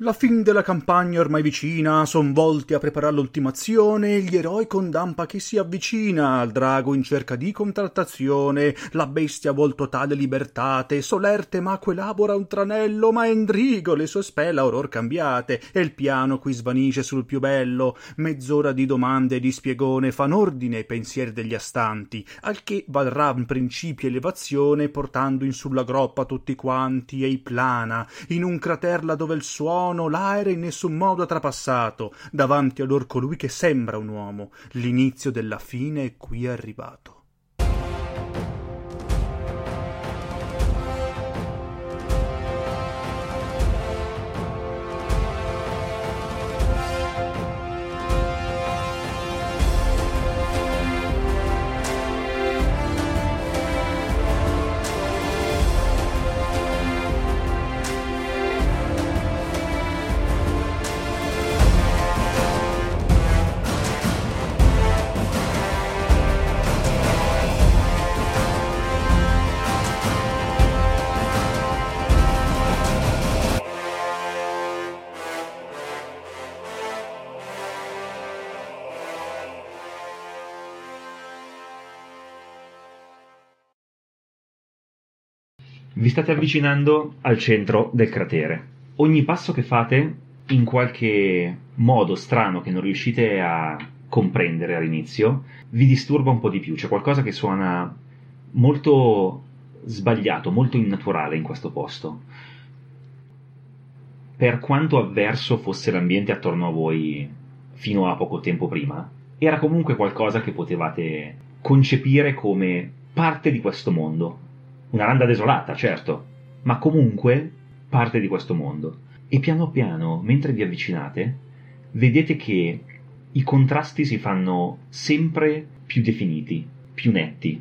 La fin della campagna ormai vicina, son volti a preparar l'ultimazione, gli eroi con Dampa che si avvicina, al drago in cerca di contrattazione, la bestia vuol totale libertate, solerte ma elabora un tranello, ma Endrigo le sue spela auror cambiate, e il piano qui svanisce sul più bello, mezz'ora di domande e di spiegone fan ordine ai pensieri degli astanti, al che valrà in principio elevazione, portando in sulla groppa tutti quanti, e plana, in un craterla dove il suono l'aere in nessun modo ha trapassato, davanti a lor colui che sembra un uomo, l'inizio della fine è qui arrivato. Vi state avvicinando al centro del cratere. Ogni passo che fate, in qualche modo strano che non riuscite a comprendere all'inizio, vi disturba un po' di più. C'è qualcosa che suona molto sbagliato, molto innaturale in questo posto. Per quanto avverso fosse l'ambiente attorno a voi fino a poco tempo prima, era comunque qualcosa che potevate concepire come parte di questo mondo. Una landa desolata, certo, ma comunque parte di questo mondo. E piano piano, mentre vi avvicinate, vedete che i contrasti si fanno sempre più definiti, più netti.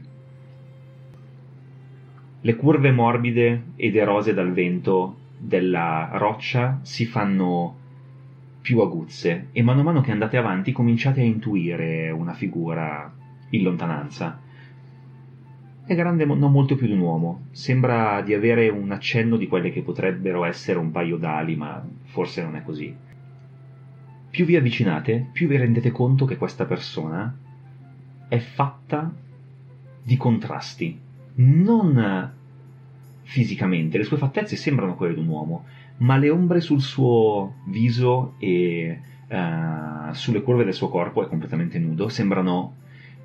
Le curve morbide ed erose dal vento della roccia si fanno più aguzze e mano a mano che andate avanti cominciate a intuire una figura in lontananza. È grande non molto più di un uomo, sembra di avere un accenno di quelle che potrebbero essere un paio d'ali, ma forse non è così. Più vi avvicinate, più vi rendete conto che questa persona è fatta di contrasti. Non fisicamente, le sue fattezze sembrano quelle di un uomo, ma le ombre sul suo viso e sulle curve del suo corpo, è completamente nudo, sembrano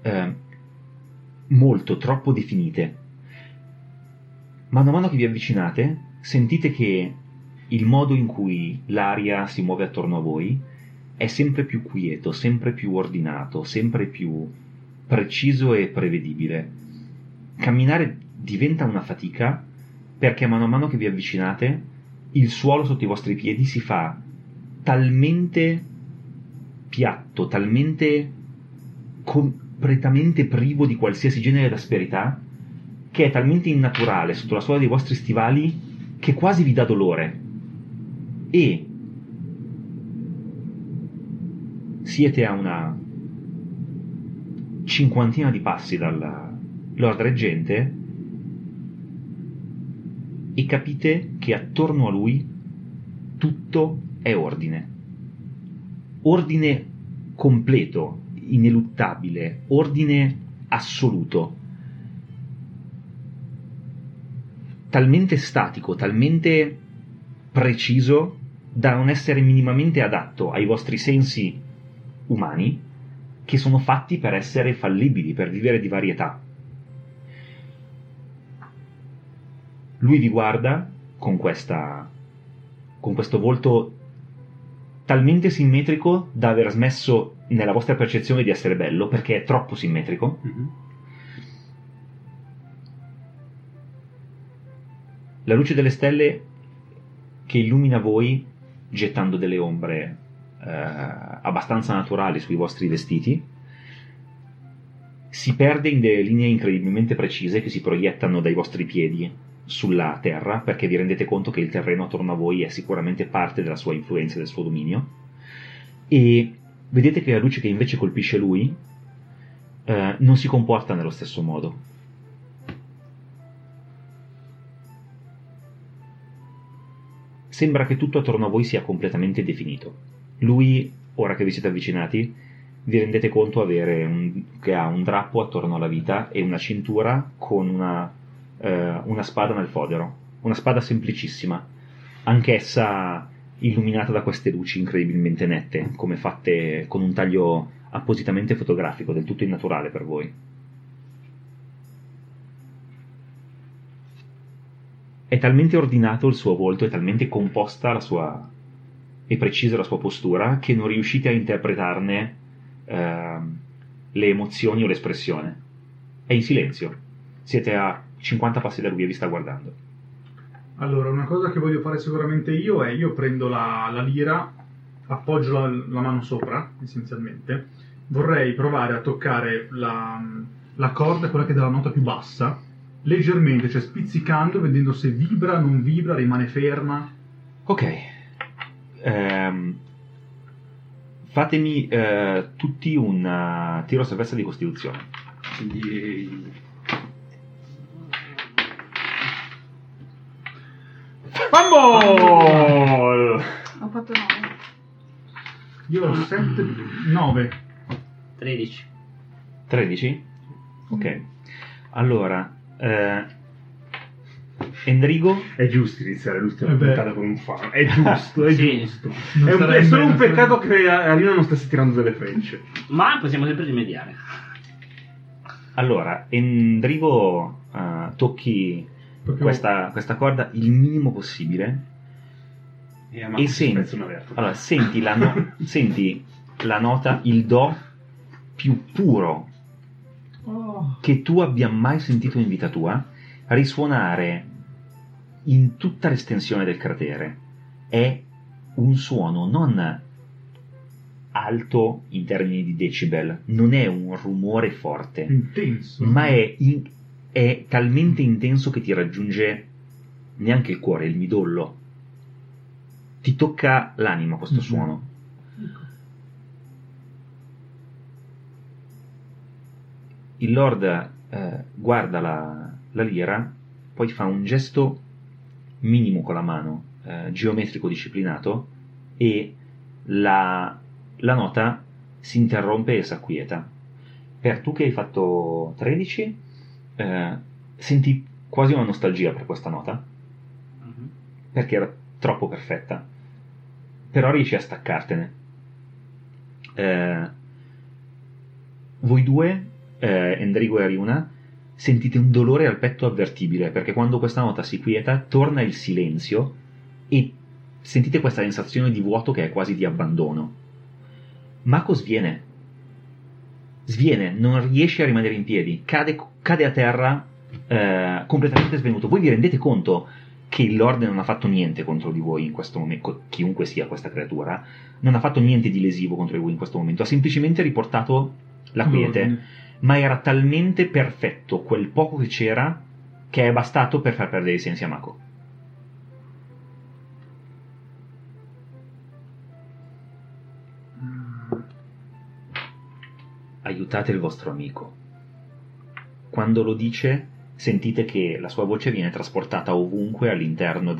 molto, troppo definite. Mano a mano che vi avvicinate, sentite che il modo in cui l'aria si muove attorno a voi è sempre più quieto, sempre più ordinato, sempre più preciso e prevedibile. Camminare diventa una fatica perché mano a mano che vi avvicinate il suolo sotto i vostri piedi si fa talmente piatto, talmente completamente privo di qualsiasi genere d'asperità, che è talmente innaturale sotto la suola dei vostri stivali che quasi vi dà dolore. E siete a una cinquantina di passi dal Lord Reggente e capite che attorno a lui tutto è ordine. Ordine completo, ineluttabile, ordine assoluto. Talmente statico, talmente preciso da non essere minimamente adatto ai vostri sensi umani, che sono fatti per essere fallibili, per vivere di varietà. Lui vi guarda con questo volto talmente simmetrico da aver smesso nella vostra percezione di essere bello, perché è troppo simmetrico. Mm-hmm. La luce delle stelle che illumina voi, gettando delle ombre abbastanza naturali sui vostri vestiti, si perde in delle linee incredibilmente precise che si proiettano dai vostri piedi sulla terra, perché vi rendete conto che il terreno attorno a voi è sicuramente parte della sua influenza e del suo dominio, e vedete che la luce che invece colpisce lui non si comporta nello stesso modo. sembra che tutto attorno a voi sia completamente definito. Lui, ora che vi siete avvicinati, vi rendete conto che ha un drappo attorno alla vita e una cintura con una spada nel fodero. Una spada semplicissima, anch'essa illuminata da queste luci incredibilmente nette, come fatte con un taglio appositamente fotografico, del tutto innaturale per voi. È talmente ordinato il suo volto, è talmente composta e precisa la sua postura, che non riuscite a interpretarne le emozioni o l'espressione. È in silenzio. Siete a 50 passi da lui e vi sta guardando. Allora, una cosa che voglio fare sicuramente io prendo la lira, appoggio la mano sopra, essenzialmente. Vorrei provare a toccare la corda, quella che dà la nota più bassa, leggermente, cioè spizzicando, vedendo se vibra, non vibra, rimane ferma. Ok. Fatemi tutti un tiro a salvezza di costituzione. Fumble! Ho fatto 9. Io ho 7, 9. 13. 13? Ok. Allora, Endrigo? È giusto iniziare l'ultima Eh beh. puntata con un fan. È giusto, è Sì. giusto. Non È sarebbe- solo un non peccato sarebbe- che Arina non stesse tirando delle frecce. Ma possiamo sempre rimediare. Allora, Endrigo, tocchi Proprio- questa corda il minimo possibile e senti, allora, senti la nota, il do più puro che tu abbia mai sentito in vita tua risuonare in tutta l'estensione del cratere. È un suono non alto in termini di decibel, non è un rumore forte, intenso. ma è talmente intenso che ti raggiunge neanche il cuore, il midollo. Ti tocca l'anima questo Mhm. suono. Il Lord guarda la lira, poi fa un gesto minimo con la mano, geometrico disciplinato, e la nota si interrompe e s'acquieta. Per tu che hai fatto 13, senti quasi una nostalgia per questa nota, perché era troppo perfetta, però riesci a staccartene. Voi due, Endrigo e Ariuna, sentite un dolore al petto avvertibile, perché quando questa nota si quieta torna il silenzio e sentite questa sensazione di vuoto che è quasi di abbandono. Mako sviene, non riesce a rimanere in piedi, cade a terra completamente svenuto. Voi vi rendete conto che il Lord non ha fatto niente contro di voi in questo momento, chiunque sia questa creatura, non ha fatto niente di lesivo contro di voi in questo momento, ha semplicemente riportato la quiete, ma era talmente perfetto quel poco che c'era che è bastato per far perdere i sensi a Mako. Aiutate il vostro amico. Quando lo dice, sentite che la sua voce viene trasportata ovunque all'interno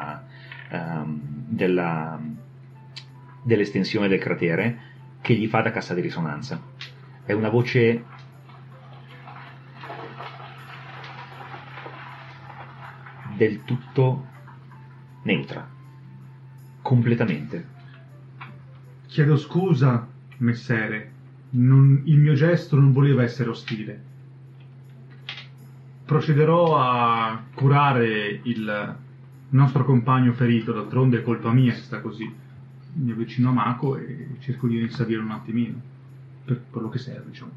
dell'estensione del cratere, che gli fa da cassa di risonanza. È una voce del tutto neutra, completamente. Chiedo scusa, messere. Il mio gesto non voleva essere ostile. Procederò a curare il nostro compagno ferito, d'altronde è colpa mia se sta così. Mi avvicino a Mako e cerco di rinsavire un attimino, per quello che serve, diciamo.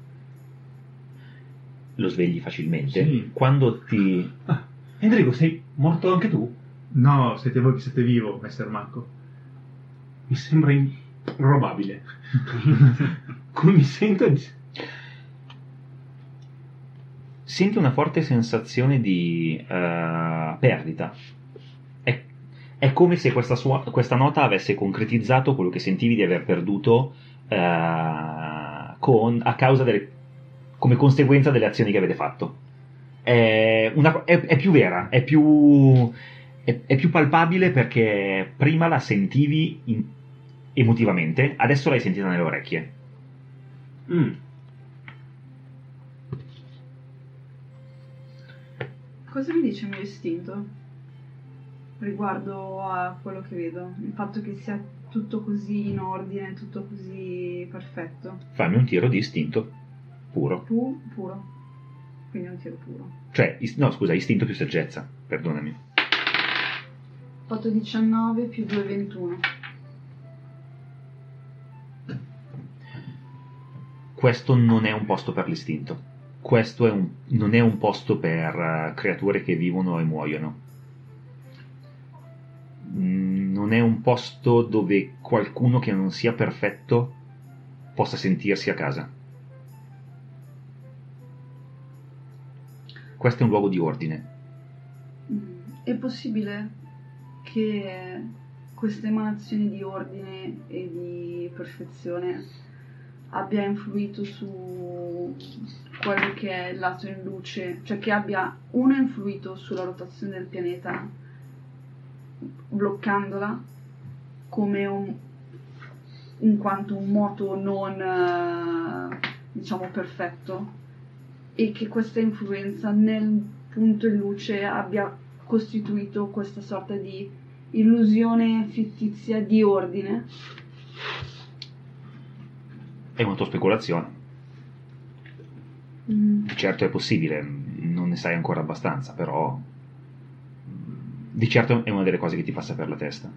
Lo svegli facilmente. Sì. Quando ti... Endrigo, sei morto anche tu? No, siete voi che siete vivo, messer Mako. Mi sembra improbabile. Come mi sento? Senti una forte sensazione di perdita. È come se questa nota avesse concretizzato quello che sentivi di aver perduto a causa come conseguenza delle azioni che avete fatto. È più vera, è più è più palpabile perché prima la sentivi emotivamente, adesso l'hai sentita nelle orecchie. Cosa mi dice il mio istinto riguardo a quello che vedo? Il fatto che sia tutto così in ordine, tutto così perfetto. Fammi un tiro di istinto puro. Puro. Quindi un tiro puro. Cioè, no, scusa, istinto più saggezza, perdonami. Ho fatto 19 più 2, 21. Questo non è un posto per l'istinto. Questo non è un posto per creature che vivono e muoiono. Non è un posto dove qualcuno che non sia perfetto possa sentirsi a casa. Questo è un luogo di ordine. È possibile che questa emanazione di ordine e di perfezione abbia influito su quello che è il lato in luce, cioè che abbia influito sulla rotazione del pianeta bloccandola come in quanto un moto non diciamo perfetto, e che questa influenza nel punto in luce abbia costituito questa sorta di illusione fittizia di ordine. È una tua speculazione. Di certo è possibile, non ne sai ancora abbastanza, però di certo è una delle cose che ti passa per la testa.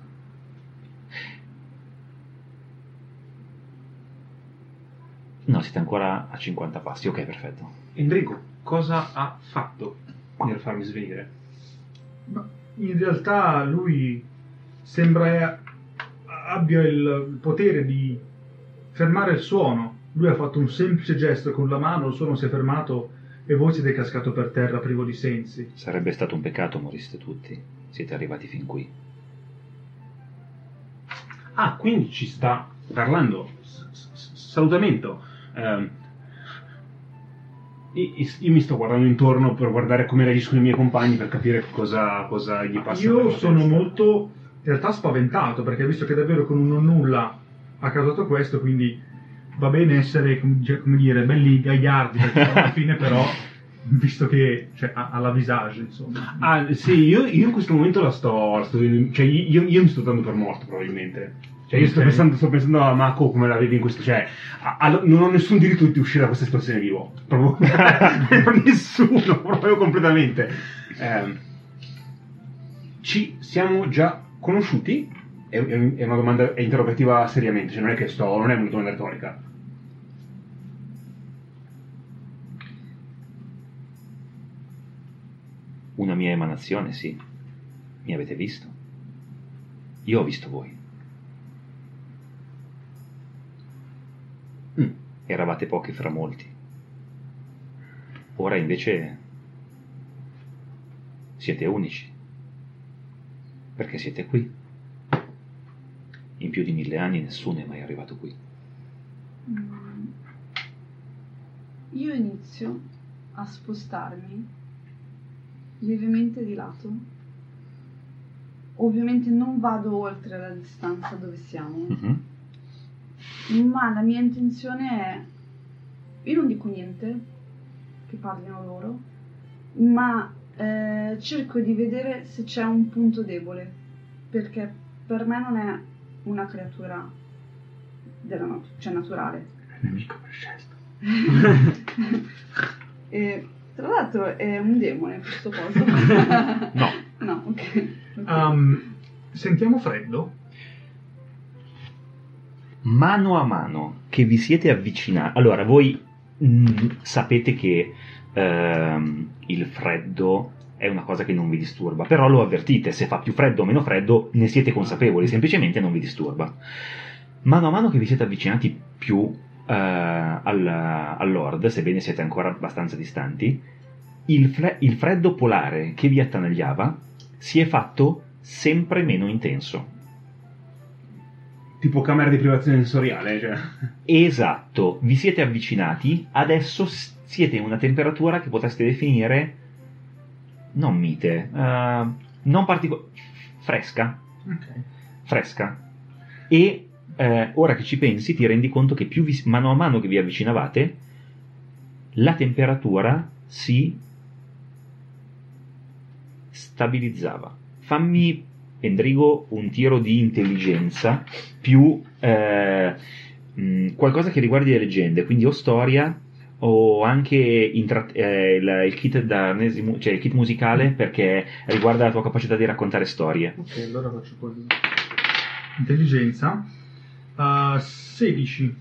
No, siete ancora a 50 passi, ok, perfetto. Enrico, cosa ha fatto nel farmi svenire? Ma in realtà lui sembra abbia il potere di fermare il suono. Lui ha fatto un semplice gesto con la mano, il suono si è fermato e voi siete cascato per terra privo di sensi. Sarebbe stato un peccato moriste tutti. Siete arrivati fin qui. Ah, quindi ci sta parlando. Salutamento. Io mi sto guardando intorno per guardare come reagiscono i miei compagni, per capire cosa gli passa. Io sono molto in realtà spaventato, perché visto che davvero con un non nulla ha causato questo, quindi va bene essere, come dire, belli gagliardi, perché alla fine però, visto che ha la visage, insomma. Ah, sì, io in questo momento la sto vedendo, cioè io mi sto dando per morto probabilmente. Cioè io sto pensando a Mako come la vedi in questo, cioè non ho nessun diritto di uscire da questa situazione vivo, proprio nessuno, proprio completamente. Ci siamo già conosciuti? È una domanda interrogativa seriamente, cioè non è una domanda retorica. Una mia emanazione, sì. Mi avete visto? Io ho visto voi. Eravate pochi fra molti. Ora invece siete unici. Perché siete qui. In più di 1000 anni nessuno è mai arrivato qui. Io inizio a spostarmi lievemente di lato. Ovviamente non vado oltre la distanza dove siamo. Ma la mia intenzione è, io non dico niente, che parlino loro, ma cerco di vedere se c'è un punto debole, perché per me non è una creatura cioè naturale. È il nemico prescelto. E tra l'altro è un demone questo coso. No. No, ok. Sentiamo freddo? Mano a mano che vi siete avvicinati, allora voi sapete che il freddo è una cosa che non vi disturba, però lo avvertite, se fa più freddo o meno freddo ne siete consapevoli, semplicemente non vi disturba. Mano a mano che vi siete avvicinati più al Lord, sebbene siete ancora abbastanza distanti, il freddo polare che vi attanagliava si è fatto sempre meno intenso. Tipo camera di privazione sensoriale, cioè. Esatto, vi siete avvicinati, adesso siete in una temperatura che potreste definire non mite, non particolare, fresca, Ok. fresca, e ora che ci pensi ti rendi conto che mano a mano che vi avvicinavate la temperatura si stabilizzava. Fammi, Endrigo, un tiro di intelligenza più qualcosa che riguardi le leggende, quindi o storia o anche il kit cioè il kit musicale, perché riguarda la tua capacità di raccontare storie. Ok, allora faccio poi intelligenza. 16.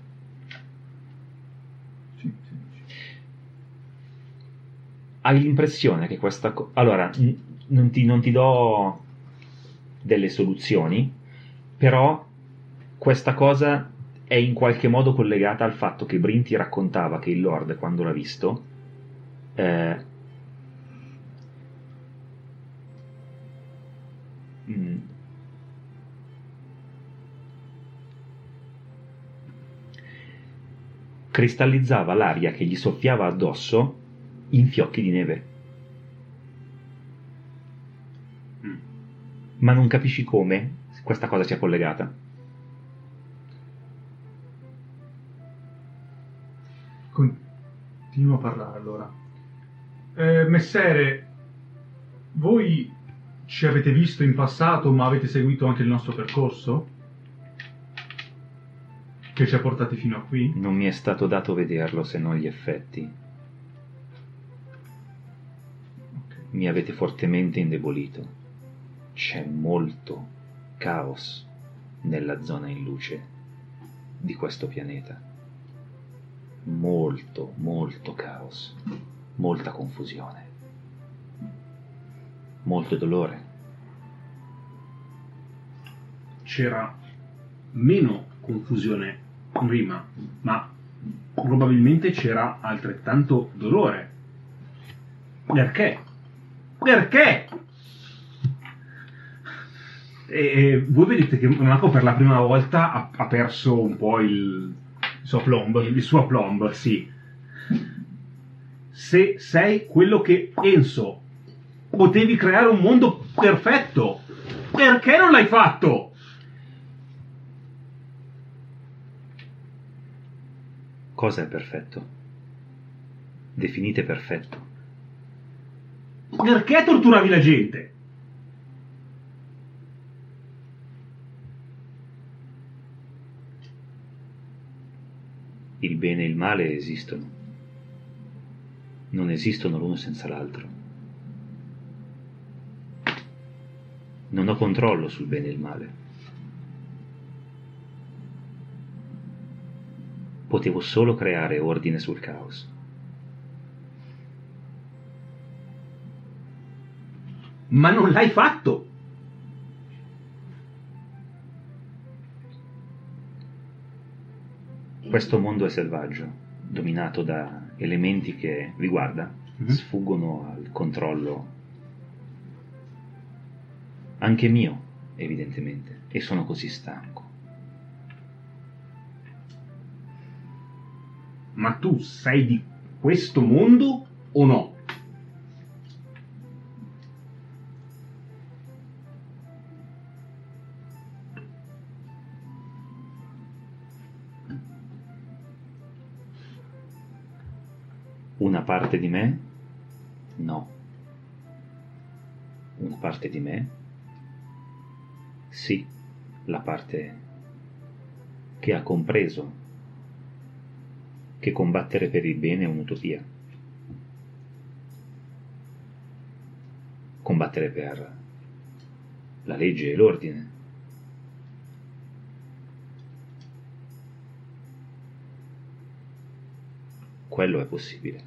Sì, 16. Hai l'impressione che questa allora non ti do delle soluzioni, però questa cosa è in qualche modo collegata al fatto che Brin ti raccontava che il Lord, quando l'ha visto, cristallizzava l'aria che gli soffiava addosso in fiocchi di neve. Ma non capisci come questa cosa sia collegata. Continuo a parlare allora. Messere, voi ci avete visto in passato, ma avete seguito anche il nostro percorso? Che ci ha portati fino a qui? Non mi è stato dato vederlo, se non gli effetti. Ok. Mi avete fortemente indebolito. C'è molto caos nella zona in luce di questo pianeta. Molto, molto caos. Molta confusione. Molto dolore. C'era meno confusione prima, ma probabilmente c'era altrettanto dolore. Perché? Perché? E voi vedete che Monaco per la prima volta ha perso un po' il suo aplomb, sì. Se sei quello che penso, potevi creare un mondo perfetto. Perché non l'hai fatto? Cosa è perfetto? Definite perfetto. Perché torturavi la gente? Il bene e il male esistono. Non esistono l'uno senza l'altro. Non ho controllo sul bene e il male. Potevo solo creare ordine sul caos. Ma non l'hai fatto! Questo mondo è selvaggio, dominato da elementi che, vi guarda, sfuggono al controllo anche mio, evidentemente, e sono così stanco. Ma tu sei di questo mondo o no? Una parte di me? No. Una parte di me? Sì, la parte che ha compreso che combattere per il bene è un'utopia. Combattere per la legge e l'ordine. Quello è possibile.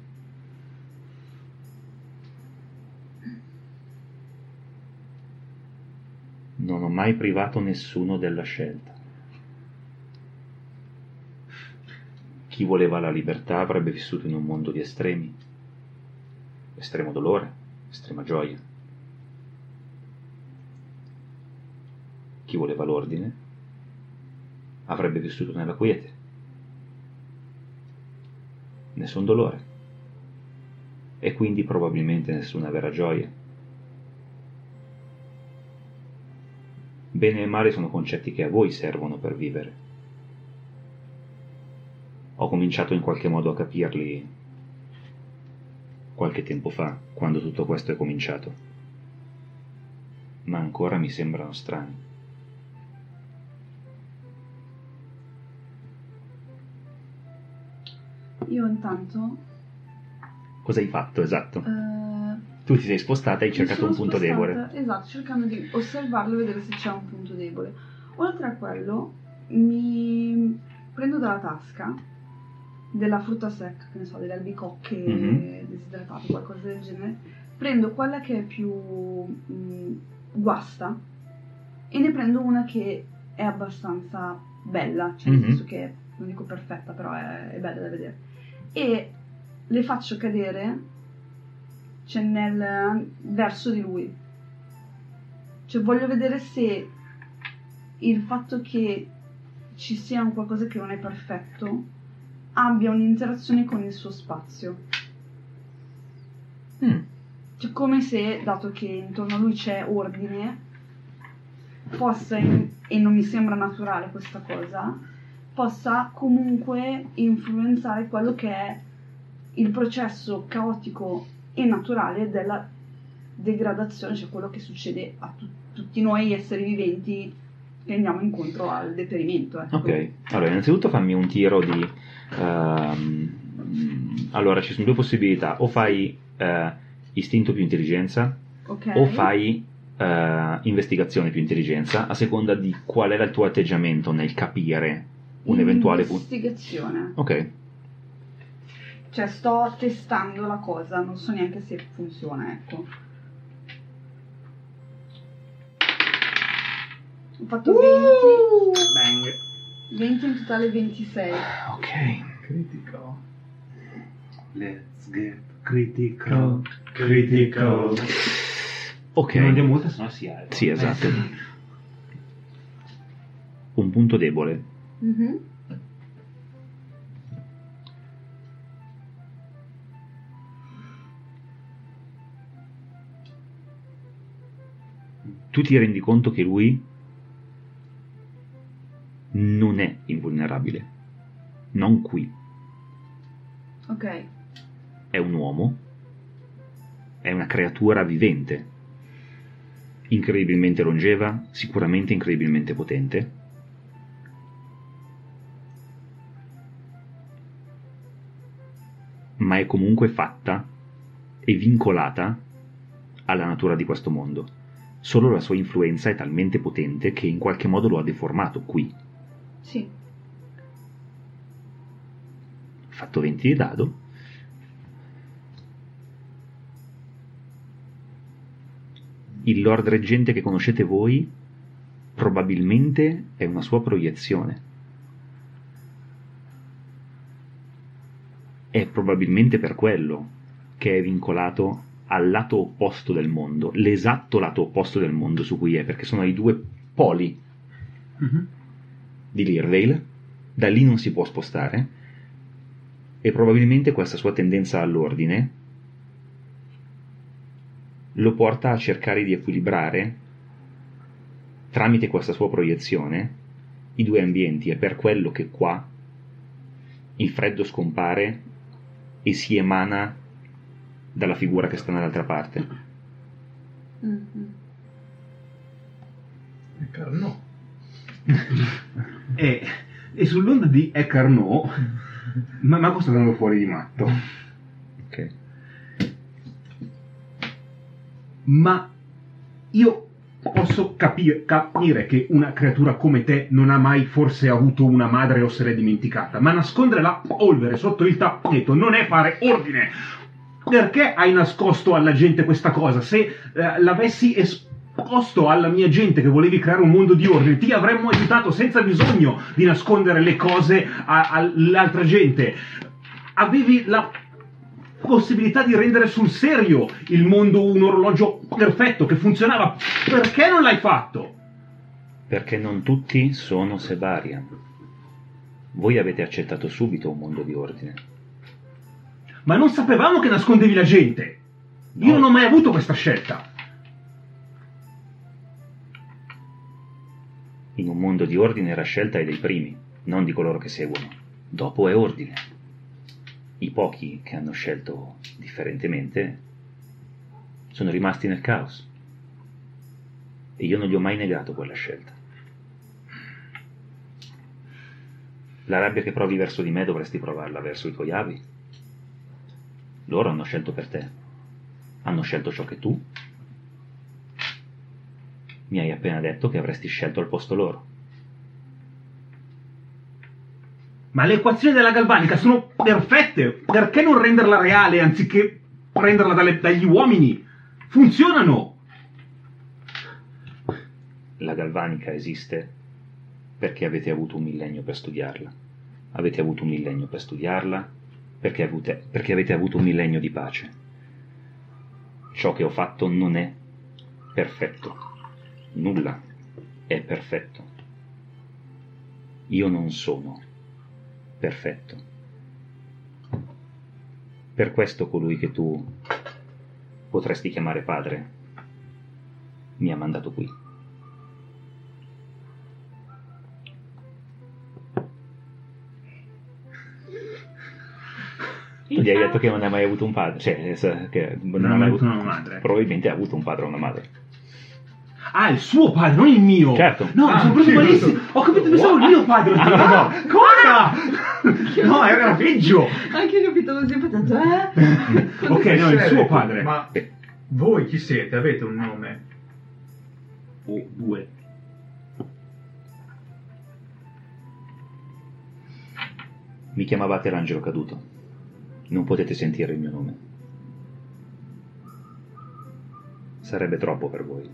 Non ho mai privato nessuno della scelta. Chi voleva la libertà avrebbe vissuto in un mondo di estremi. Estremo dolore, estrema gioia. Chi voleva l'ordine avrebbe vissuto nella quiete. Nessun dolore. E quindi probabilmente nessuna vera gioia. Bene e male sono concetti che a voi servono per vivere. Ho cominciato in qualche modo a capirli qualche tempo fa, quando tutto questo è cominciato. Ma ancora mi sembrano strani. Io intanto... Cosa hai fatto, esatto? Tu ti sei spostata e hai cercato un punto debole. Esatto, cercando di osservarlo e vedere se c'è un punto debole. Oltre a quello, mi prendo dalla tasca della frutta secca, che ne so, delle albicocche desidratate, qualcosa del genere. Prendo quella che è più guasta e ne prendo una che è abbastanza bella, cioè nel senso che, non dico perfetta, però è bella da vedere. E le faccio cadere, cioè, nel verso di lui. Cioè voglio vedere se il fatto che ci sia un qualcosa che non è perfetto abbia un'interazione con il suo spazio. Cioè come se, dato che intorno a lui c'è ordine, possa, e non mi sembra naturale questa cosa, possa comunque influenzare quello che è il processo caotico e naturale della degradazione, cioè quello che succede a tutti noi esseri viventi che andiamo incontro al deperimento. Ecco. Ok, allora innanzitutto fammi un tiro di... allora ci sono due possibilità: o fai istinto più intelligenza, o fai investigazione più intelligenza, a seconda di qual era il tuo atteggiamento nel capire un eventuale punto. Investigazione. Ok. Cioè sto testando la cosa, non so neanche se funziona, ecco. Ho fatto 20. Bang. 20 in totale, 26. Ok. Critical. Let's get critical. Critical. Ok. Non andiamo oltre, sennò si alza. Sì, esatto. Un punto debole. Tu ti rendi conto che lui non è invulnerabile. Non qui. Ok. È un uomo. È una creatura vivente. Incredibilmente longeva, sicuramente incredibilmente potente. Ma è comunque fatta e vincolata alla natura di questo mondo. Solo la sua influenza è talmente potente che in qualche modo lo ha deformato qui. Sì. Fatto 20 di dado. Il Lord Reggente che conoscete voi probabilmente è una sua proiezione. È probabilmente per quello che è vincolato al lato opposto del mondo, l'esatto lato opposto del mondo su cui è, perché sono i due poli di Leardale. Da lì non si può spostare, e probabilmente questa sua tendenza all'ordine lo porta a cercare di equilibrare tramite questa sua proiezione i due ambienti. È per quello che qua il freddo scompare e si emana dalla figura che sta dall'altra parte. Carnot. E sull'onda di Carnot, Marco sta andando fuori di matto. Ok. Ma io posso capire che una creatura come te non ha mai forse avuto una madre o se l'è dimenticata, ma nascondere la polvere sotto il tappeto non è fare ordine. Perché hai nascosto alla gente questa cosa? Se l'avessi esposto alla mia gente che volevi creare un mondo di ordine, ti avremmo aiutato senza bisogno di nascondere le cose all'altra gente. Avevi la possibilità di rendere sul serio il mondo un orologio perfetto che funzionava. Perché non l'hai fatto? Perché non tutti sono Sebarian. Voi avete accettato subito un mondo di ordine. Ma non sapevamo che nascondevi la gente. Io non ho mai avuto questa scelta. In un mondo di ordine la scelta è dei primi, non di coloro che seguono. Dopo è ordine. I pochi che hanno scelto differentemente sono rimasti nel caos. E io non gli ho mai negato quella scelta. La rabbia che provi verso di me dovresti provarla verso i tuoi avi. Loro hanno scelto per te. Hanno scelto ciò che tu mi hai appena detto che avresti scelto al posto loro. Ma le equazioni della galvanica sono perfette. Perché non renderla reale anziché prenderla dagli uomini? Funzionano. La galvanica esiste perché avete avuto un millennio per studiarla. Avete avuto un millennio per studiarla perché avete avuto un millennio di pace. Ciò che ho fatto non è perfetto. Nulla è perfetto. Io non sono perfetto. Per questo colui che tu potresti chiamare padre mi ha mandato qui. Tu gli hai detto che non hai mai avuto un padre, cioè che non ha mai avuto una madre. Probabilmente ha avuto un padre o una madre. Ah, il suo padre, non il mio. Certo. No, mi sono preso malissimo. Ho capito, pensavo il mio padre. no. Cosa? No, era peggio. Anche io ho capito così, ho pensato, Ok, no, il suo padre. Ma voi chi siete? Avete un nome? Oh, due. Mi chiamavate l'angelo caduto. Non potete sentire il mio nome. Sarebbe troppo per voi.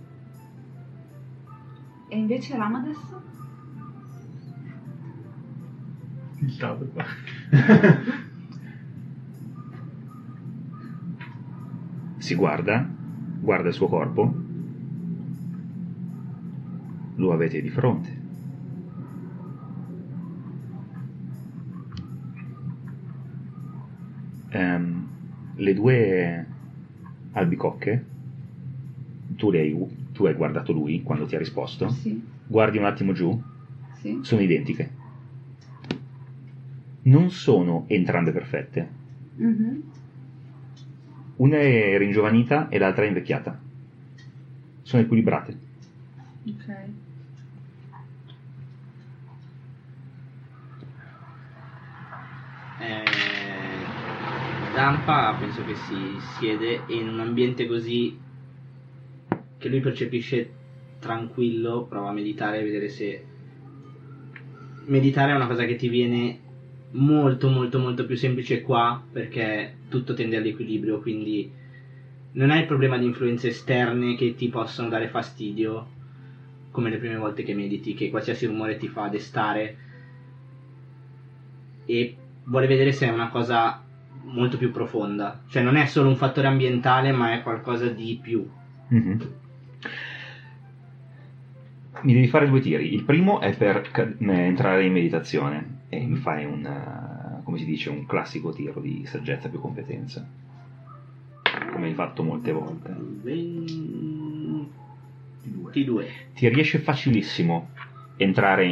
E invece Rama adesso? Il dado qua. Si guarda il suo corpo. Lo avete di fronte. Le due albicocche, tu hai guardato lui quando ti ha risposto? Sì. Guardi un attimo giù, Sì. sono identiche. Non sono entrambe perfette. Mhm. Una è ringiovanita e l'altra è invecchiata. Sono equilibrate. Ok. Zampa penso che si siede e in un ambiente così che lui percepisce tranquillo prova a meditare e vedere se meditare è una cosa che ti viene molto molto molto più semplice qua, perché tutto tende all'equilibrio, quindi non hai il problema di influenze esterne che ti possono dare fastidio come le prime volte che mediti, che qualsiasi rumore ti fa destare, e vuole vedere se è una cosa molto più profonda, cioè non è solo un fattore ambientale ma è qualcosa di più. Mm-hmm. Mi devi fare 2 tiri. Il primo è per entrare in meditazione e mi fai come si dice, un classico tiro di saggezza più competenza, come hai fatto molte volte. 22. Ti riesce facilissimo entrare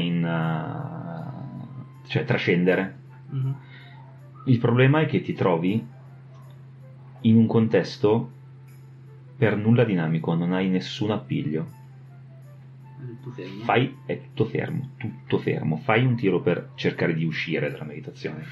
cioè trascendere. Mm-hmm. Il problema è che ti trovi in un contesto per nulla dinamico, non hai nessun appiglio. È tutto fermo. Fai un tiro per cercare di uscire dalla meditazione.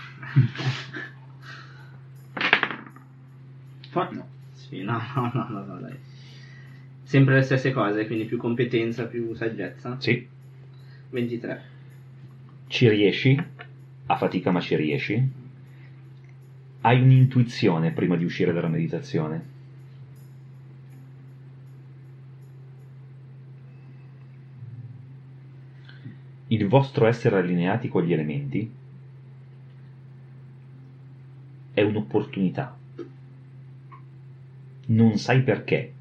No. Sì, no, dai. Sempre le stesse cose, quindi più competenza, più saggezza. Sì. 23. Ci riesci, a fatica ma ci riesci. Hai un'intuizione prima di uscire dalla meditazione. Il vostro essere allineati con gli elementi è un'opportunità. Non sai perché,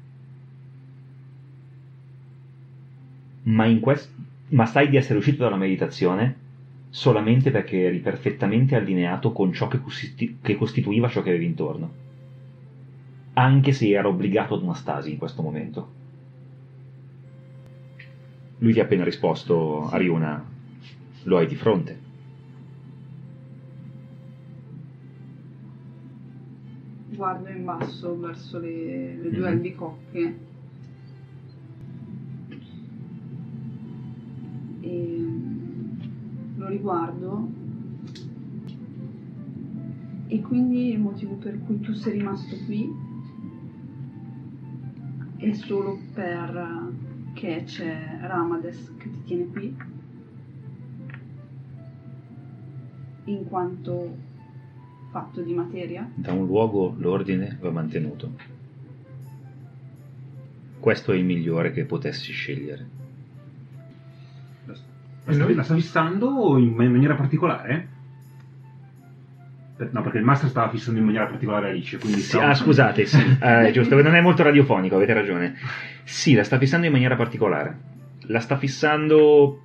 ma sai di essere uscito dalla meditazione solamente perché eri perfettamente allineato con ciò che costituiva ciò che avevi intorno, anche se era obbligato ad una stasi in questo momento. Lui ti ha appena risposto, Ariuna, lo hai di fronte. Guardo in basso verso le due albicocche e lo riguardo. E quindi il motivo per cui tu sei rimasto qui è solo perché c'è Ramades che ti tiene qui, in quanto fatto di materia? Da un luogo l'ordine va mantenuto. Questo è il migliore che potessi scegliere. La sta fissando in maniera particolare? No, perché il master stava fissando in maniera particolare Alice, quindi... Sì, scusate, sì, giusto, non è molto radiofonico, avete ragione. Sì, la sta fissando in maniera particolare. La sta fissando...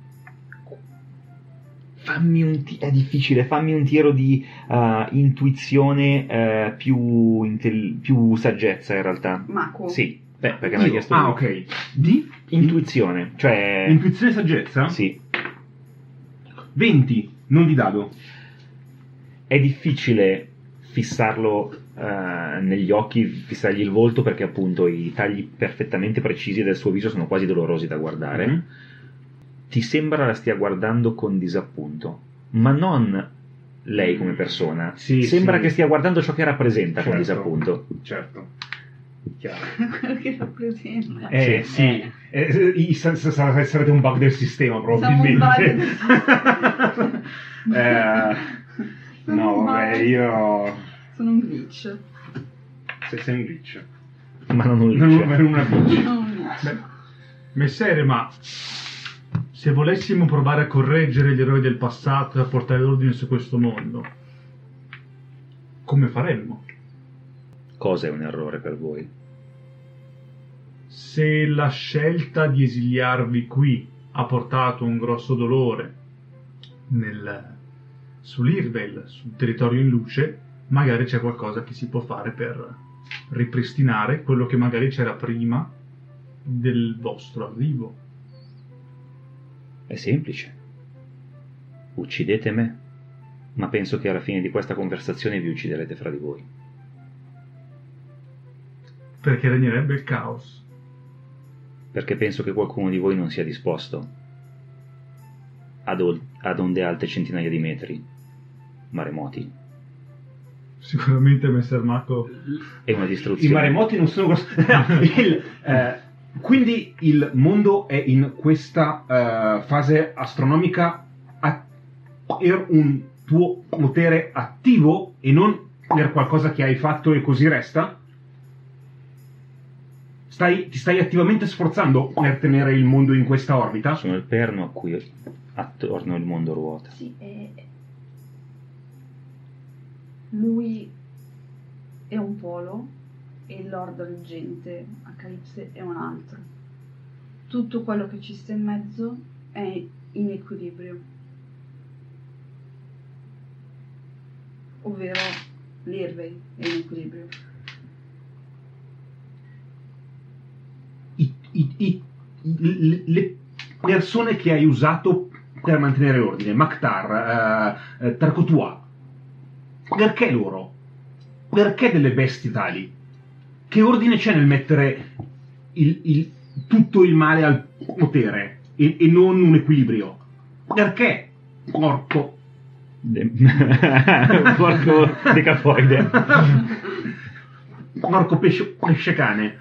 è difficile, fammi un tiro di intuizione più saggezza in realtà. Mako? Sì, perché mi hai chiesto... Ah, ok. Di? Intuizione, cioè... Intuizione e saggezza? Sì. 20, non di dado. È difficile fissarlo negli occhi, fissargli il volto, perché appunto i tagli perfettamente precisi del suo viso sono quasi dolorosi da guardare. Mm-hmm. Ti sembra la stia guardando con disappunto, ma non lei come persona. Sì, sembra sì. che stia guardando ciò che rappresenta con Certo. disappunto. Certo. Chiaro. Quello che rappresenta. Sì. Sarete un bug del sistema, probabilmente. No, vabbè, io... Sono un glitch. Sei un glitch. Ma non un Non glitch. una glitch. Sono un glitch. Messere, ma se volessimo provare a correggere gli errori del passato e a portare l'ordine su questo mondo, come faremmo? Cosa è un errore per voi? Se la scelta di esiliarvi qui ha portato un grosso dolore sull'Irvel, sul territorio in luce, magari c'è qualcosa che si può fare per ripristinare quello che magari c'era prima del vostro arrivo. È semplice. Uccidete me, ma penso che alla fine di questa conversazione vi ucciderete fra di voi. Perché regnerebbe il caos. Perché penso che qualcuno di voi non sia disposto ad onde alte centinaia di metri, ma remoti. Sicuramente Messer Mako... È una I distruzione. maremoti non sono... Quindi il mondo è in questa fase astronomica per un tuo potere attivo e non per qualcosa che hai fatto e così resta? Ti stai attivamente sforzando per tenere il mondo in questa orbita? Sono il perno a cui attorno il mondo ruota. Sì, lui è un polo e il Lord Reggente a Calipse è un altro. Tutto quello che ci sta in mezzo è in equilibrio. Ovvero l'Irvey è in equilibrio. Le persone che hai usato per mantenere ordine, Maktar, Tarkotua, perché loro? Perché delle bestie tali? Che ordine c'è nel mettere tutto il male al potere e non un equilibrio? Perché? Porco decafoide. Porco pesce cane.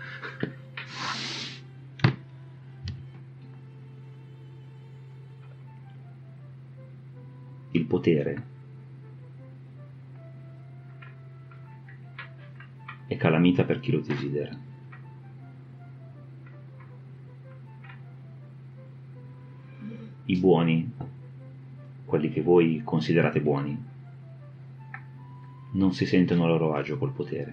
Il potere è calamita per chi lo desidera. I buoni, quelli che voi considerate buoni, non si sentono a loro agio col potere.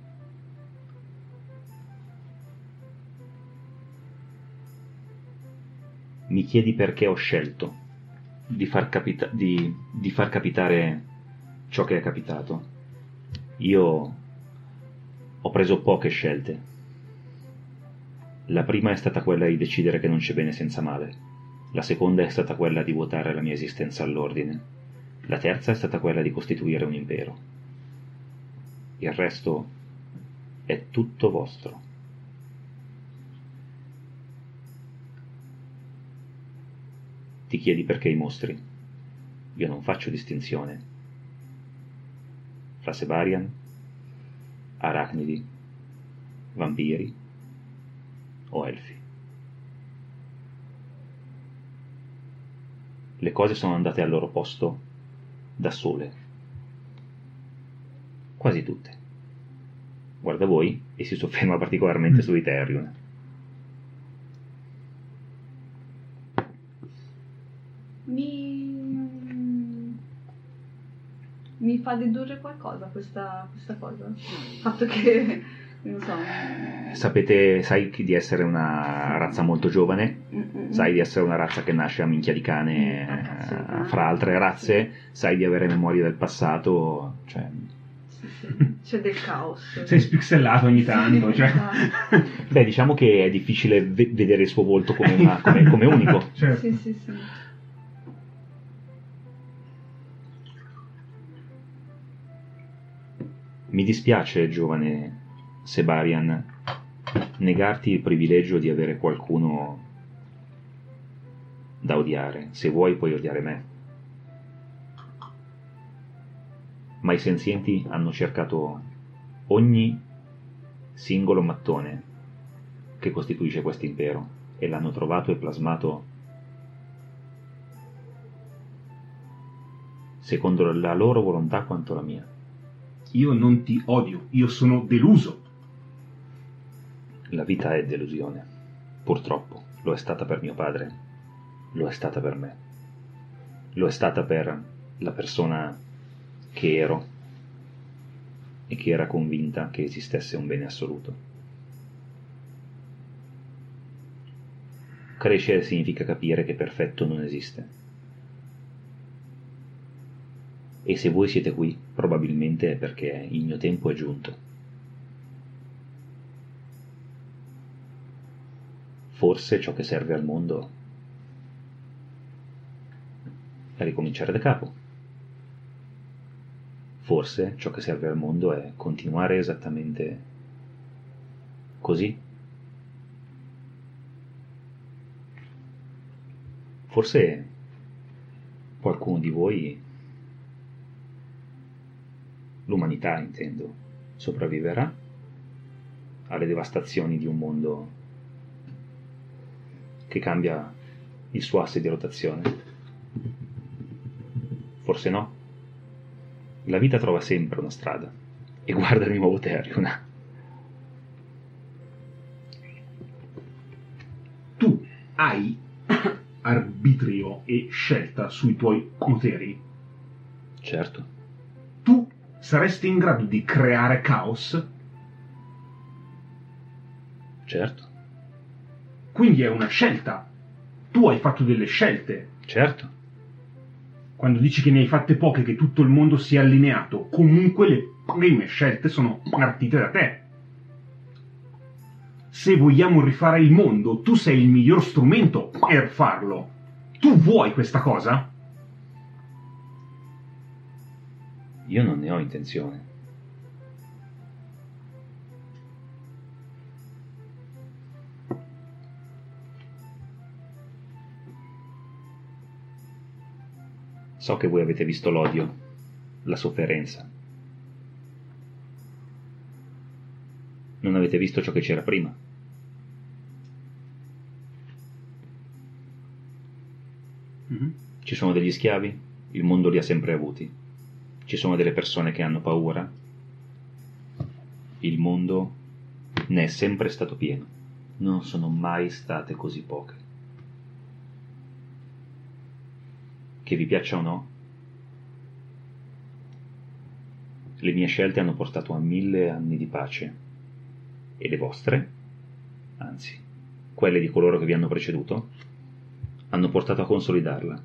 Mi chiedi perché ho scelto di far capitare ciò che è capitato. Io ho preso poche scelte La prima è stata quella di decidere che non c'è bene senza male. La seconda è stata quella di vuotare la mia esistenza all'ordine. La terza è stata quella di costituire un impero. Il resto è tutto vostro. Ti chiedi perché i mostri? Io non faccio distinzione fra Sebarian, arachnidi, vampiri o elfi. Le cose sono andate al loro posto da sole. Quasi tutte. Guarda voi e si sofferma particolarmente su Ethereum. Mi fa dedurre qualcosa questa cosa? Il fatto che, non so... Sai di essere una razza molto giovane, sai di essere una razza che nasce a minchia di cane fra altre razze, sai di avere memoria del passato, cioè... Sì. C'è del caos. Sei spixellato ogni tanto, Sì, cioè... esatto. Beh, diciamo che è difficile vedere il suo volto come unico. Certo. Sì. Mi dispiace, giovane Sebarian, negarti il privilegio di avere qualcuno da odiare. Se vuoi puoi odiare me. Ma i senzienti hanno cercato ogni singolo mattone che costituisce questo impero e l'hanno trovato e plasmato secondo la loro volontà quanto la mia. Io non ti odio, io sono deluso. La vita è delusione. Purtroppo. Lo è stata per mio padre. Lo è stata per me. Lo è stata per la persona che ero e che era convinta che esistesse un bene assoluto. Crescere significa capire che perfetto non esiste. E se voi siete qui, probabilmente è perché il mio tempo è giunto. Forse ciò che serve al mondo è ricominciare da capo. Forse ciò che serve al mondo è continuare esattamente così. Forse qualcuno di voi, l'umanità intendo, sopravviverà alle devastazioni di un mondo che cambia il suo asse di rotazione. Forse no. La vita trova sempre una strada. E guarda il nuovo Therion. Tu hai arbitrio e scelta sui tuoi poteri. Certo. Tu saresti in grado di creare caos? Certo. Quindi è una scelta. Tu hai fatto delle scelte. Certo. Quando dici che ne hai fatte poche, che tutto il mondo si è allineato, comunque le prime scelte sono partite da te. Se vogliamo rifare il mondo, tu sei il miglior strumento per farlo. Tu vuoi questa cosa? Io non ne ho intenzione. So che voi avete visto l'odio, la sofferenza. Non avete visto ciò che c'era prima. Ci sono degli schiavi, il mondo li ha sempre avuti. Ci sono delle persone che hanno paura. Il mondo ne è sempre stato pieno. Non sono mai state così poche. Che vi piaccia o no, le mie scelte hanno portato a 1000 anni di pace. E le vostre, anzi, quelle di coloro che vi hanno preceduto, hanno portato a consolidarla.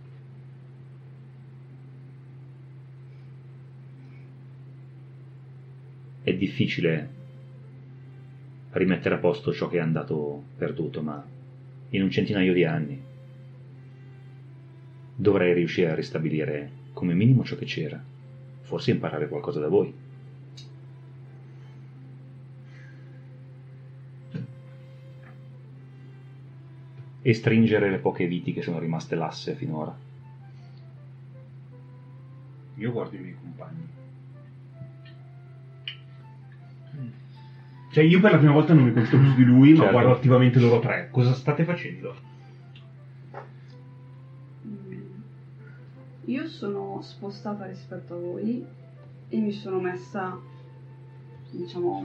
È difficile rimettere a posto ciò che è andato perduto, ma in un centinaio di anni dovrei riuscire a ristabilire come minimo ciò che c'era, forse imparare qualcosa da voi. E stringere le poche viti che sono rimaste lasse finora. Io guardo i miei compagni. Cioè, io per la prima volta non mi concentro più su di lui, ma Certo. guardo attivamente loro tre. Cosa state facendo? Io sono spostata rispetto a voi e mi sono messa, diciamo,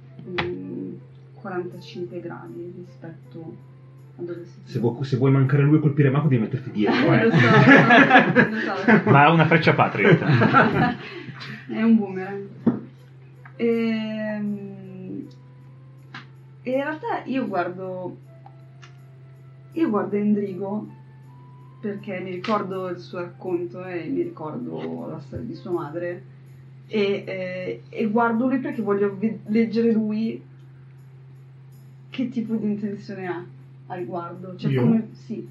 45 gradi rispetto a dove siete. Se vuoi mancare lui e colpire Mako devi metterti dietro, Lo so, lo so. Ma ha una freccia Patriot. È un boomerang. E in realtà io guardo Endrigo perché mi ricordo il suo racconto e mi ricordo la storia di sua madre e guardo lui perché voglio leggere lui che tipo di intenzione ha a riguardo. Cioè, Io? come... Sì.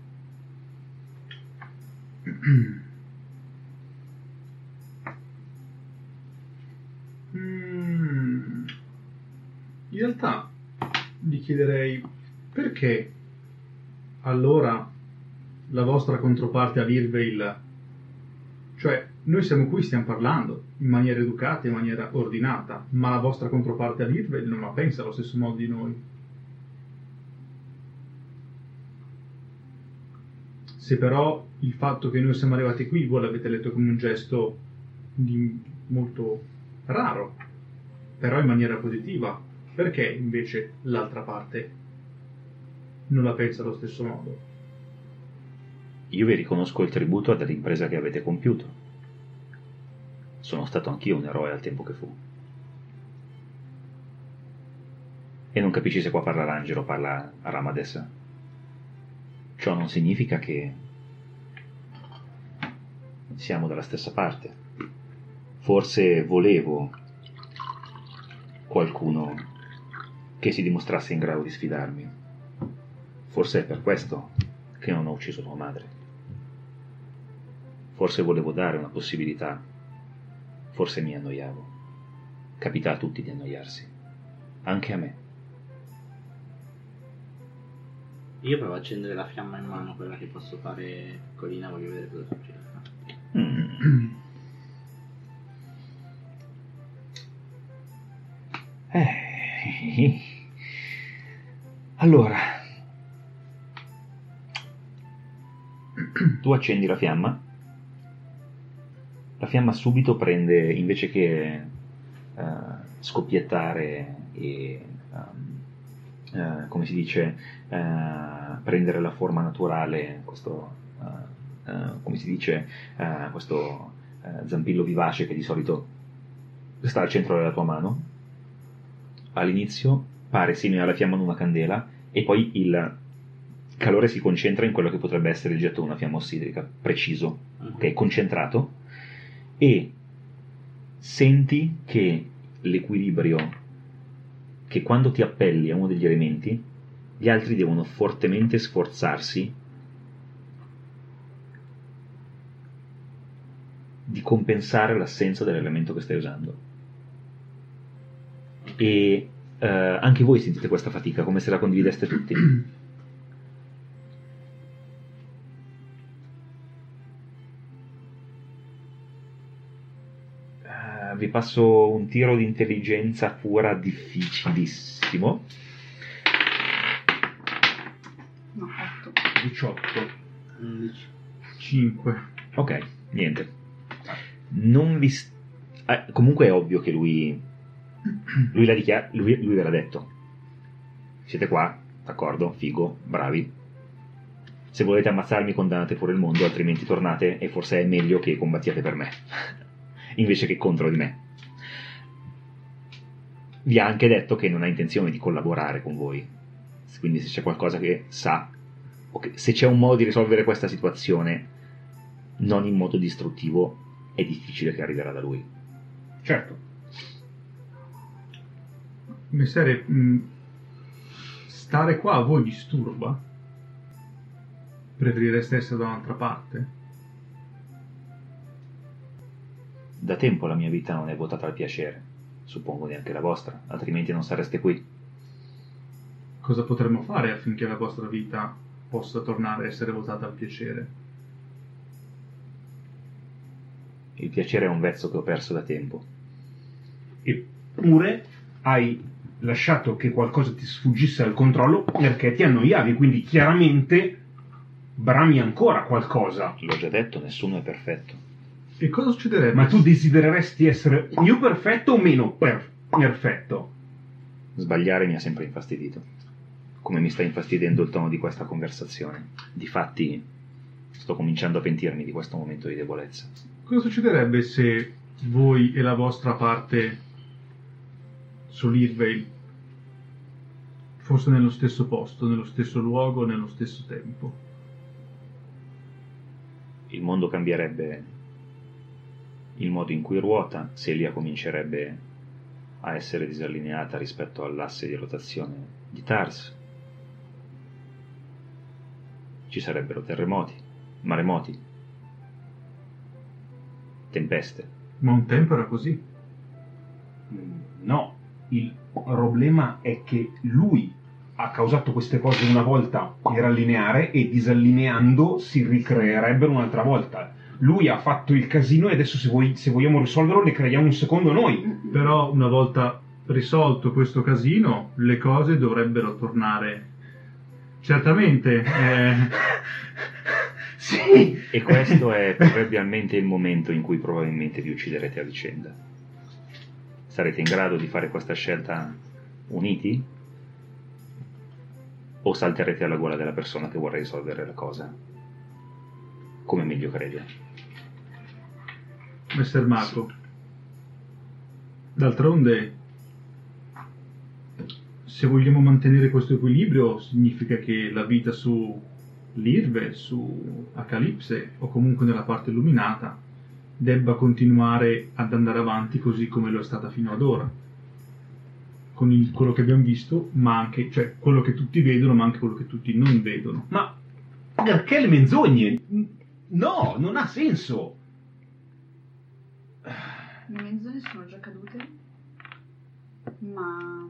In realtà gli chiederei perché allora la vostra controparte a Lirvale, cioè noi siamo qui, stiamo parlando in maniera educata, in maniera ordinata, ma la vostra controparte a Lirvale non la pensa allo stesso modo di noi. Se però il fatto che noi siamo arrivati qui voi l'avete letto come un gesto molto raro, però in maniera positiva, perché invece l'altra parte non la pensa allo stesso modo? Io vi riconosco il tributo dell'impresa che avete compiuto. Sono stato anch'io un eroe al tempo che fu. E non capisci se qua parla l'angelo o parla Ramades. Ciò non significa che siamo dalla stessa parte. Forse volevo qualcuno che si dimostrasse in grado di sfidarmi. Forse è per questo che non ho ucciso tua madre. Forse volevo dare una possibilità. Forse mi annoiavo. Capita a tutti di annoiarsi. Anche a me. Io provo a accendere la fiamma in mano, quella che posso fare piccolina, voglio vedere cosa succede. Allora, tu accendi la fiamma subito prende, invece che scoppiettare e come si dice, prendere la forma naturale, questo come si dice, questo zampillo vivace che di solito sta al centro della tua mano. All'inizio pare simile alla fiamma di una candela e poi il calore si concentra in quello che potrebbe essere il getto di una fiamma ossidrica, preciso, ok, concentrato, e senti che l'equilibrio, che quando ti appelli a uno degli elementi, gli altri devono fortemente sforzarsi di compensare l'assenza dell'elemento che stai usando. E anche voi sentite questa fatica, come se la condivideste tutti. Vi passo un tiro di intelligenza pura difficilissimo. No, 8. 18. 11. 5. Ok, niente. Non vi... comunque è ovvio che lui ve l'ha detto. Siete qua, d'accordo, figo, bravi. Se volete ammazzarmi condannate pure il mondo, altrimenti tornate e forse è meglio che combattiate per me invece che contro di me. Vi ha anche detto che non ha intenzione di collaborare con voi, quindi se c'è qualcosa che sa, se c'è un modo di risolvere questa situazione non in modo distruttivo, è difficile che arriverà da lui. Certo. Messere, stare qua a voi disturba? Preferireste essere da un'altra parte? Da tempo la mia vita non è votata al piacere, suppongo neanche la vostra, altrimenti non sareste qui. Cosa potremmo fare affinché la vostra vita possa tornare a essere votata al piacere? Il piacere è un vezzo che ho perso da tempo. Eppure hai lasciato che qualcosa ti sfuggisse al controllo perché ti annoiavi, quindi chiaramente brami ancora qualcosa. L'ho già detto, nessuno è perfetto. E cosa succederebbe? Ma tu desidereresti essere più perfetto o meno perfetto? Sbagliare mi ha sempre infastidito, come mi sta infastidendo il tono di questa conversazione. Difatti, sto cominciando a pentirmi di questo momento di debolezza. Cosa succederebbe se voi e la vostra parte su Lirvale fosse nello stesso posto, nello stesso luogo, nello stesso tempo? Il mondo cambierebbe il modo in cui ruota, Celia comincerebbe a essere disallineata rispetto all'asse di rotazione di Tars. Ci sarebbero terremoti, maremoti, tempeste. Ma un tempo era così. No, il problema è che lui ha causato queste cose una volta per allineare e disallineando si ricreerebbero un'altra volta. Lui ha fatto il casino e adesso se vogliamo risolverlo ne creiamo un secondo noi. Però una volta risolto questo casino, le cose dovrebbero tornare. Certamente. Sì! E questo è probabilmente il momento in cui probabilmente vi ucciderete a vicenda. Sarete in grado di fare questa scelta uniti? O salterete alla gola della persona che vorrà risolvere la cosa? Come meglio crede. Messer Marco, d'altronde, se vogliamo mantenere questo equilibrio, significa che la vita su Lirve, su Acalipse o comunque nella parte illuminata debba continuare ad andare avanti così come lo è stata fino ad ora, con quello che abbiamo visto, ma anche, cioè quello che tutti vedono, ma anche quello che tutti non vedono. Ma perché le menzogne? No, non ha senso. Le menzogne sono già cadute, ma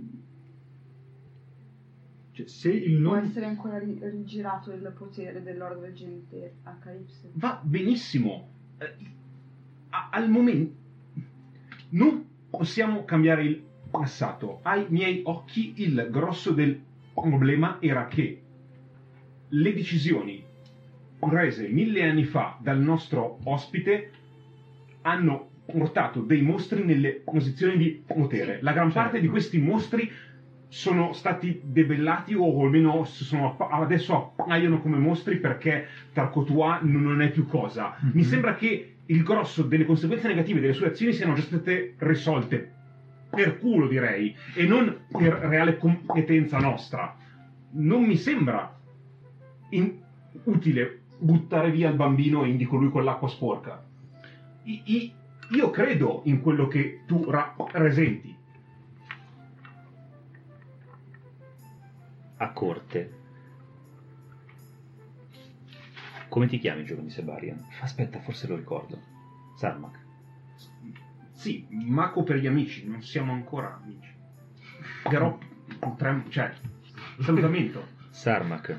Cioè, se il può non... essere ancora rigirato il potere dell'Ordo Veggente a Calipso. Va benissimo. Al momento non possiamo cambiare il passato. Ai miei occhi il grosso del problema era che le decisioni prese 1000 anni fa dal nostro ospite hanno portato dei mostri nelle posizioni di potere. La gran parte di questi mostri sono stati debellati o almeno adesso appaiono come mostri perché Tarkotua non è più cosa. Mm-hmm. Mi sembra che il grosso delle conseguenze negative delle sue azioni siano già state risolte per culo, direi, e non per reale competenza nostra. Non mi sembra utile buttare via il bambino e indico lui con l'acqua sporca. Io credo in quello che tu rappresenti. A corte. Come ti chiami, giovane Sebarian? Aspetta, forse lo ricordo. Sarmak. Sì, Mako per gli amici, non siamo ancora amici. Però potremmo, salutamento. Sarmak.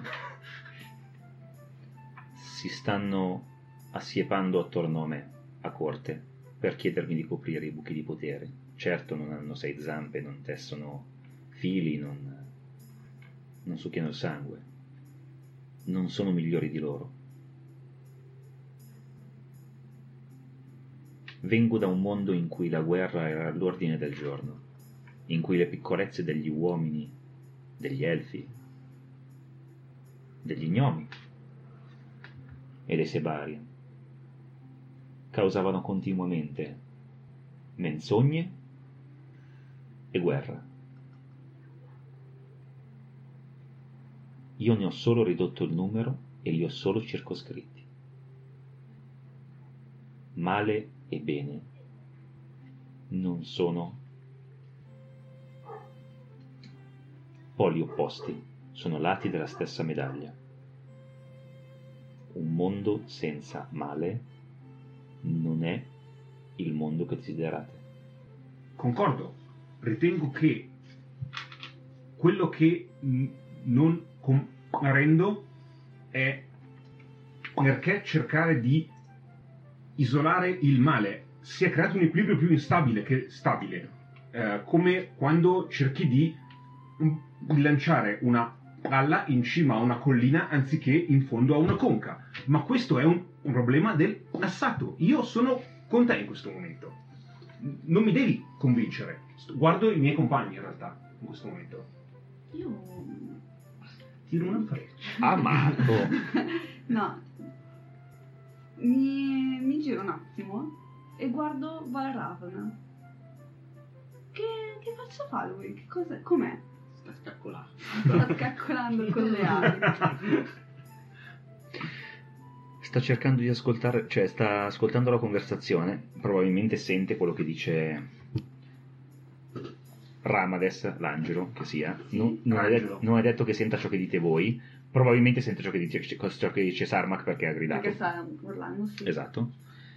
Si stanno assiepando attorno a me, a corte, per chiedermi di coprire i buchi di potere. Certo, non hanno 6 zampe, non tessono fili, non succhiano il sangue. Non sono migliori di loro. Vengo da un mondo in cui la guerra era all'ordine del giorno, in cui le piccolezze degli uomini, degli elfi, degli gnomi e dei Sebarian causavano continuamente menzogne e guerra. Io ne ho solo ridotto il numero e li ho solo circoscritti. Male e bene non sono poli opposti sono lati della stessa medaglia. Un mondo senza male non è il mondo che desiderate. Concordo. Ritengo che quello che non comprendo è perché cercare di isolare il male. Si è creato un equilibrio più instabile che stabile, come quando cerchi di lanciare una palla in cima a una collina anziché in fondo a una conca. Ma questo è un problema del passato. Io sono con te in questo momento. Non mi devi convincere. Guardo i miei compagni in realtà in questo momento. Io... Tiro una freccia. Ah, Marco! No. Mi giro un attimo e guardo Valravn. Che faccia fa lui? Che cos'è? Com'è? Sta scaccolando. Sta scaccolando con le ali. Sta cercando di ascoltare, cioè sta ascoltando la conversazione, probabilmente sente quello che dice Ramades, l'angelo che sia. Non è detto che senta ciò che dite voi, probabilmente sente ciò che dice Sarmak perché ha gridato. Perché sta urlando, sì. Esatto.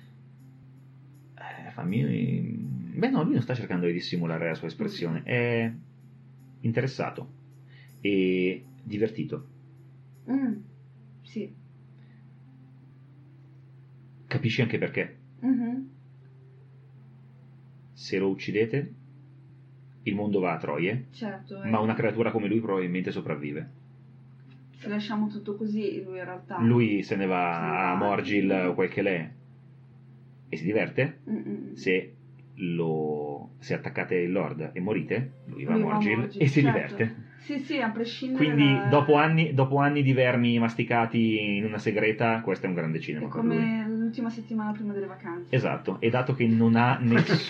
Beh no, lui non sta cercando di dissimulare la sua espressione, è interessato e divertito. Sì. Capisci anche perché. Se lo uccidete, il mondo va a troie, Certo. ma una creatura come lui probabilmente sopravvive. Se lasciamo tutto così, lui in realtà... Lui se ne va Se ne va a Morgil o quel che l'è e si diverte. Se attaccate il Lord e morite, lui va a Morgil e si certo. diverte. Sì, a prescindere Quindi da... dopo anni di vermi masticati in una segreta, questo è un grande cinema È per lui. come l'ultima settimana prima delle vacanze. Esatto, e dato che non ha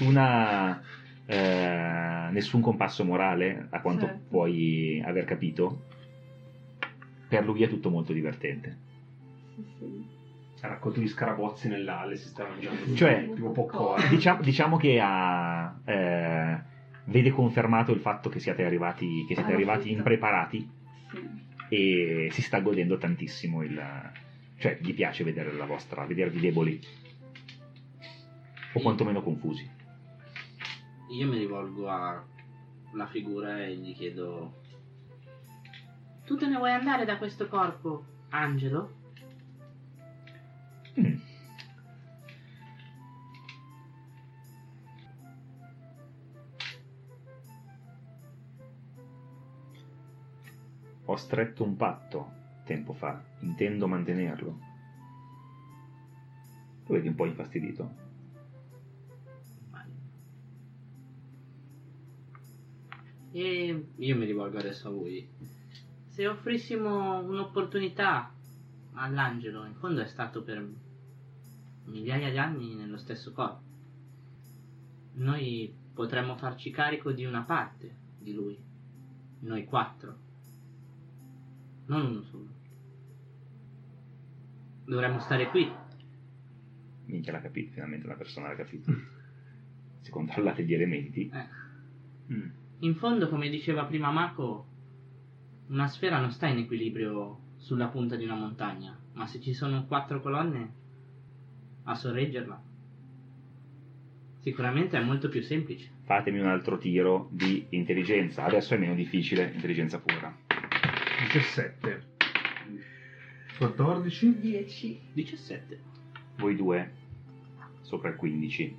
nessun compasso morale, a quanto Certo. puoi aver capito, per lui è tutto molto divertente. Sì. Ha raccolto gli scarabozzi nell'ale, si sta mangiando Cioè, tipo popcorn. Diciamo che vede confermato il fatto che siete arrivati Alla frutta. impreparati Sì. e si sta godendo tantissimo cioè gli piace vedervi deboli o quantomeno confusi. Io mi rivolgo alla figura e gli chiedo: tu te ne vuoi andare da questo corpo, angelo? Ho stretto un patto tempo fa, intendo mantenerlo. Lo vedi un po' infastidito? E io mi rivolgo adesso a voi. Se offrissimo un'opportunità all'angelo, in fondo è stato per migliaia di anni nello stesso corpo, noi potremmo farci carico di una parte di lui, noi 4, non uno solo. Dovremmo stare qui. Minchia, l'ha capito, finalmente una persona l'ha capito. Se controllate gli elementi. In fondo, come diceva prima Mako, una sfera non sta in equilibrio sulla punta di una montagna, ma se ci sono 4 colonne a sorreggerla, sicuramente è molto più semplice. Fatemi un altro tiro di intelligenza. Adesso è meno difficile, intelligenza pura. 17. 14. 10. 17. Voi due, sopra il 15.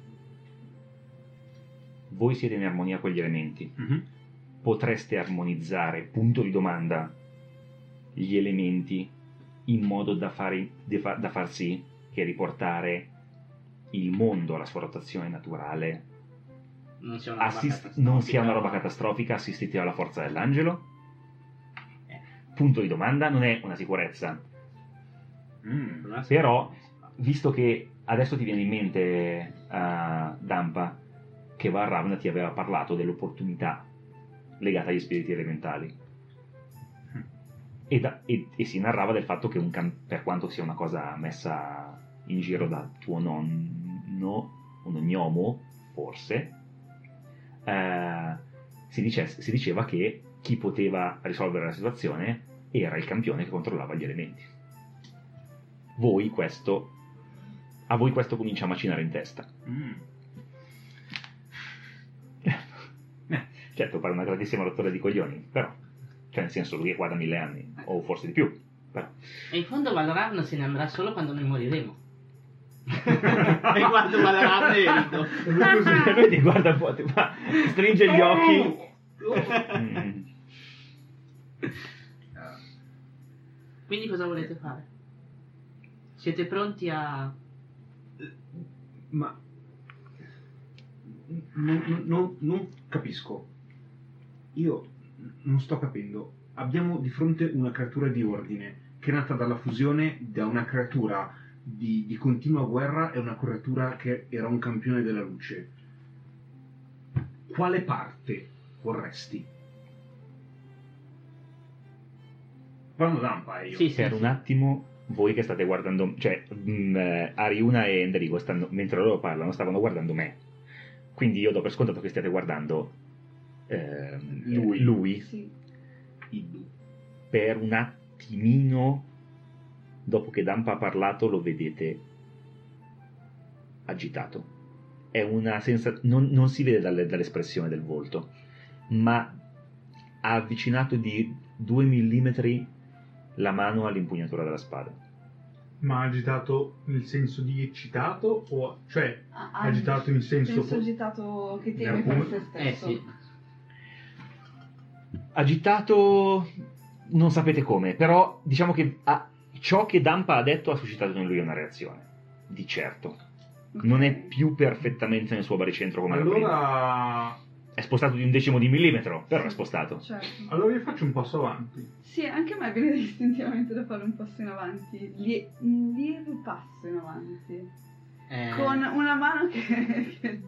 Voi siete in armonia con gli elementi. Potreste armonizzare, punto di domanda, gli elementi in modo da far sì che riportare il mondo alla sua rotazione naturale Non sia una roba catastrofica. non sia una roba catastrofica assistiti dalla forza dell'angelo? Punto di domanda, non è una sicurezza. Però, visto che adesso ti viene in mente Dampa che Valravn ti aveva parlato dell'opportunità legata agli spiriti elementali e si narrava del fatto che per quanto sia una cosa messa in giro da tuo nonno, un gnomo forse, si diceva che chi poteva risolvere la situazione era il campione che controllava gli elementi. A voi questo comincia a macinare in testa. Certo, pare una grandissima rottura di coglioni, però, cioè nel senso, lui è qua da 1000 anni, o forse di più, però. E in fondo Valorant se ne andrà solo quando noi moriremo. E quando Valorant è venuto. Lui ti guarda un po', stringe gli occhi. Quindi cosa volete fare? Siete pronti a... Ma non capisco. Io non sto capendo. Abbiamo di fronte una creatura di ordine che è nata dalla fusione da una creatura di continua guerra e una creatura che era un campione della luce. Quale parte vorresti? Parlando Dampa io. Sì, Per un attimo, voi che state guardando, cioè Ariuna e Enderigo mentre loro parlano stavano guardando me, quindi io do per scontato che stiate guardando lui. Sì. Per un attimino dopo che Dampa ha parlato lo vedete agitato. È una non si vede dall'espressione del volto, ma ha avvicinato di 2 millimetri la mano all'impugnatura della spada. Ma agitato nel senso di eccitato o cioè agitato in senso penso agitato che teme per se stesso. Sì. Agitato non sapete come, però diciamo che ciò che Dampa ha detto ha suscitato in lui una reazione, di certo. Non è più perfettamente nel suo baricentro come era prima. Allora È spostato di 1/10 di millimetro, però è spostato. Certo. allora io faccio un passo avanti. Sì, anche a me viene istintivamente da fare un passo in avanti, un lieve passo in avanti, con una mano che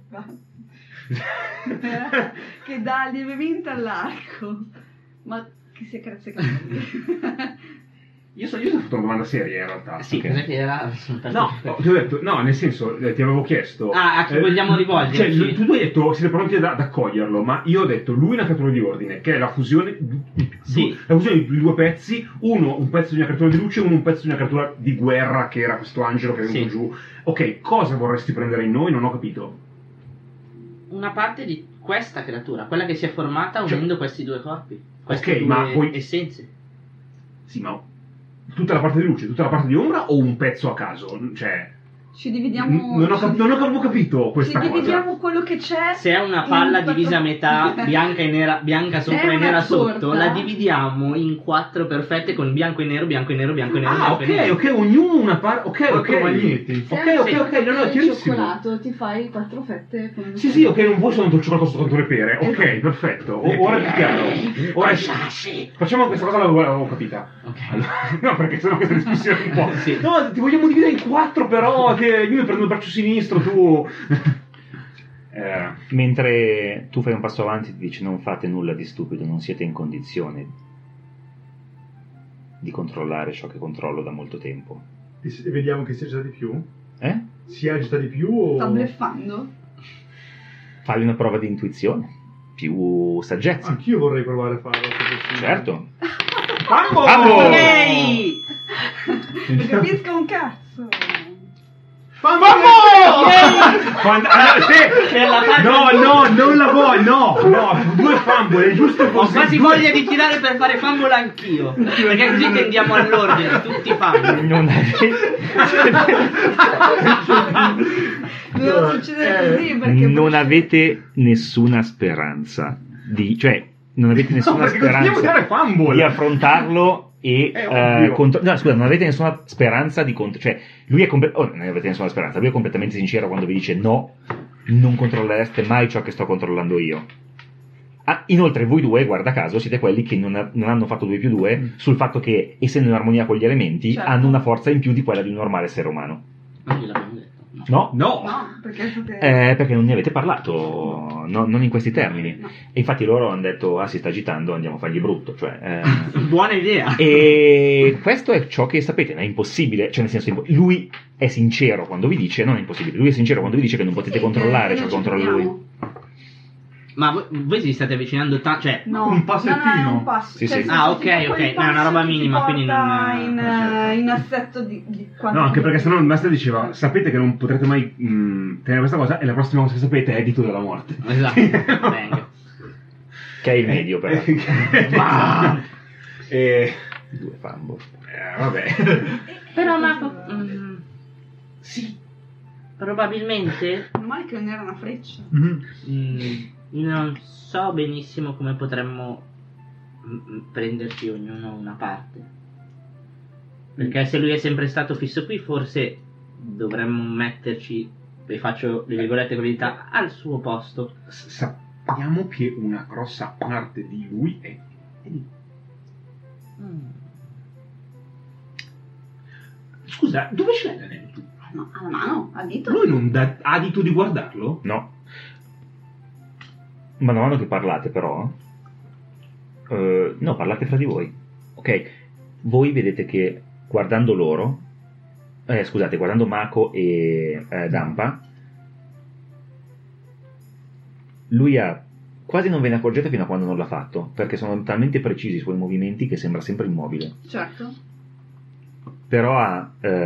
dà lievemente all'arco, ma che si accarezza i capelli. Io ti ho fatto una domanda seria in realtà. Sì, Ok. cos'è che era? No, ti ho detto, no, nel senso, ti avevo chiesto... A chi vogliamo rivolgerci? Cioè, tu hai detto, siete pronti ad accoglierlo, ma io ho detto, lui è una creatura di ordine, che è la fusione, Sì. la fusione di due pezzi, uno un pezzo di una creatura di luce, uno un pezzo di una creatura di guerra, che era questo angelo che è venuto Sì. giù. Ok, cosa vorresti prendere in noi? Non ho capito. Una parte di questa creatura, quella che si è formata Cioè- unendo questi due corpi, queste Ok, due ma poi- essenze. Sì, ma tutta la parte di luce, tutta la parte di ombra o un pezzo a caso? Cioè... Ci dividiamo. Non ho capito Ci questa cosa. dividiamo quello che c'è. Se è una palla in quattro- divisa a metà, bianca e nera, bianca sopra È e una nera sotto, torta. la dividiamo in 4 perfette con bianco e nero, bianco e nero, bianco e nero, Ah, bianco e nero. ok, ognuno una parte... Ok, Quattro magneti. Se Ok, hai ok, sì. ok, no, è il chiarissimo. cioccolato, ti fai 4 fette con Sì, sì, ok, non vuoi soltanto il cioccolato sotto le pere. Ok, Esatto. perfetto. Ora è più chiaro. Ora facciamo questa cosa, l'avevo capita. Ok. Allora, no, perché sennò questa discussione è un po'... Sì. No, ti vogliamo dividere in 4, però che io mi prendo il braccio sinistro, tu... Mentre tu fai un passo avanti ti dice non fate nulla di stupido, non siete in condizione di controllare ciò che controllo da molto tempo. E vediamo che si agita di più. Eh? Si agita di più o... Sta bleffando? Fai una prova di intuizione, più saggezza. Anch'io vorrei provare a farlo. se possibile. Certo. Fambo! Fambo! Yay! Non capisco un cazzo. Fambo! Per la parte- No, non la voglio, no, 2 fumble, è giusto Ho così. quasi voglia di tirare per fare fumble anch'io, perché così tendiamo all'ordine, tutti fumble. Non Doveva succedere così perché... non avete nessuna speranza di... cioè, non avete No, nessuna perché continuiamo a tirare speranza fumble. di affrontarlo e ovvio. no, scusa, non avete nessuna speranza di cioè lui è non avete nessuna speranza, lui è completamente sincero quando vi dice no, non controllereste mai ciò che sto controllando io. Inoltre voi due, guarda caso, siete quelli che non hanno fatto 2+2 sul fatto che, essendo in armonia con gli elementi, Certo. hanno una forza in più di quella di un normale essere umano. Ma gliel'abbiamo detto. No? No. No, perché state... Perché non ne avete parlato, non in questi termini. No. E infatti loro hanno detto, si sta agitando, andiamo a fargli brutto. Cioè, Buona idea. e questo è ciò che sapete, è impossibile, cioè nel senso, lui è sincero quando vi dice, non è impossibile, lui è sincero quando vi dice che non potete Sì, controllare che ciò che non ci controlla lui. crediamo. Ma voi vi state avvicinando tanto, cioè... No, Un passettino. no, è un passo. Sì, Cioè, sì. nel senso, Ah, ok, tipo ok. quel No, è una roba passo che ti minima, quindi porta non... in assetto di quanto... No, anche perché sennò il maestro diceva: sapete che non potrete mai tenere questa cosa, e la prossima cosa che sapete è dito della morte. Esatto, venga. Che è il medio, però. Ma... Due fambo. Vabbè. Però Marco... sì, probabilmente... Meno male che non era una freccia. non so benissimo come potremmo prenderci ognuno una parte. Perché se lui è sempre stato fisso qui, forse dovremmo metterci, vi faccio le virgolette con le dita, al suo posto. Sappiamo che una grossa parte di lui è lì. Scusa, dove ce l'hai l'anello tu? No, alla mano, al dito. Lui non dà adito di guardarlo? No. Man mano che parlate, però... no, parlate fra di voi. Ok, voi vedete che guardando loro... scusate, guardando Mako e Dampa, lui ha... quasi non ve ne accorgete fino a quando non l'ha fatto, perché sono talmente precisi i suoi movimenti che sembra sempre immobile. Certo. Però ha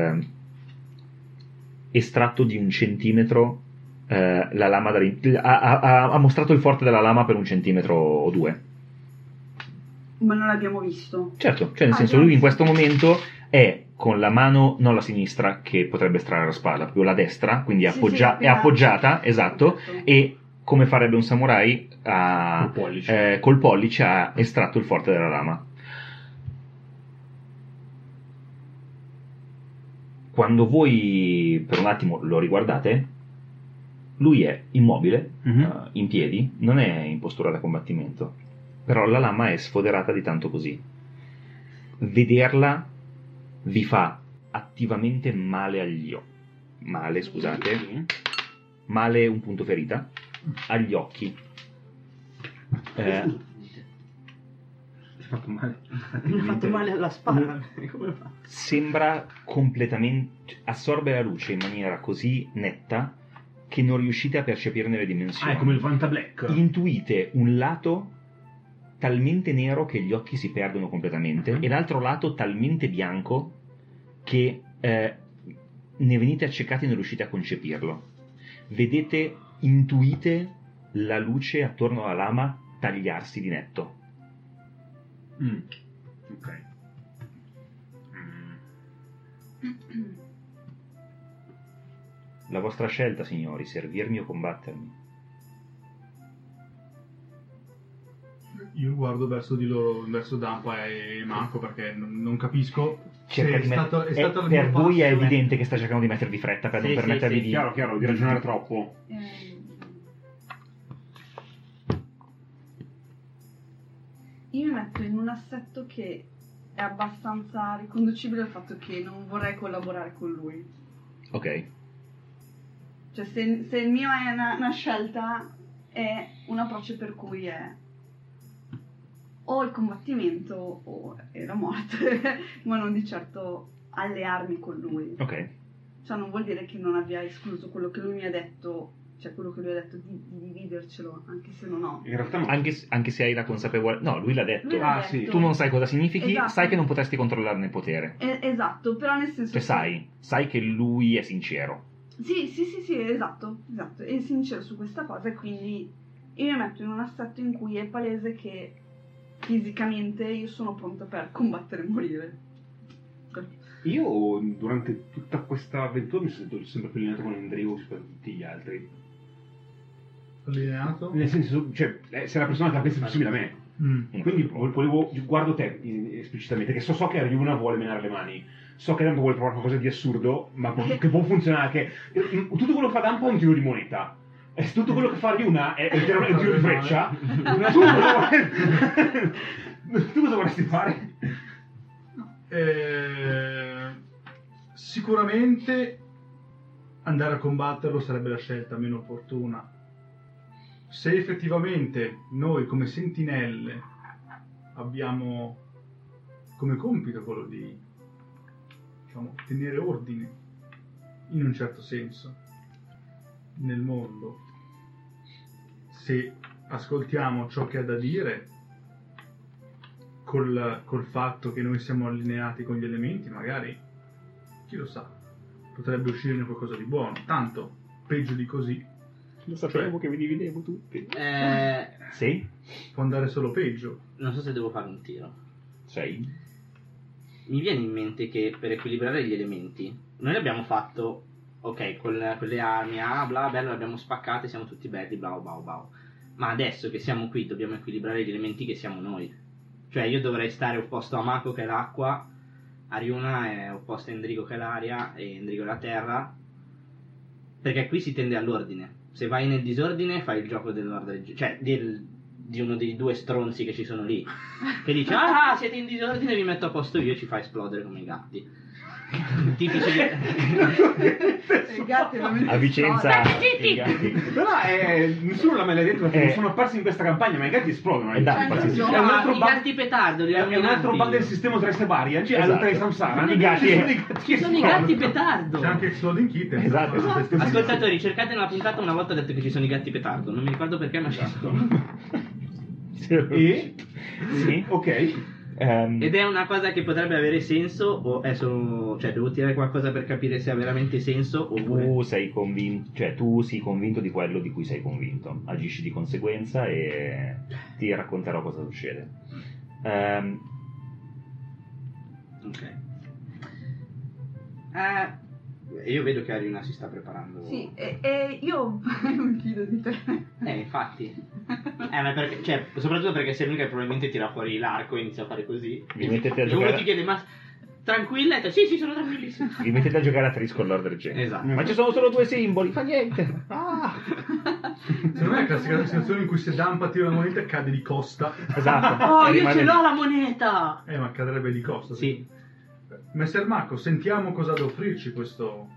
estratto di 1 centimetro la lama ha mostrato il forte della lama per 1 centimetro o 2. Ma non l'abbiamo visto. Certo, cioè nel senso lui in questo momento è con la mano, non la sinistra che potrebbe estrarre la spada, proprio la destra, quindi è, Sì, sì, è appoggiata, esatto, Esatto. e come farebbe un samurai col pollice ha estratto il forte della lama. Quando voi per un attimo lo riguardate, lui è immobile, in piedi, non è in postura da combattimento, però la lama è sfoderata di tanto così. Vederla vi fa attivamente male agli occhi. Male, un punto ferita, agli occhi. Fatto male. Mi ha fatto male alla spalla. Come fa? Sembra completamente... assorbe la luce in maniera così netta che non riuscite a percepirne le dimensioni. Ah, è come il Vanta Black. Intuite un lato talmente nero che gli occhi si perdono completamente e l'altro lato talmente bianco che ne venite accecati e non riuscite a concepirlo. Vedete, intuite la luce attorno alla lama tagliarsi di netto. Ok. La vostra scelta, signori, servirmi o combattermi. Io guardo verso di loro, verso Dampa e Mako, perché non capisco se Cerca è di stato, è stato il per mio voi è passo. evidente che sta cercando di mettervi fretta per Sì, non sì, permettervi sì, di... Chiaro, di ragionare troppo. Io mi metto in un assetto che è abbastanza riconducibile al fatto che non vorrei collaborare con lui. Ok. Cioè se il mio è una scelta, è un approccio per cui è o il combattimento o è la morte, ma non di certo allearmi con lui. Ok. Cioè non vuol dire che non abbia escluso quello che lui mi ha detto, cioè quello che lui ha detto di dividercelo, anche se non ho. In realtà no. Anche se hai la consapevolezza... No, lui l'ha detto. Lui l'ha sì. detto. Tu non sai cosa significhi, Esatto. sai che non potresti controllarne il potere. Esatto, però nel senso Cioè che... sai che lui è sincero. Sì, esatto, è sincero su questa cosa e quindi io mi metto in un assetto in cui è palese che fisicamente io sono pronta per combattere e morire. Io durante tutta questa avventura mi sono sentito sempre più allineato con Endrigo rispetto a tutti gli altri. Allineato? Nel senso, cioè, sei la persona che la pensa più simile a me. Quindi guardo te esplicitamente, che so che Ryuna vuole menare le mani. So che tanto vuole provare qualcosa di assurdo, ma che può funzionare. Che tutto quello che fa Dampa è un tiro di moneta. E tutto quello che fa Ryuna è un tiro di freccia. Tu cosa vorresti fare? Sicuramente andare a combatterlo sarebbe la scelta meno opportuna. Se effettivamente noi come sentinelle abbiamo come compito quello di, diciamo, tenere ordine in un certo senso nel mondo, se ascoltiamo ciò che ha da dire col fatto che noi siamo allineati con gli elementi, magari, chi lo sa, potrebbe uscirne qualcosa di buono. Tanto, peggio di così. Lo sapevo che vi dividevo tutti. Sì? Può andare solo peggio. Non so se devo fare un tiro. 6. Mi viene in mente che per equilibrare gli elementi, noi l'abbiamo fatto, ok, con le armi, bla, bello, le abbiamo spaccate, siamo tutti belli, bla, bla, bla. Ma adesso che siamo qui dobbiamo equilibrare gli elementi che siamo noi. Cioè io dovrei stare opposto a Mako che è l'acqua, Ariuna è opposta a Endrigo che è l'aria e Endrigo è la terra, perché qui si tende all'ordine. Se vai nel disordine fai il gioco dell'ordine, cioè di uno dei due stronzi che ci sono lì, che dice siete in disordine, vi metto a posto io e ci fa esplodere come i gatti. Tipici I gatti veramente A Vicenza i gatti. Però nessuno l'ha mai detto perché non sono apparsi in questa campagna, ma i gatti esplodono. Sì. È un altro i gatti petardo, è un altro bug del sistema Treste Varia, cioè all'altra di Samsara. I gatti sono i gatti petardo. C'è anche Exploding Kitten. Esatto. Ascoltatori, cercate nella puntata, una volta ho detto che ci sono i gatti petardo, non mi ricordo perché, ma ci sono. E? Sì. Ok. Ed è una cosa che potrebbe avere senso o è solo, cioè devo tirare qualcosa per capire se ha veramente senso oppure... Tu sei convinto, cioè tu sei convinto di quello di cui sei convinto, agisci di conseguenza e ti racconterò cosa succede. Ok. Io vedo che Ariuna si sta preparando. Sì, e io mi fido di te. Infatti. Ma perché, cioè, soprattutto perché sei l'unica che probabilmente tira fuori l'arco e inizia a fare così. Vi mettete a e uno giocare. ti chiede, ma tranquilla? E te, sì, sono tranquillissimo. Vi mettete a giocare a Tris con l'Order Gen. Esatto. Ma ci sono solo 2 simboli, fa niente. Secondo me è la classica situazione in cui se Dampa tira la moneta e cade di costa. Esatto. Oh, E io rimane- ce l'ho la moneta! Ma cadrebbe di costa. Sì. Messer Mako, sentiamo cosa ha da offrirci questo.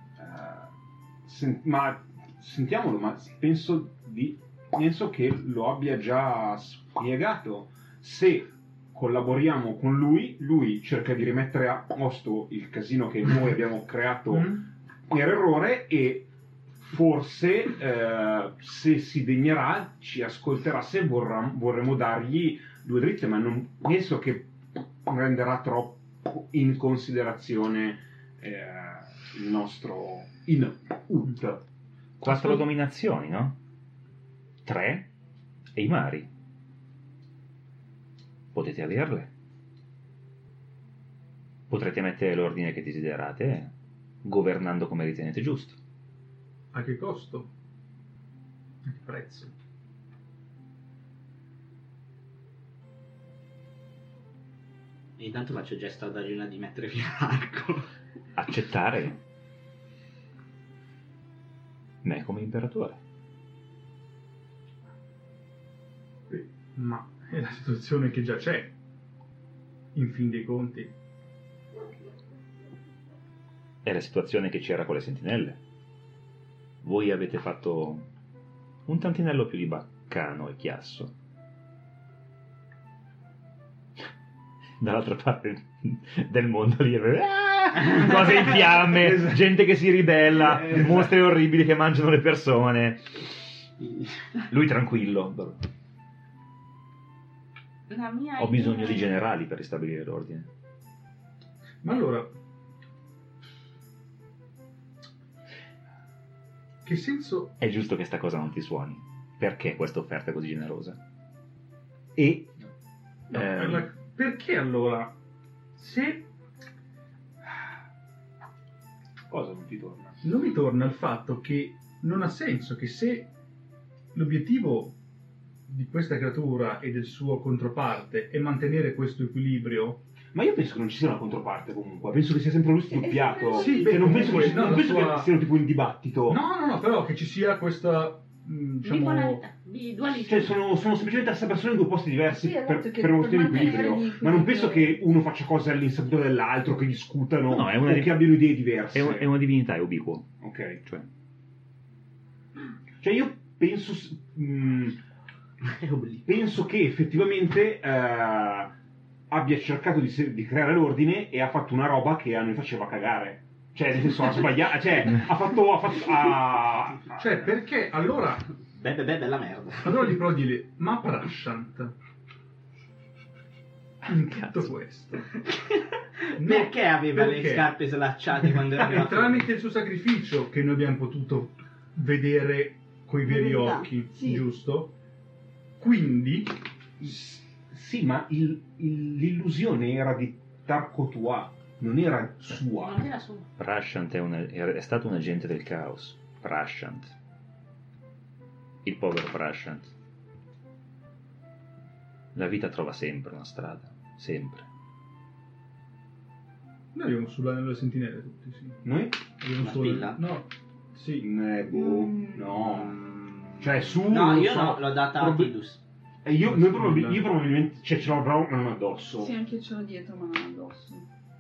Ma sentiamolo, ma penso che lo abbia già spiegato. Se collaboriamo con lui cerca di rimettere a posto il casino che noi abbiamo creato per errore e forse se si degnerà ci ascolterà se vorremmo dargli 2 dritte, ma non penso che prenderà troppo in considerazione il nostro input. 4 dominazioni, no? 3 e i mari. Potete averle. Potrete mettere l'ordine che desiderate, governando come ritenete giusto. A che costo? A che prezzo? E intanto faccio gesto ad Ariuna di mettere via l'arco. Accettare me come imperatore. Ma è la situazione che già c'è, in fin dei conti. È la situazione che c'era con le sentinelle. Voi avete fatto un tantinello più di baccano e chiasso. Dall'altra parte del mondo lì cose in fiamme, gente che si ribella, mostri orribili che mangiano le persone. Lui tranquillo. La mia Ho bisogno idea- di generali per ristabilire l'ordine. Ma allora, che senso? È giusto che sta cosa non ti suoni. Perché questa offerta è così generosa? E No, perché allora, se Cosa non ti torna? non mi torna il fatto che non ha senso che se l'obiettivo di questa creatura e del suo controparte è mantenere questo equilibrio, Ma io penso che non ci sia una controparte comunque, penso che sia sempre lui stuppiato. Sì, Cioè, non penso, comunque, che, non no, penso la sua- che siano tipo in dibattito. no, però che ci sia questa, diciamo, Bipolarità, di dualità. Cioè, sono semplicemente la stessa persona in 2 posti diversi Sì, esatto, per che una questione di per mantenere equilibrio. l'equilibrio. Ma non penso che uno faccia cose all'insaputa dell'altro, che discutano No, è una o di- che abbiano idee diverse. è una divinità, è ubiquo. Ok. Cioè, Io penso penso che effettivamente abbia cercato di creare l'ordine e ha fatto una roba che a noi faceva cagare. Cioè, nel senso, ha sbagliato. Cioè, ha fatto. cioè perché allora bella merda. Allora gli provo a dire, ma Prashant, in tutto Cazzo. questo, Perché aveva le perché? scarpe slacciate quando era È nella tramite il suo sacrificio che noi abbiamo potuto vedere coi La veri verità, occhi, sì. giusto? Quindi, Sì, ma l'illusione era di Tarkotua, non era sua. Non era sua. Prashant è stato un agente del caos. Prashant. Il povero Prashant. La vita trova sempre una strada. Sempre. noi abbiamo sull'anello delle sentinelle tutti, sì. Noi? Abbiamo Una spilla? No, sì. No. Cioè, su... No, non io so, no, l'ho data a prob- Tidus. io probabilmente... Cioè, ce l'ho però non addosso. Sì, anche io ce l'ho dietro, ma non addosso.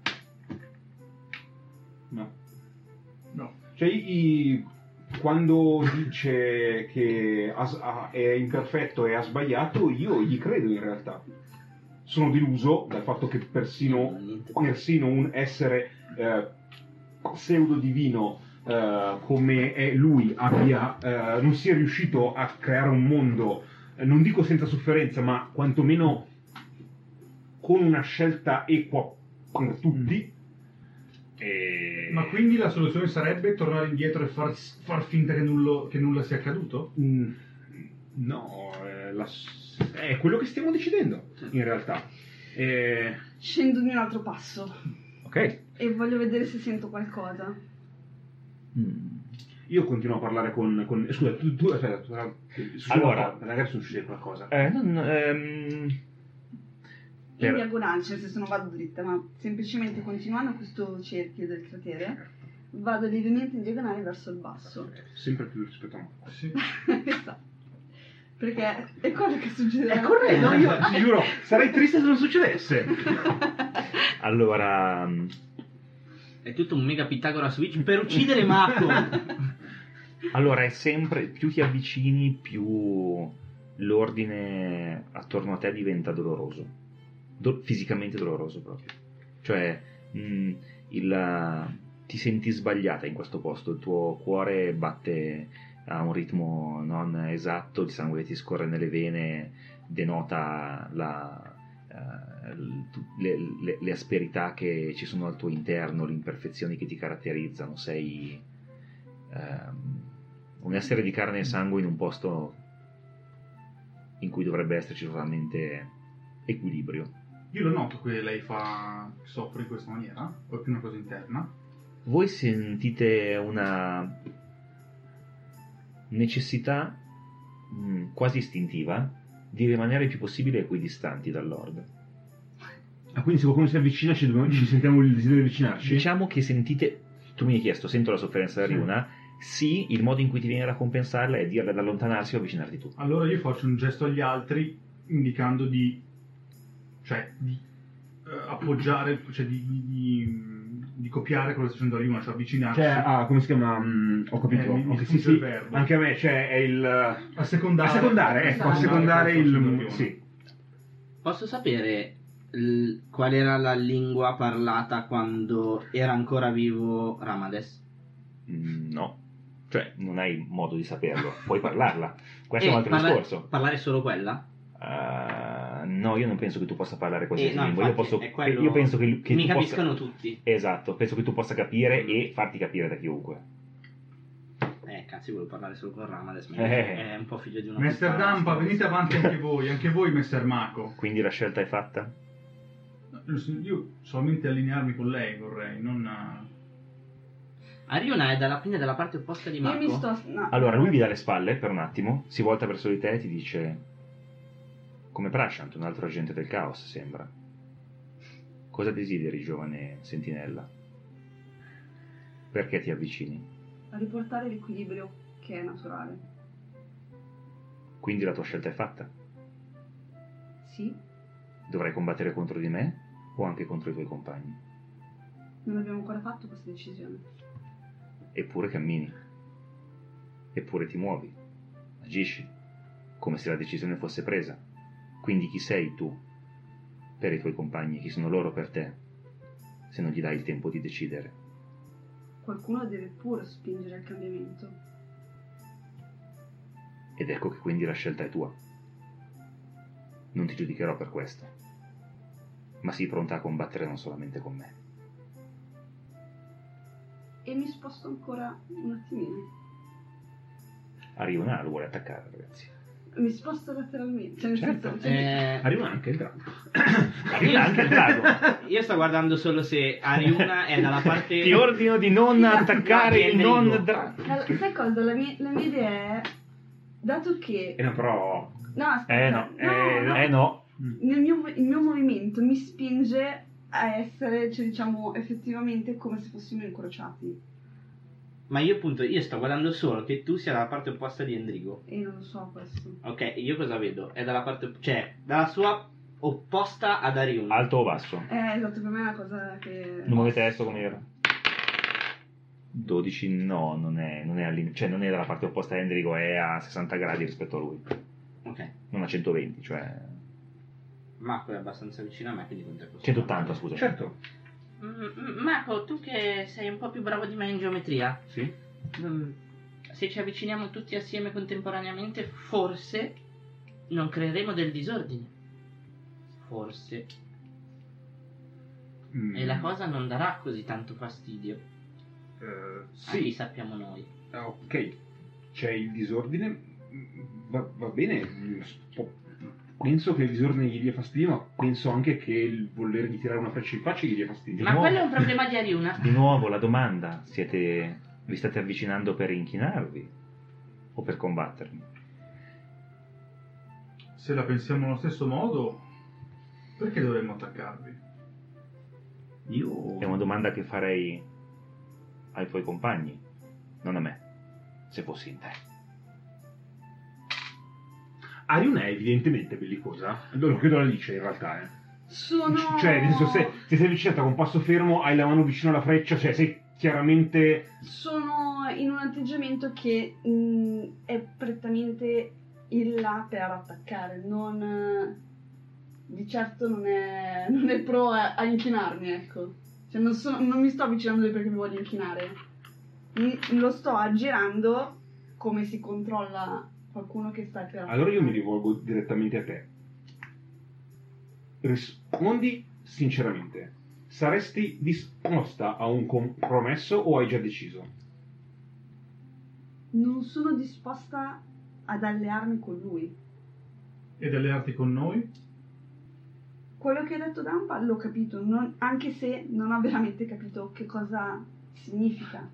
No. No. Cioè, quando dice che è imperfetto e ha sbagliato, io gli credo in realtà. Sono deluso dal fatto che persino un essere pseudo divino come è lui non sia riuscito a creare un mondo, non dico senza sofferenza, ma quantomeno con una scelta equa per tutti. Ma quindi la soluzione sarebbe tornare indietro e far finta che nulla sia accaduto? No, è quello che stiamo decidendo, in realtà. Scendo di un altro passo Ok, e voglio vedere se sento qualcosa. io continuo a parlare con scusa, tu aspetta, Allora. magari succede qualcosa. In diagonale, cioè nel senso non vado dritta, ma semplicemente continuando questo cerchio del cratere, vado lievemente in diagonale verso il basso. Sempre più rispetto a me. Sì. Esatto. Perché è quello che succederà. È corretto, no, io ti giuro, sarei triste se non succedesse. Allora, È tutto un mega Pitagora Switch per uccidere Mako. allora è sempre più ti avvicini, più l'ordine attorno a te diventa doloroso, fisicamente doloroso proprio. Cioè, ti senti sbagliata in questo posto, il tuo cuore batte a un ritmo non esatto, il sangue che ti scorre nelle vene denota le asperità che ci sono al tuo interno, le imperfezioni che ti caratterizzano. Sei un essere di carne e sangue in un posto in cui dovrebbe esserci totalmente equilibrio. Io lo noto che lei soffre in questa maniera, o è più una cosa interna? Voi sentite una necessità quasi istintiva di rimanere il più possibile equidistanti dal Lord. Ah, quindi se qualcuno si avvicina ci sentiamo il desiderio di avvicinarci? Diciamo che sentite, tu mi hai chiesto, sento la sofferenza Sì. di Riuna, sì, il modo in cui ti viene da compensarla è dirle ad allontanarsi o avvicinarti tu. Allora io faccio un gesto agli altri indicando di appoggiare, cioè di copiare quello che sta facendo la Riuna, cioè avvicinarsi. Cioè, come si chiama? Ho capito. Mi Ok, sfugge il verbo. Anche a me, cioè, è il... Assecondare. Assecondare, ecco, assecondare il... Sì. Posso sapere qual era la lingua parlata quando era ancora vivo Ramades? No, cioè non hai modo di saperlo, puoi parlarla. Questo è un altro discorso. Parlare solo quella? No, io non penso che tu possa parlare qualsiasi no, lingua. infatti, è quello- Io penso che Mi tu capiscono possa... tutti. Esatto, penso che tu possa capire e farti capire da chiunque. Cazzo, io volevo parlare solo con Ramades, ma Eh. è un po' figlio di una Messer puttana, Dampa, sta venite cosa. avanti anche voi, Messer Mako. Quindi la scelta è fatta? Io solamente allinearmi con lei vorrei, non... Ariona è quindi dalla parte opposta di Io Marco. mi sto... no. Allora, lui vi dà le spalle per un attimo, si volta verso di te e ti dice: come Prashant, un altro agente del caos, sembra. Cosa desideri, giovane sentinella? Perché ti avvicini? A riportare l'equilibrio che è naturale. Quindi la tua scelta è fatta? Sì, Dovrai combattere contro di me o anche contro i tuoi compagni? non abbiamo ancora fatto questa decisione. Eppure cammini. Eppure ti muovi. Agisci. Come se la decisione fosse presa. Quindi chi sei tu per i tuoi compagni? Chi sono loro per te? Se non gli dai il tempo di decidere. Qualcuno deve pure spingere al cambiamento. Ed ecco che quindi la scelta è tua. Non ti giudicherò per questo, ma sii pronta a combattere non solamente con me. E mi sposto ancora un attimino. Ariuna lo vuole attaccare, ragazzi. Mi sposto lateralmente. Cioè, nel Certo. senso, cioè, Arriva anche il drago. Arriva anche il drago. Io sto guardando solo se Ariuna è dalla parte... Ti ordino di non attaccare il non drago. sai cosa? La mia idea è, dato che... No, però... No, aspetta. No. No. Il mio movimento mi spinge a essere, cioè, diciamo, effettivamente come se fossimo incrociati. Ma io appunto, io sto guardando solo che tu sia dalla parte opposta di Endrigo. E non lo so questo. Ok, io cosa vedo? È dalla parte... cioè, dalla sua opposta ad Ariuna. Alto o basso? Esatto, per me è una cosa che... Non muovete adesso come era? 12 no, non è cioè non è dalla parte opposta a Endrigo, è a 60 gradi rispetto a lui. Ok. Non a 120, cioè... Mako è abbastanza vicino a me, quindi con te posso... 180, scusa. Certo. Mako, tu che sei un po' più bravo di me in geometria, Sì. se ci avviciniamo tutti assieme contemporaneamente, forse non creeremo del disordine. Forse. E la cosa non darà così tanto fastidio. A chi Sì. sappiamo noi. Ok. C'è il disordine. Va bene. Penso che il disordine gli dia fastidio, ma penso anche che il volergli tirare una freccia in faccia gli dia fastidio. Ma nuovo. quello è un problema di Ariuna. Di nuovo la domanda, vi state avvicinando per inchinarvi o per combattermi? Se la pensiamo allo stesso modo, perché dovremmo attaccarvi? Io... È una domanda che farei ai tuoi compagni, non a me, se fossi in te. Ariuna è evidentemente bellicosa. Lo chiedo a Alice in realtà, Sono... Cioè, nel senso, se sei avvicinata con passo fermo, hai la mano vicino alla freccia, cioè sei chiaramente... Sono in un atteggiamento che è prettamente in là per attaccare, di certo non è pro a inchinarmi, ecco. Cioè non mi sto avvicinando perché mi voglio inchinare. Lo sto aggirando come si controlla qualcuno che sta per attaccare. Allora io mi rivolgo direttamente a te. Rispondi sinceramente. Saresti disposta a un compromesso o hai già deciso? Non sono disposta ad allearmi con lui. Ed allearti con noi? Quello che ha detto Dampa l'ho capito, anche se non ho veramente capito che cosa significa.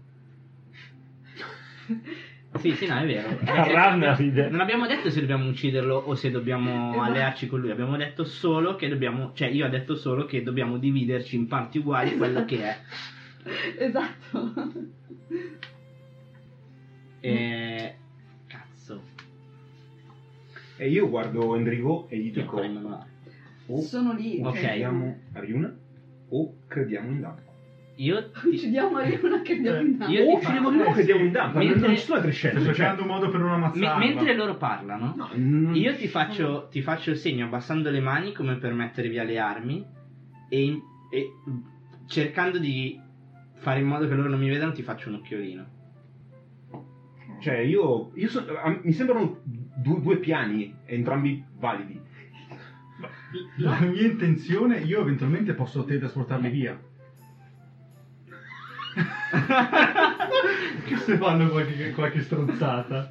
Sì, no, è vero. Arranna ride. Non abbiamo detto se dobbiamo ucciderlo o se dobbiamo Esatto. allearci con lui. Abbiamo detto solo che dobbiamo... Cioè, io ho detto solo che dobbiamo dividerci in parti uguali quello che è. Esatto. Cazzo. E io guardo Endrigo e gli Io dico: ancora in manuale. o Sono lì. Ok. crediamo a Ryuna o crediamo in Dampa. Io Uccidiamo Ariuna che andiamo in Io O ti uccidiamo faccio- Ryuna o crediamo in Dampa. Mentre- Non ci sono altre Stai scelte. Cioè, cercando un modo per non ammazzarla. mentre loro parlano, no, io ti faccio il segno abbassando le mani come per mettervi alle armi e cercando di fare in modo che loro non mi vedano ti faccio un occhiolino. Cioè, mi sembrano due piani, entrambi validi. La mia intenzione, io eventualmente posso teletrasportarli via. Che se fanno qualche stronzata.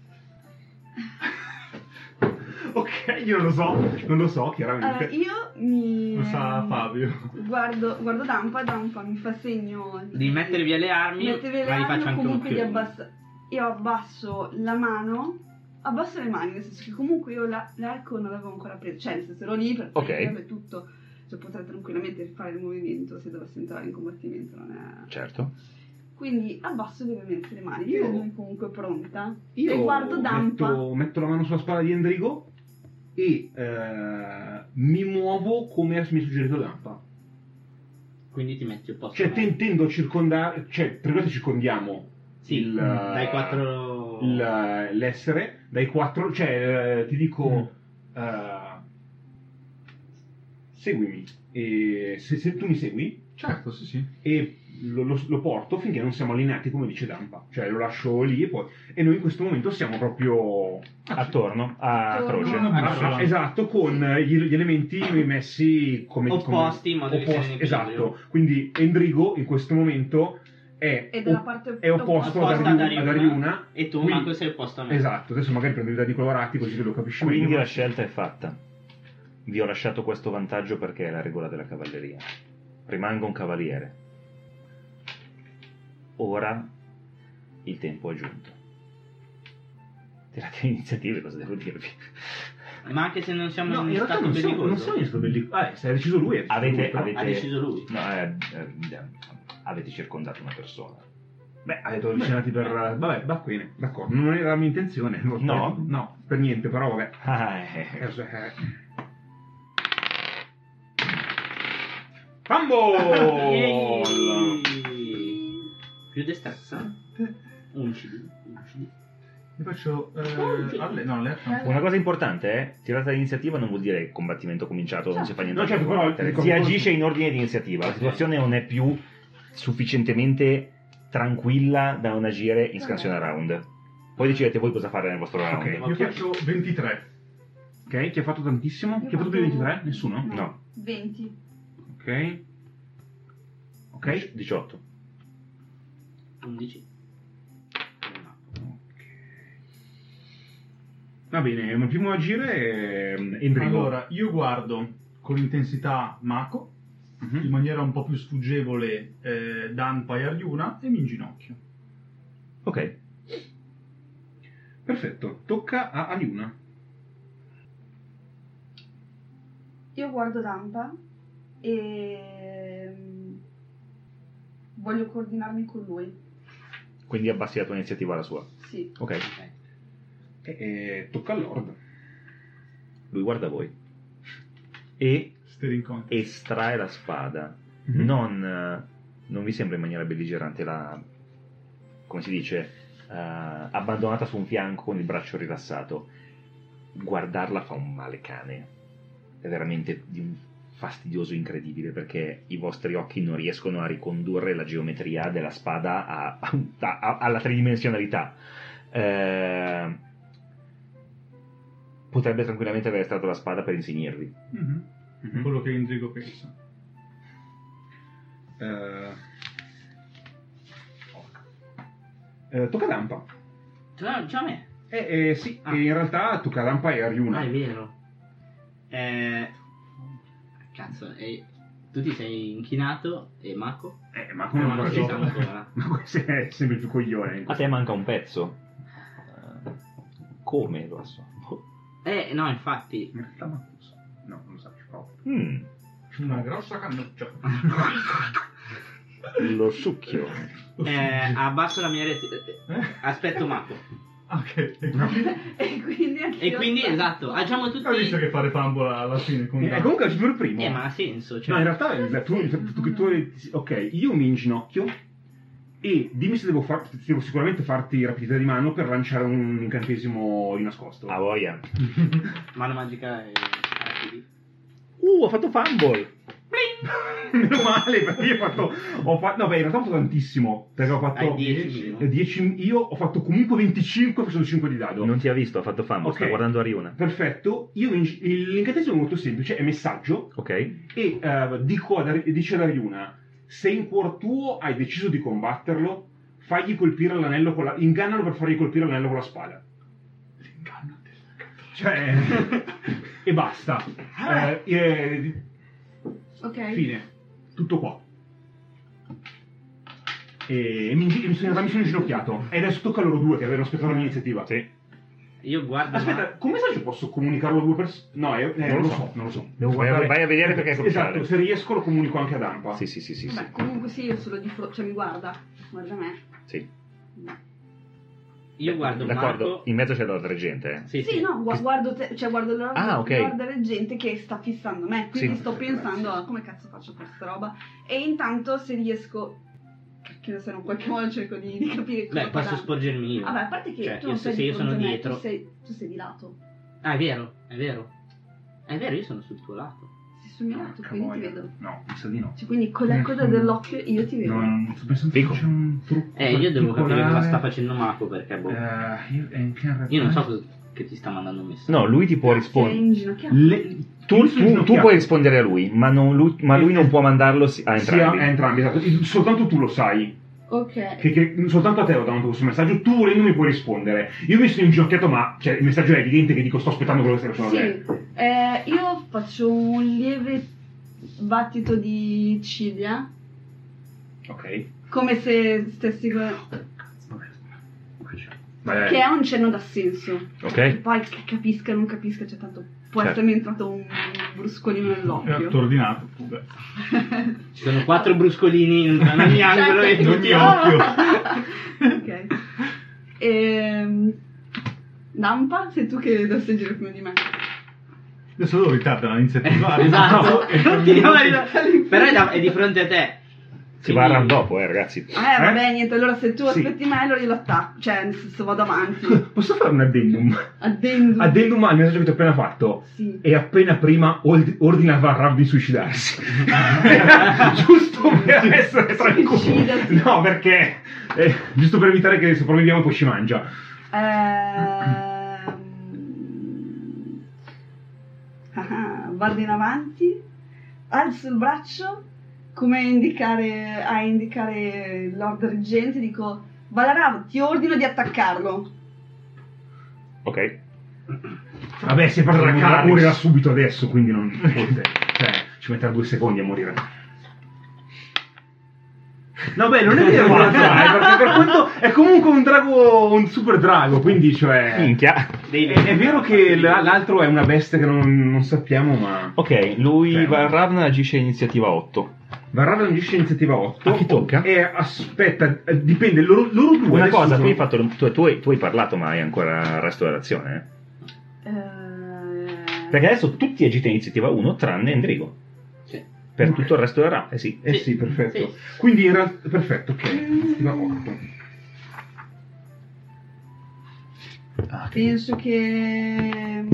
Ok, io non lo so, chiaramente. Allora, io mi... Lo sa Fabio. Guardo Dampa mi fa segno Di mettervi alle armi, mettervi le ma gli armi faccio o anche un comunque di occhiolino. abbassare. Io abbasso la mano, abbasso le mani, nel senso che comunque io l'arco non l'avevo ancora preso, cioè nel senso ero lì per Ok. fare tutto, cioè potrei tranquillamente fare il movimento se dovessi entrare in combattimento, non è... Certo. Quindi abbasso lievemente le mani, io sono comunque pronta Io e guardo Dampa. metto la mano sulla spalla di Endrigo e mi muovo come mi ha suggerito Dampa. Quindi ti metti opposto. Cioè a me. tendo a circondare, cioè tra virgolette circondiamo Sì, dai 4 l'essere, dai 4, cioè ti dico seguimi E se tu mi segui, Certo, sì. e lo porto finché non siamo allineati come dice Dampa, cioè lo lascio lì e noi in questo momento siamo proprio Attorno a Attorno. croce. Non abbiamo- esatto, con gli elementi messi come Opposti, in modo che siano in equilibrio. esatto, quindi Endrigo in questo momento è dalla parte è opposto Opposta ad ad Ariuna, Ariuna, e tu, quindi- Marco, sei opposto a me. esatto, adesso magari prendo i dadi colorati così che lo capisci Quindi meglio. la scelta è fatta. Vi ho lasciato questo vantaggio perché è la regola della cavalleria. Rimango un cavaliere. Ora il tempo è giunto. Tirate iniziative, cosa devo dirvi? Ma anche se non siamo No, in in realtà stato non siamo bellicoso. in stato bellicoso. Se ha deciso lui. Avete Ha deciso lui. No, avete circondato una persona. Beh, ha detto avvicinati per... Vabbè, va bene, d'accordo. Non era la mia intenzione. No? No, per niente, però vabbè. Fumble! Yay! Più destrezza? 11. Mi faccio... no, le Una cosa importante è, tirata l'iniziativa non vuol dire combattimento cominciato, non si fa niente. No, certo, però... Si agisce in ordine di iniziativa, la situazione non è più sufficientemente tranquilla da non agire in scansione round. Poi decidete voi cosa fare nel vostro round. Ok. Io faccio 23. Ok, chi ha fatto tantissimo? Io Chi ha fatto più di 23? Nessuno? No. 20. Ok. Ok. 18. 11. Va bene, il primo a agire è Endrigo. Allora, io guardo con intensità Mako, Mhm. in maniera un po' più sfuggevole Danpa e Ariuna e mi inginocchio. Ok. Perfetto, tocca a Ariuna. Io guardo Dampa e voglio coordinarmi con lui. Quindi abbassi la tua iniziativa alla sua. Sì. Ok. Tocca a Lord. Lui guarda voi. E Steering contest. estrae la spada. Mhm. Non vi sembra in maniera belligerante come si dice, abbandonata su un fianco con il braccio rilassato. Guardarla fa un male cane. È veramente di un fastidioso incredibile, perché i vostri occhi non riescono a ricondurre la geometria della spada alla tridimensionalità. Potrebbe tranquillamente aver estratto la spada per insignirvi. Mhm. Mhm. Quello che Indrigo pensa. Tocca a Dampa. Già a me. Sì, Ah. in realtà tocca a Dampa e Ariuna. Ah, è vero. Cazzo, tu ti sei inchinato e Mako? Ma come Ma non non lo si so? sa ancora. Ma questo è sempre più coglione. A te manca un pezzo. Come lo so? No, infatti. In realtà ma no, non lo so, ci provo. Una grossa cannuccia. Lo succhio. Abbasso la mia rete. Aspetto Mako. Ok. E quindi anche E quindi, esatto, agiamo tutti. Ho visto che fare fumble alla fine con Danpa. Comunque è il primo. Ma ha senso, No, cioè. in realtà ok, io mi inginocchio e dimmi se devo sicuramente farti rapidità di mano per lanciare un incantesimo di nascosto. A voglia. Mano magica e arachidi. Ho fatto fumble. Meno male, perché io ho fatto no, beh, in realtà ho fatto tantissimo, perché ho fatto Hai 10 10, io ho fatto comunque 25 facendo 5 di dado. Non ti ha visto, ha fatto fumble. Ok. Sta guardando Ariuna. Perfetto, l'incantesimo è molto semplice, è messaggio Ok. e dice ad Ariuna: se in cuor tuo hai deciso di combatterlo, fagli colpire l'anello ingannalo per fargli colpire l'anello con la spada. Cioè e basta. Ok. Fine. Tutto qua. E mi sono inginocchiato. E adesso tocca a loro due che avevano aspettato la mia iniziativa. Sì. Io guardo. Aspetta, come messaggio posso comunicarlo a due persone? No, non lo so, non lo so. Devo guardare. Vai a vedere perché è cruciale. Esatto, se riesco lo comunico anche a Dampa. Sì. Vabbè, comunque sì, io sono di fronte, cioè mi guarda me. Sì. Io guardo D'accordo, Marco. in mezzo c'è l'altra gente, eh. Sì. No, guardo te, cioè guardo loro, Ah, ok. guardare gente che sta fissando me, quindi Sì. sto pensando a come cazzo faccio questa roba. E intanto se riesco, che ne so, in un qualche modo cerco di capire come Beh, posso fare. sporgermi io. Vabbè, a parte che Cioè, tu non sei se di io sono fronte a me, dietro. tu sei di lato. Ah, è vero. È vero, io sono sul tuo lato. Sei sul mio letto, quindi ti vedo. No, mi sa di no. Cioè, quindi con la coda dell'occhio io ti vedo. No, non sto pensando che c'è un trucco. Io devo capire cosa sta particolare. facendo Mako, perché boh. Io Io non so che ti sta mandando un messaggio. No, lui ti può Sei rispondere. inginocchiato. Tu puoi rispondere a lui, ma lui non può mandarlo a entrambi. A entrambi, esatto. Soltanto tu lo sai. Ok. Che soltanto a te ho dato questo messaggio, tu volendo mi puoi rispondere. Io mi sono inginocchiato, ma cioè, il messaggio è evidente che dico sto aspettando quello che stai facendo Sì, io faccio un lieve battito di ciglia, Ok. come se stessi... Vai. Che è un cenno d'assenso. Ok? Poi che capisca o non capisca, c'è tanto... Può Certo. essermi entrato un bruscolino nell'occhio. T'ho ordinato, fuga. Ci sono 4 bruscolini in ogni angolo e In ogni tutti... occhio. Ok. Dampa, sei tu che dovresti agire prima di me. Adesso loro ritardano l'iniziativa. Esatto. No, Tiriamo però è di fronte a te. Si va a run dopo, ragazzi. Vabbè, niente, allora se tu Sì. aspetti me, allora io lo attacco. Cioè, nel senso, vado avanti. Posso fare un addendum? Addendo. Addendum al messaggio che ti ho appena fatto. Sì. E appena prima ordina a Varrav di suicidarsi. Giusto per essere tranquillo. Suicidati. No, perché giusto per evitare che sopravviviamo e poi ci mangia. Vado in avanti, alzo il braccio come a indicare Lord Reggente, dico: Valarav, ti ordino di attaccarlo. Ok. Vabbè, si è parlato morirà subito adesso, quindi non cioè, ci metterà 2 secondi a morire. No, beh, non è vero, perché per quanto è comunque un drago, un super drago, quindi cioè Minchia. è vero che l'altro è una bestia che non sappiamo, ma Ok, lui Cioè, Ravna agisce iniziativa 8. Varrava agisce iniziativa 8. A chi tocca? E aspetta, dipende, loro due Una adesso cosa, sono- tu hai parlato, ma hai ancora il resto dell'azione, eh? Perché adesso tutti agite iniziativa 1 tranne Endrigo. Sì. Per tutto il resto del round, sì. sì, perfetto. Sì. Quindi in realtà perfetto, ok. Iniziativa 8. Penso che...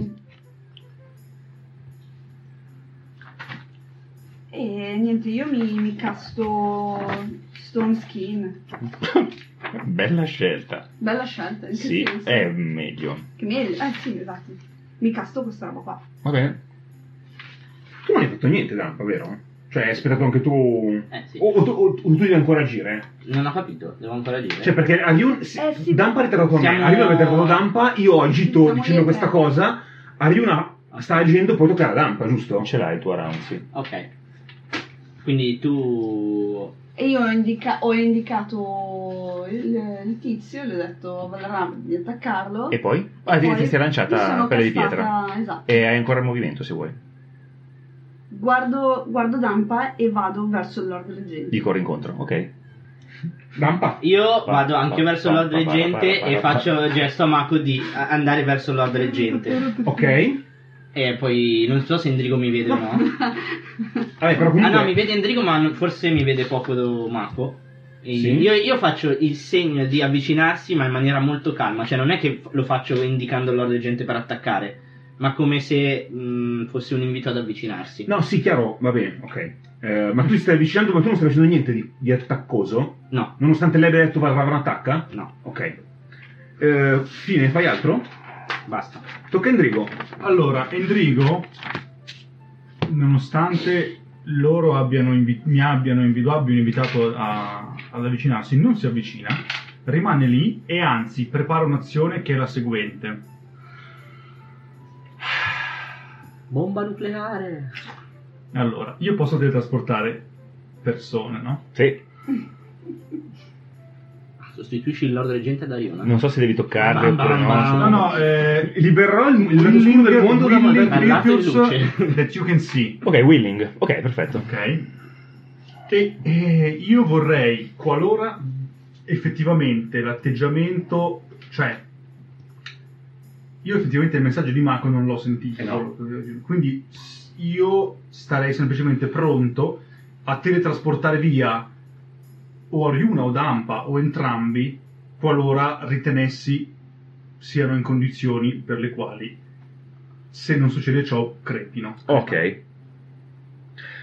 E niente, io mi casto Stone Skin. Bella scelta. Bella scelta, in che Sì, senso? è meglio. Che meglio? Sì, esatto. Mi casto questa roba qua. Va bene. Tu non hai fatto niente, Dampa, vero? Cioè, hai aspettato anche tu. Sì. O tu devi ancora agire? Non ho capito, devo ancora dire. Cioè, perché sì. Dampa ha ritardato a me, Siamo- Ariuna aveva ritardato Dampa, io ho agito Siamo dicendo io e questa te. cosa, Ariuna sta agendo, poi tocca a Dampa, giusto? Ce l'hai il tuo round, sì. Ok. Quindi tu... E io ho indicato il tizio, gli ho detto a Valarav di attaccarlo. E poi? E Ti poi sei mi lanciata sono pelle di castata, pietra. esatto. E hai ancora il movimento, se vuoi. Guardo Dampa e vado verso il Lord Reggente. Gli corri incontro, ok. Dampa? Io vado anche verso pa, Lord pa, pa, Reggente pa, pa, e pa. faccio gesto a Mako di andare verso Lord Reggente. Ok. E poi non so se Endrigo mi vede o no. Vabbè, però comunque... Ah no, mi vede Endrigo, ma forse mi vede poco Mako. E Sì. io faccio il segno di avvicinarsi, ma in maniera molto calma. Cioè non è che lo faccio indicando Lord Reggente per attaccare, ma come se fosse un invito ad avvicinarsi. No, sì, chiaro, va bene, ok. Ma tu ti stai avvicinando, ma tu non stai facendo niente di attaccoso? No, Nonostante lei abbia detto Varrava attacca? no, Ok. Fine, fai altro? basta. Tocca a Endrigo. Allora, Endrigo, nonostante loro abbiano invitato ad avvicinarsi, non si avvicina, rimane lì e anzi prepara un'azione che è la seguente. Bomba nucleare. Allora, io posso teletrasportare persone, no? Sì. Sostituisci il Lord Reggente da Iona. Non so se devi toccarli oppure no. No, no, Libererò il lato oscuro del mondo da willing dal- creatures dal lato di luce. that you can see. Ok, willing. Ok, perfetto. Ok? E io vorrei, qualora effettivamente l'atteggiamento, cioè io effettivamente il messaggio di Mako non l'ho sentito, No. quindi io starei semplicemente pronto a teletrasportare via o Ariuna o Dampa o entrambi qualora ritenessi siano in condizioni per le quali, se non succede ciò, crepino. Ok.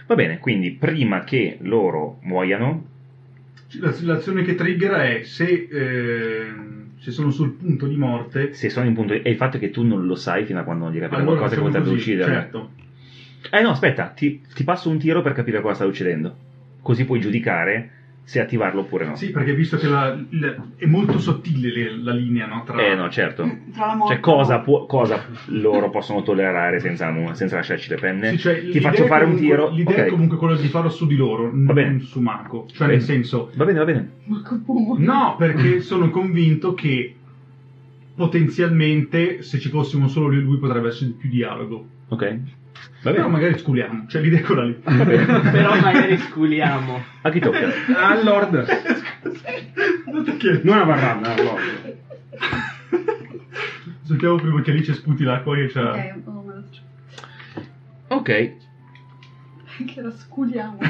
Va bene, quindi prima che loro muoiano... L'azione che triggera è se sono sul punto di morte. Se sono in punto... E il fatto è che tu non lo sai fino a quando non gli capita Allora qualcosa che facciamo potrebbe così, uccidere. certo. No, aspetta, ti passo un tiro per capire cosa sta succedendo. Così puoi giudicare se attivarlo oppure no. Sì, perché visto che è molto sottile la linea, no? No, certo. Tra la morte Cioè, cosa loro possono tollerare senza lasciarci le penne? Sì, cioè, Ti faccio fare un tiro. L'idea Ok. è comunque quella di farlo su di loro, Va bene. non su Mako. Cioè, Va bene. nel senso... Va bene. Ma come? No, perché sono convinto che potenzialmente, se ci fossimo solo io e lui, potrebbe essere più dialogo. Ok. Va Però bene. magari sculiamo, cioè l'idea è quella lì. Va bene. Però magari sculiamo. A chi tocca? Al Lord. Non a Varranna, al Lord. Cerchiamo prima che Alice sputi l'acqua e c'ha... Ok, oh, me lo faccio. Ok. Che la sculiamo.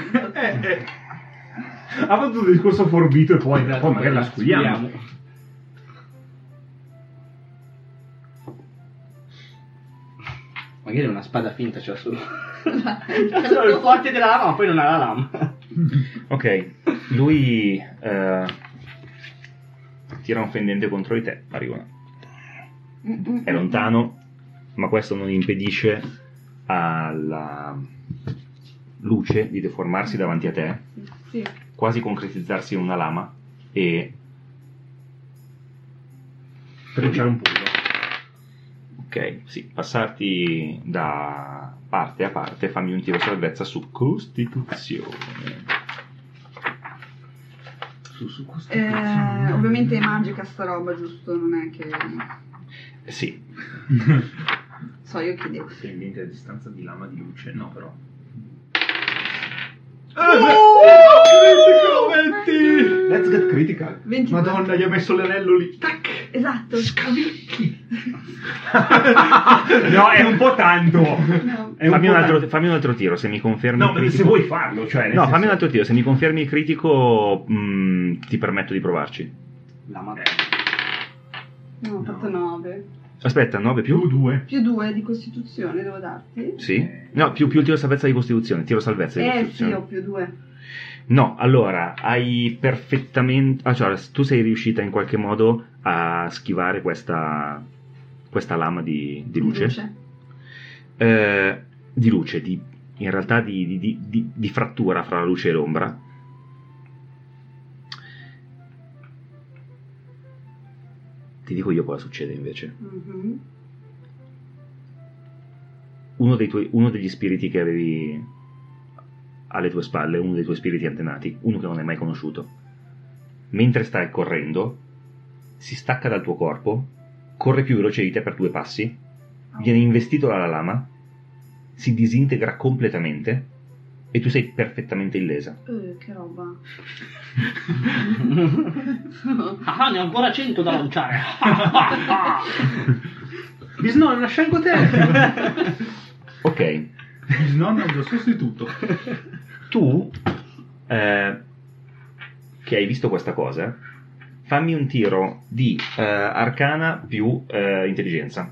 Ha fatto un discorso forbito e poi magari la sculiamo. Magari una spada finta c'ha solo. Solo il forte della lama, ma poi non ha la lama. Ok. Lui tira un fendente contro di te, Mariona. È lontano, ma questo non impedisce alla luce di deformarsi davanti a te, Sì. quasi concretizzarsi in una lama e... Trecciare un pugno. Ok, sì, passarti da parte a parte, fammi un tiro salvezza su Costituzione. Su questo Ovviamente è magica sta roba, giusto? Non è che... Sì. So, io chiedevo. Tendente a distanza di lama di luce, no però. Let's get critical. 20. Madonna, gli ha messo l'anello lì. Tac! Esatto. No, è un po' tanto. No. È un Fammi po' un altro tiro, se mi confermi No, il ma critico. se vuoi farlo, cioè. nel No, senso- fammi un altro tiro, se mi confermi il critico ti permetto di provarci. La madonna. No, ho fatto 9. Aspetta, 9 Più più? 2. Più 2 di costituzione devo darti? Sì? No, più il tiro salvezza di Costituzione, tiro salvezza di Sì, Costituzione. ho più 2. No, allora, hai perfettamente... cioè, tu sei riuscita in qualche modo a schivare questa lama di luce. Di luce, in realtà di frattura fra la luce e l'ombra. Ti dico io cosa succede invece. Mhm. Uno degli spiriti che avevi alle tue spalle, uno dei tuoi spiriti antenati, uno che non hai mai conosciuto, mentre stai correndo, si stacca dal tuo corpo, corre più veloce di te per 2 passi, viene investito dalla lama, si disintegra completamente e tu sei perfettamente illesa. Che roba. Ah, ne ho ancora 100 da lanciare. Bisnonna, scelgo te. Ok, Bisnonno è il sostituto. tu che hai visto questa cosa, fammi un tiro di arcana più intelligenza.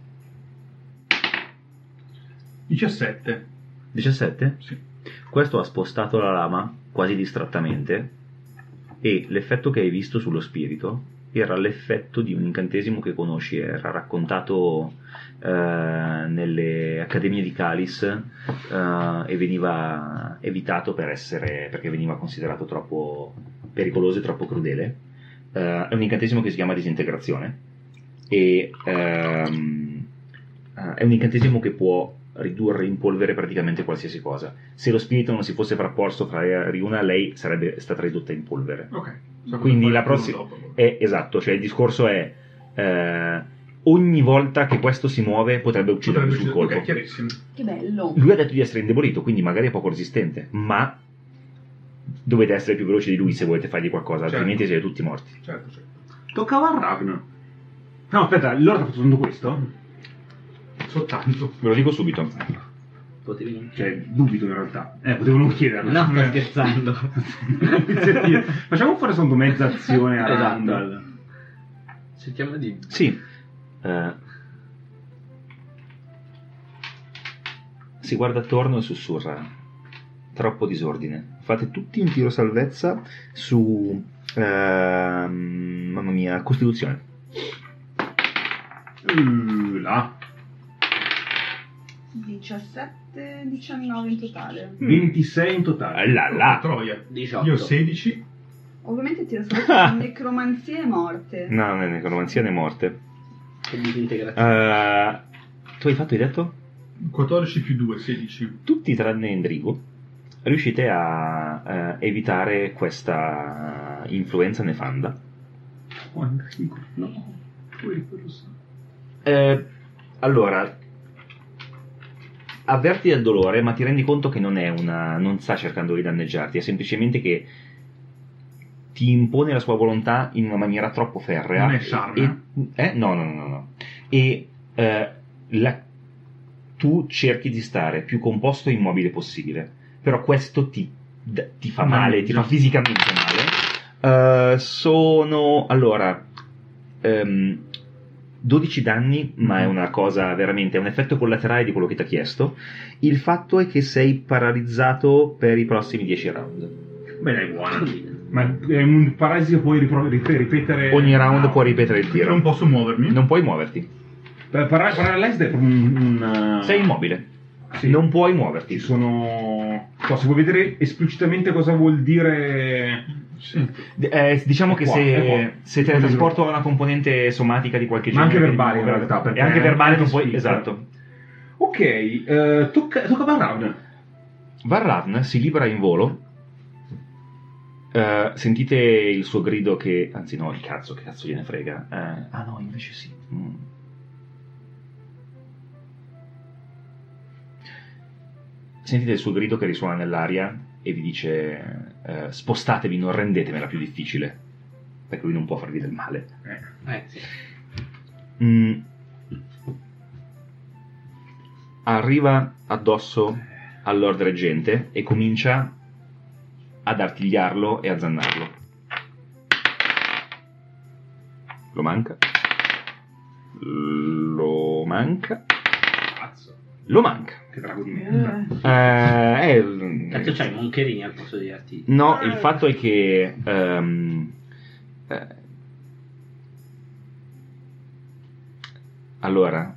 17. 17? Sì. Questo ha spostato la lama quasi distrattamente e l'effetto che hai visto sullo spirito era l'effetto di un incantesimo che conosci, era raccontato nelle accademie di Calis e veniva evitato perché veniva considerato troppo pericoloso e troppo crudele. È un incantesimo che si chiama disintegrazione e è un incantesimo che può ridurre in polvere praticamente qualsiasi cosa. Se lo spirito non si fosse frapposto fra Riuna, lei sarebbe stata ridotta in polvere. Ok. Quindi la prossima è esatto, cioè il discorso è ogni volta che questo si muove potrebbe ucciderlo sul colpo. Ok, chiarissimo. Che bello. Lui ha detto di essere indebolito, quindi magari è poco resistente, ma dovete essere più veloci di lui se volete fargli qualcosa, Certo. altrimenti siete tutti morti. Certo, certo. Toccava a Ragnar. No, aspetta, Lord ha fatto tutto questo? Soltanto. Ve lo dico subito. Potevi non... Cioè, dubito in realtà. Potevo non chiederlo. No, sto scherzando. Facciamo fare soltanto mezza azione a Esatto. Randall. Cerchiamo di... Sì. Si guarda attorno e sussurra. troppo disordine. Fate tutti un tiro salvezza su mamma mia, Costituzione. Là. 17, 19 in totale. 26 in totale. Là. Troia. 18. Io 16. Ovviamente tiro solo necromanzie e morte. No, non è necromanzia né morte. Che disintegrazione. Tu hai detto? 14 più 2, 16. Tutti tranne Endrigo riuscite a evitare questa influenza nefanda. Oh, Enrico, no. Poi lo sa. Allora, avverti del dolore, ma ti rendi conto che non sta cercando di danneggiarti, è semplicemente che ti impone la sua volontà in una maniera troppo ferrea. Non è Sarna? No. E tu cerchi di stare più composto e immobile possibile, però questo ti fa male, ti fa fisicamente male. Sono allora 12 danni, ma è una cosa veramente, è un effetto collaterale di quello che ti ha chiesto. Il fatto è che sei paralizzato per i prossimi 10 round. Beh, dai, buona. Ma è un paralisi che puoi ripetere. Ogni round puoi ripetere il tiro. Non posso muovermi? Non puoi muoverti. Paralyzed è proprio un Sei immobile. Sì. Non puoi muoverti. Ci sono. Se vuoi vedere esplicitamente cosa vuol dire. Sì. Diciamo che Qua. se teletrasporto ha una componente somatica di qualche Ma genere, anche verbale in realtà. e perché anche verbale non puoi. speak. Esatto. Ok, tocca a Varravn. Varravn si libera in volo. Sentite il suo grido che. Anzi, no, che cazzo gliene frega. No, invece sì. Sentite il suo grido che risuona nell'aria e vi dice: spostatevi, non rendetemela più difficile. Perché lui non può farvi del male. Sì. Arriva addosso al Lord Reggente e comincia ad artigliarlo e a zannarlo. Lo manca. Cazzo, Lo manca. che drago di merda. Cazzo c'hai i moncherini al posto di artigli. No, il fatto è che allora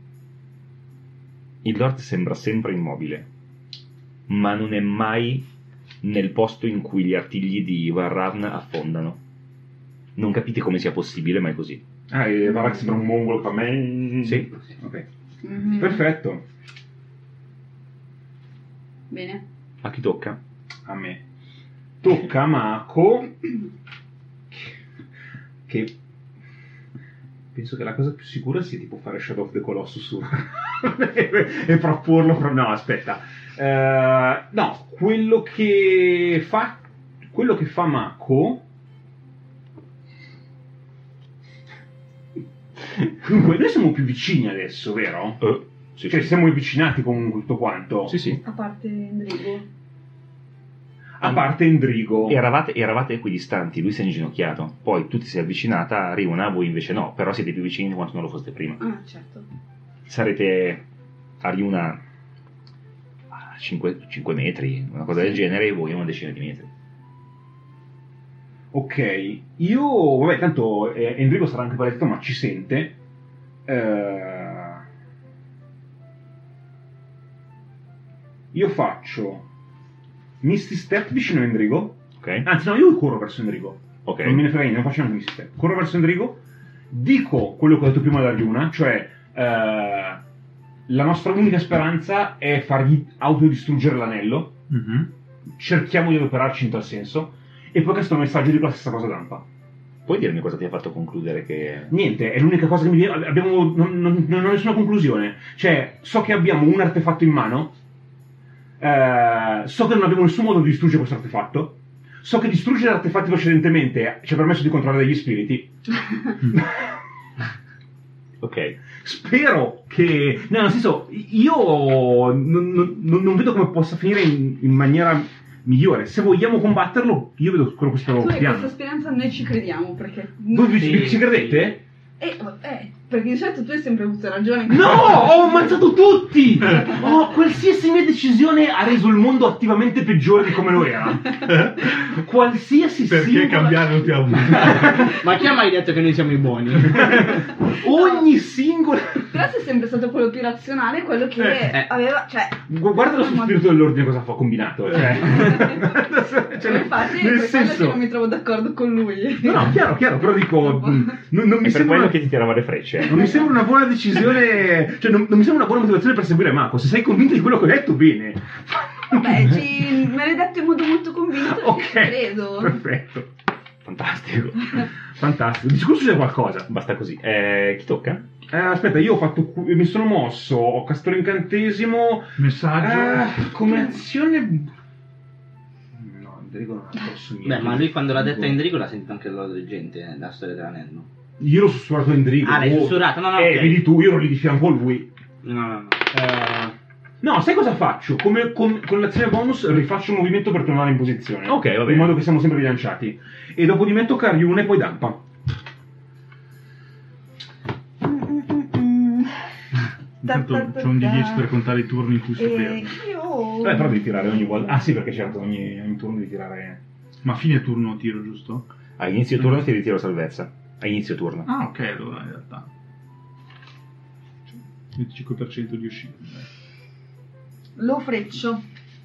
il Lord sembra sempre immobile, ma non è mai nel posto in cui gli artigli di Varravn affondano. Non capite come sia possibile, ma è così. E Varak sembra un mongolo per me. Sì. Ok. Mhm. Perfetto. Bene. A chi tocca? A me. Tocca a Mako. Che penso che la cosa più sicura sia tipo fare Shadow of the Colossus e proporlo. No, aspetta. No, quello che fa Mako. Dunque, noi siamo più vicini adesso, vero? Sì, Cioè, sì. siamo avvicinati con tutto quanto. Sì, sì. A parte Endrigo. A parte Endrigo. Eravate equidistanti, lui si è inginocchiato, poi tu ti sei avvicinata a Riuna, voi invece no, però siete più vicini di quanto non lo foste prima. Ah, certo. Sarete a Riuna a 5 metri, una cosa del genere, e voi a una decina di metri. Ok, io, vabbè, tanto Endrigo sarà anche paletto, ma ci sente. Io faccio Misty Step vicino a Endrigo. Ok? Anzi, no, io corro verso Endrigo. Ok. Non me ne frega niente, non faccio neanche Misty Step. Corro verso Endrigo, dico quello che ho detto prima da Riuna, cioè la nostra unica speranza è fargli autodistruggere l'anello. Mhm. Cerchiamo di adoperarci in tal senso. E poi questo messaggio dico la stessa cosa a Dampa. Puoi dirmi cosa ti ha fatto concludere che... Niente, è l'unica cosa che mi viene. Non ho nessuna conclusione. Cioè, so che abbiamo un artefatto in mano. So che non abbiamo nessun modo di distruggere questo artefatto. So che distruggere artefatti precedentemente ci ha permesso di controllare degli spiriti. Ok. Spero che. No, nel senso, io non vedo come possa finire in maniera migliore. Se vogliamo combatterlo, io vedo quello che Tu stiamo hai piano. questa speranza, noi ci crediamo perché. Voi ci credete? Però Perché di solito tu hai sempre avuto ragione. No, ho ammazzato tutti! Qualsiasi mia decisione ha reso il mondo attivamente peggiore di come lo era. Qualsiasi Perché singola... cambiare non ti ha avuto? Ma chi ha mai detto che noi siamo i buoni? Ogni singola... Però sei sempre stato quello più razionale, quello che aveva, cioè... Guarda lo spirito dell'ordine cosa ha combinato. Cioè... infatti nel è per quello senso... che non mi trovo d'accordo con lui. No, chiaro, però dico... non mi È per sembra... quello che ti tirava le frecce. Non mi sembra una buona decisione, cioè non mi sembra una buona motivazione per seguire Mako. Se sei convinto di quello che ho detto, bene. Vabbè, me l'hai detto in modo molto convinto, Ok, credo. perfetto. Fantastico. Fantastico. Di sicuro c'è qualcosa. Basta così. Chi tocca? Aspetta, io ho fatto... mi sono mosso, ho castato l'incantesimo... Messaggio. Come azione... No, Endrigo non ha posso niente. Beh, ma lui quando l'ha detta Endrigo l'ha sentito anche la leggente, la storia dell'anello. Io l'ho sussurrato a Endrigo. Ah, l'hai sussurrato? No, ok. Vedi tu, io ero lì di fianco a lui. No. No, sai cosa faccio? Con l'azione bonus rifaccio un movimento per tornare in posizione. Ok, va bene. In modo che siamo sempre bilanciati. E dopo di me tocca a Ryune e poi Dampa. Intanto c'è un D10 per contare i turni in cui si ferma. Io... Però devi tirare ogni volta. Ah sì, perché certo, ogni turno devi tirare... Ma a fine turno tiro, giusto? A inizio turno ti ritiro salvezza. A inizio turno. Ah, ok, allora in realtà. 25% di uscita. Lo freccio.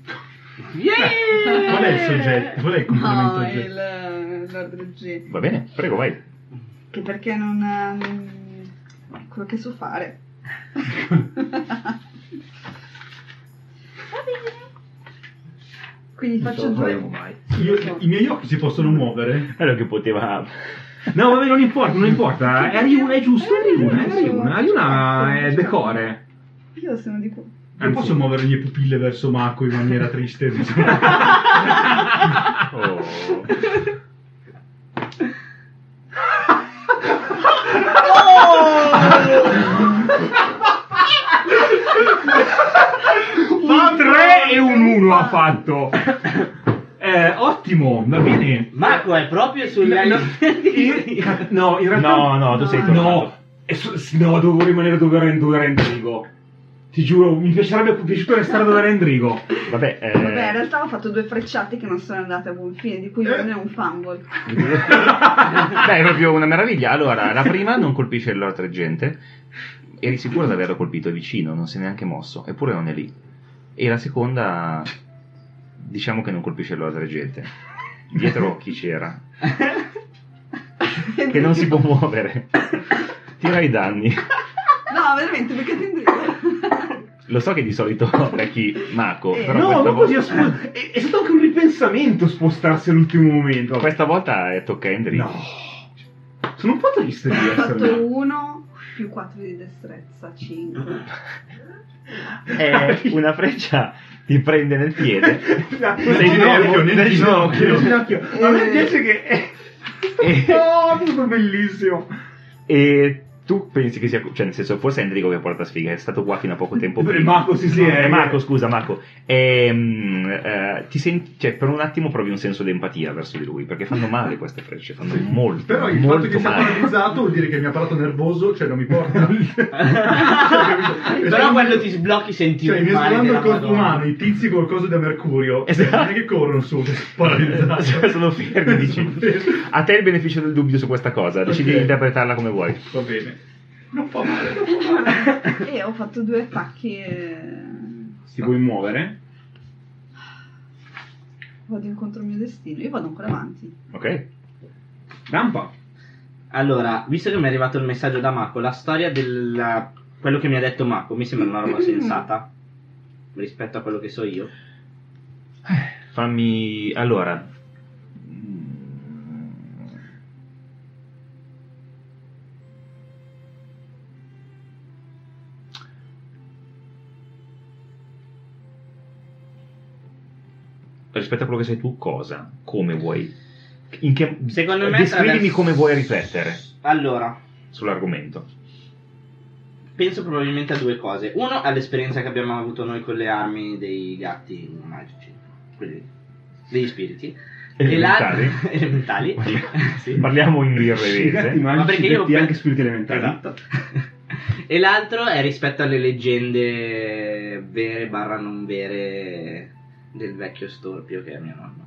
Qual è il soggetto? Qual è il complemento No, oggetto? l'ordine G. Va bene, prego, vai. Che perché non... è quello che so fare. Va bene. Quindi faccio due... mai. I miei occhi si possono muovere? Quello che poteva... No, vabbè, non importa. È Ryuna, è giusto, è Ryuna. Ryuna è decore. Io sono di qua. Non posso muovere le mie pupille verso Mako in maniera triste. Oh. Un 3 e un 1 ha fatto. Ottimo, va bene. Marco è proprio sul No, in realtà... No, tu sei tornato. No, dovevo rimanere dove era Endrigo. Ti giuro, mi piacerebbe piaciuto restare dove era Endrigo. Vabbè, Vabbè, in realtà ho fatto due frecciate che non sono andate a buon fine, di cui uno è un fumble. Beh, è proprio una meraviglia. Allora, la prima non colpisce l'altra gente. Eri sicuro di averlo colpito, è vicino, non si è neanche mosso, eppure non è lì. E la seconda, diciamo che non colpisce l'altra gente. Dietro chi c'era? Che non si può muovere. Tira i danni. No, veramente, perché ti indrigo. Lo so che di solito becchi Mako, però No, questa ma così volta... è stato anche un ripensamento spostarsi all'ultimo momento. Questa volta tocca a Endrigo. No. Sono un po' triste di Ho essere fatto 1 più 4 di destrezza, 5. Una freccia ti prende nel piede. Sei nuovo, nel ginocchio. A me piace che... Oh, è stato bellissimo. E tu pensi che sia, cioè nel senso, forse è Endrigo che porta sfiga, è stato qua fino a poco tempo prima. Mako, sì, è Mako, scusa, Mako. Ti senti, cioè, per un attimo provi un senso di empatia verso di lui, perché fanno male queste frecce, fanno molto, Però il molto fatto che sia male. paralizzato vuol dire che il mio apparato nervoso, cioè, non mi porta. Però quando ti sblocchi senti Cioè, un mi male esplorando della il corpo Madonna. umano, i tizi col coso da mercurio, Esatto. non è che corrono su, che sono paralizzati. Sono fermi, dici. A te il beneficio del dubbio su questa cosa, decidi Ok. di interpretarla come vuoi. Va bene. Non fa male. E ho fatto 2 attacchi e... Ti vuoi muovere? vado incontro al mio destino. Io vado ancora avanti. Ok? Rampa. Allora, visto che mi è arrivato il messaggio da Mako, la storia del quello che mi ha detto Mako mi sembra una roba sensata rispetto a quello che so io. Fammi... allora... rispetto a quello che sei tu, cosa? Come vuoi? In che... Secondo me descrivimi attraverso- come vuoi riflettere Allora, sull'argomento. penso probabilmente a 2 cose. Uno, all'esperienza che abbiamo avuto noi con le armi dei gatti magici, quelli degli spiriti. elementali. Sì. Parliamo in Gatti irreverenze. Ma perché magici, io detti anche spiriti elementari. Esatto. E l'altro è rispetto alle leggende vere barra non vere del vecchio storpio che è mio nonno.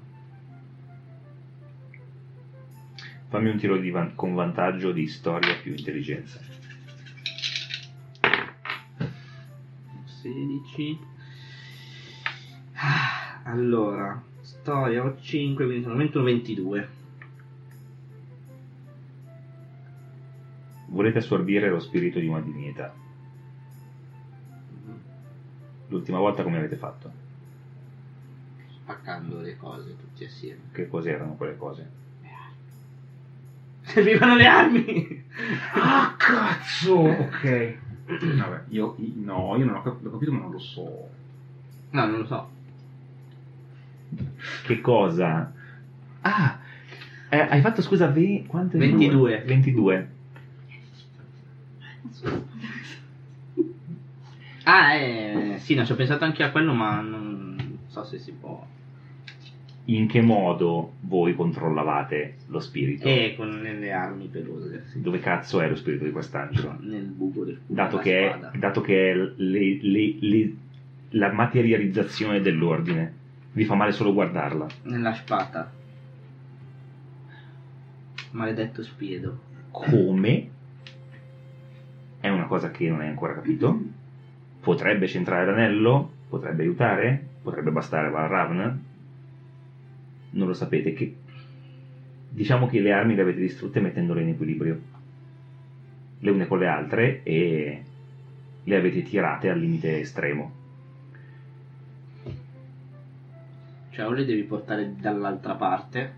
Fammi un tiro con vantaggio di storia più intelligenza. 16. Allora, storia ho 5, quindi sono 21, 22. Volete assorbire lo spirito di una divinità. L'ultima volta come avete fatto? Spaccando le cose tutti assieme. Che cos'erano quelle cose? Servivano le armi! Ah, cazzo! Ok. Vabbè, io non ho capito, ma non lo so. No, non lo so. Che cosa? Ah! Hai fatto, scusa, quante? 22. 22. Sì, no, ci ho pensato anche a quello, ma non so se si può. In che modo voi controllavate lo spirito? Con le armi pelose, sì. Dove cazzo è lo spirito di quest'angelo? Nel buco del culo. Dato della che è, spada. la materializzazione dell'ordine. Vi fa male solo guardarla. Nella spada. Maledetto spiedo. Come? È una cosa che non hai ancora capito. Potrebbe centrare l'anello? Potrebbe aiutare? Potrebbe bastare Valravn? Non lo sapete. Diciamo che le armi le avete distrutte mettendole in equilibrio le une con le altre e le avete tirate al limite estremo. Cioè o le devi portare dall'altra parte.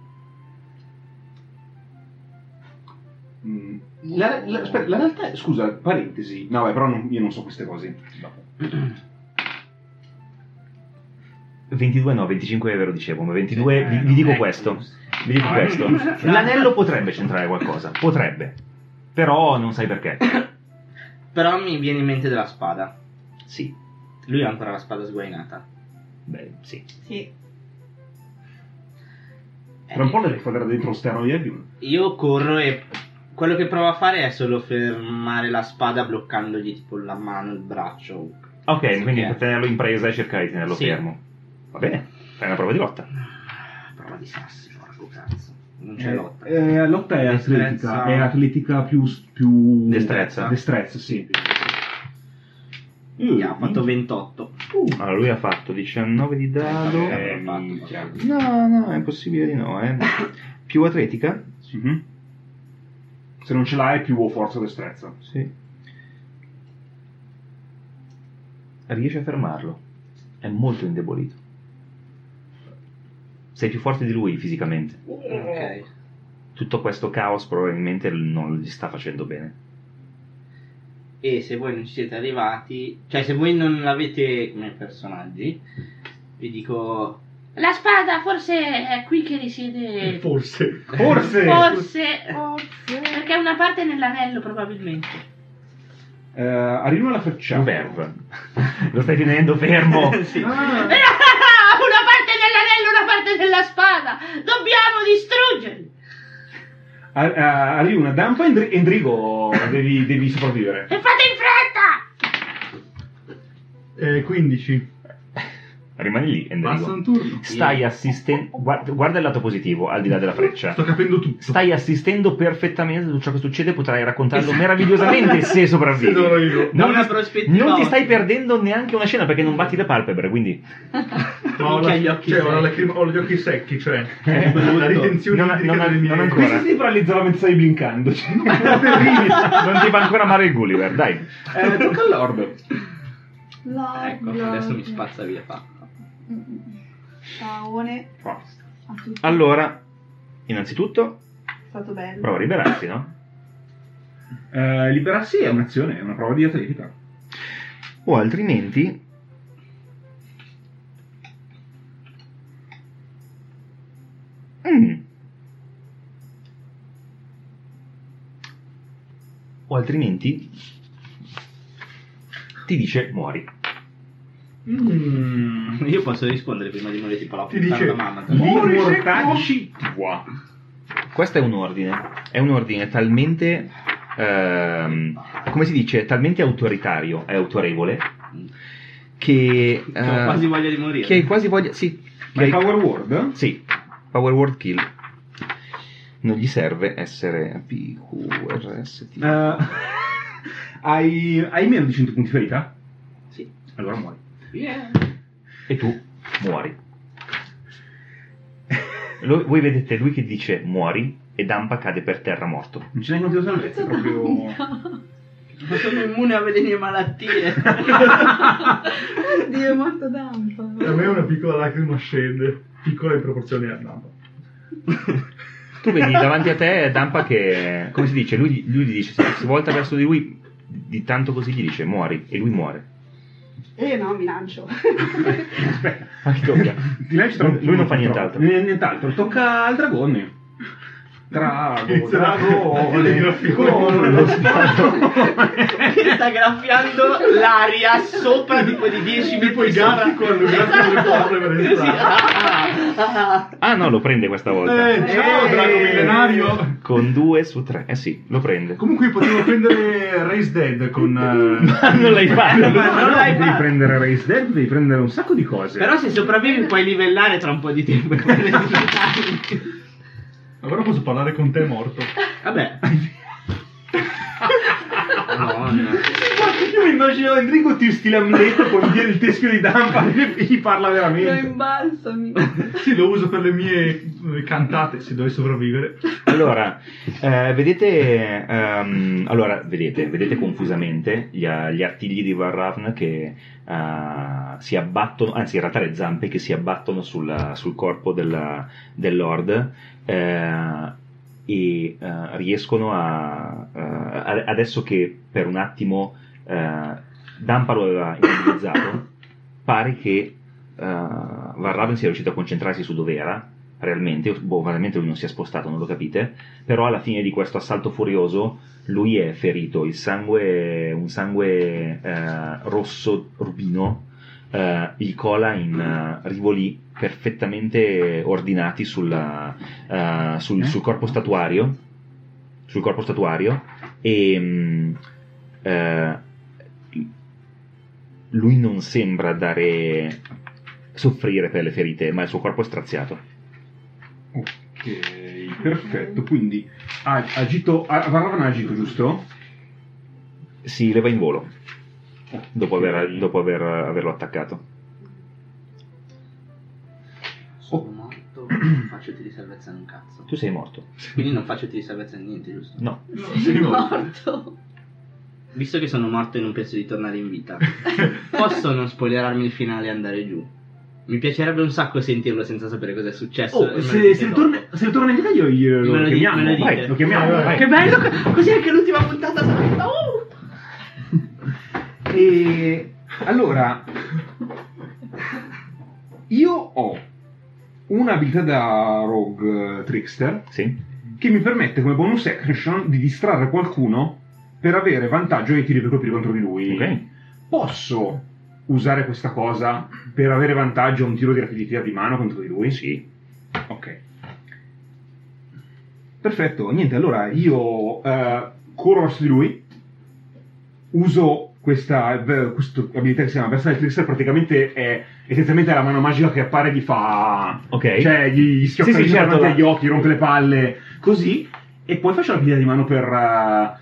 Aspetta, la realtà è, scusa, parentesi. No, beh, però io non so queste cose. Dopo. 22 no, 25 ve lo dicevo, ma 22 vi dico questo. Vi dico questo. Giusto. L'anello potrebbe centrare qualcosa, potrebbe. Però non sai perché. Però mi viene in mente della spada. Sì. Lui ha ancora la spada sguainata. Beh, sì. Sì. Tra un po' le devi fare dentro lo sterno di Albion. Io corro e quello che provo a fare è solo fermare la spada bloccandogli tipo la mano, il braccio. Ok, Sì, quindi che è. per tenerlo in presa e cercare di tenerlo Sì. fermo. Va bene, fai una prova di lotta. Prova di sassi, porco cazzo. Non c'è lotta. Lotta è Destrezza. atletica più Destrezza. Sì. Ha fatto 28. Allora, lui ha fatto 19 di dado. Minchia. No, è possibile di no, Più atletica? Mhm. Se non ce l'hai più forza o destrezza. Sì. Riesce a fermarlo. È molto indebolito. Sei più forte di lui fisicamente. Ok. Tutto questo caos probabilmente non gli sta facendo bene. E se voi non ci siete arrivati, cioè se voi non l'avete come personaggi, vi dico La spada forse è qui che risiede. Forse. Forse! Perché una parte è nell'anello probabilmente. Arriva alla frecciata. Verve. Lo stai tenendo fermo. sì. Una parte nell'anello, una parte nella spada. Dobbiamo distruggerli. Arriva una dampa e Endrigo devi sopravvivere. E fate in fretta. 15. Rimani lì, Passa Endrigo. un turno. Stai assistendo. Guarda il lato positivo, al di là della freccia. Sto capendo tutto. Stai assistendo perfettamente a tutto ciò che succede, potrai raccontarlo meravigliosamente se sopravvivi. Se sopravvivo. Da una prospettiva Non ti stai ottima. perdendo neanche una scena perché non batti le palpebre, quindi Ma ho, Minchia, gli occhi ho gli occhi secchi, cioè brutto. la ritenzione Non- idrica non- delle mie... non ancora. Questo ti paralizzava mentre stavi blinkando. Cioè. non ti fa ancora male il Gulliver, dai. Tocca all'Ord. Ecco, adesso mi spazza via fa. Ciaone Forza. a tutti. Allora, innanzitutto, È stato bello. prova a liberarsi, no? Liberarsi è un'azione, è una prova di atletica. O altrimenti O altrimenti ti dice muori. Io posso rispondere prima di morire, tipo la Ti puttana dice, da mamma. Gli mortacci tua. Questo è un ordine talmente, come si dice, talmente autoritario e autorevole che Che ho quasi voglia di morire. Che hai quasi voglia, sì. Ma è Power Word? Sì, Power Word Kill. Non gli serve essere PQRST. Hai meno di 100 punti ferita? Sì. Allora muori. Yeah. E tu muori. Voi vedete lui che dice muori e Dampa cade per terra morto. Non ce n'è conto salvezza, è proprio... Ma sono immune a veleni e malattie. Oddio, è morto Dampa. A me una piccola lacrima scende, piccola in proporzione a Dampa. Tu vedi davanti a te Dampa che, come si dice, lui gli dice, si volta verso di lui, di tanto così gli dice muori, e lui muore. No, mi lancio. Aspetta. Ma che tocca? Ti lanci troppo. Lui non fa nient'altro. Nient'altro, tocca al dragone. Drago, Con lo Che sta graffiando l'aria sopra tipo di 10 metri Tipo i gatti quando grattano le cose per entrare. Ah no, lo prende questa volta. Ciao, drago millenario. Con 2 su 3. Eh sì, lo prende. Comunque io potevo prendere Raise Dead con... Non l'hai fatto. Non l'hai devi fatto. prendere Raise Dead, devi prendere un sacco di cose. Però se sopravvivi puoi livellare tra un po' di tempo. Allora posso parlare con te morto. Vabbè. Madonna. Io mi immagino Enrico ti stile Amleto con il teschio di Dampa e gli parla Lo veramente. imbalsami. Sì, lo uso per le mie cantate, se dovessi sopravvivere. Allora, vedete confusamente gli artigli di Varravn che si abbattono, anzi in realtà le zampe che si abbattono sul corpo del Lord e riescono adesso che per un attimo Dampa lo aveva immobilizzato, pare che Varravn sia riuscito a concentrarsi su dove era realmente, veramente lui non si è spostato, non lo capite, però alla fine di questo assalto furioso lui è ferito, un sangue rosso rubino gli cola in rivoli perfettamente ordinati sul corpo statuario, e lui non sembra soffrire per le ferite, ma il suo corpo è straziato. Ok, perfetto. Quindi Varravn ha agito, giusto? Si leva in volo dopo averlo attaccato. Sono morto, non faccio di salvezza in un cazzo. Tu sei morto. Quindi non faccio di salvezza in niente, giusto? No. Sei morto. Visto che sono morto e non penso di tornare in vita, posso non spoilerarmi il finale e andare giù? Mi piacerebbe un sacco sentirlo senza sapere cosa è successo. E me lo Se dite dopo. ritorna in vita io lo Me lo chiamiamo. dite. Vai, lo chiamiamo. Vai. vai. Che bello, così anche l'ultima puntata sarà. E allora io ho un'abilità da Rogue Trickster Sì? che mi permette come bonus action di distrarre qualcuno per avere vantaggio ai tiri per colpire contro di lui. Ok. Posso usare questa cosa per avere vantaggio a un tiro di rapidità di mano contro di lui? Sì. Ok. Perfetto, niente, allora io corro verso di lui, uso questa abilità che si chiama Versatile Trickster, praticamente è essenzialmente la mano magica che appare e gli fa... Ok. Cioè gli schiocca Sì, il certo, davanti agli occhi, rompe le palle, così, e poi faccio l'abilità di mano per...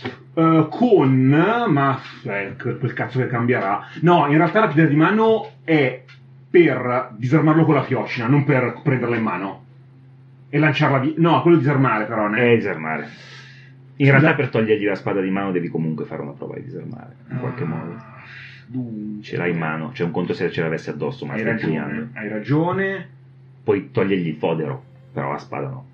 quel cazzo che cambierà. No, in realtà l'abilità di mano è per disarmarlo con la fiocina, non per prenderla in mano e lanciarla via. No, quello di disarmare però, È disarmare. In realtà per togliergli la spada di mano devi comunque fare una prova di disarmare, in qualche modo. Ce l'hai in mano, c'è un conto se ce l'avessi addosso, ma Hai stai ragione, impugnando. hai ragione. Puoi togliergli il fodero, però la spada no.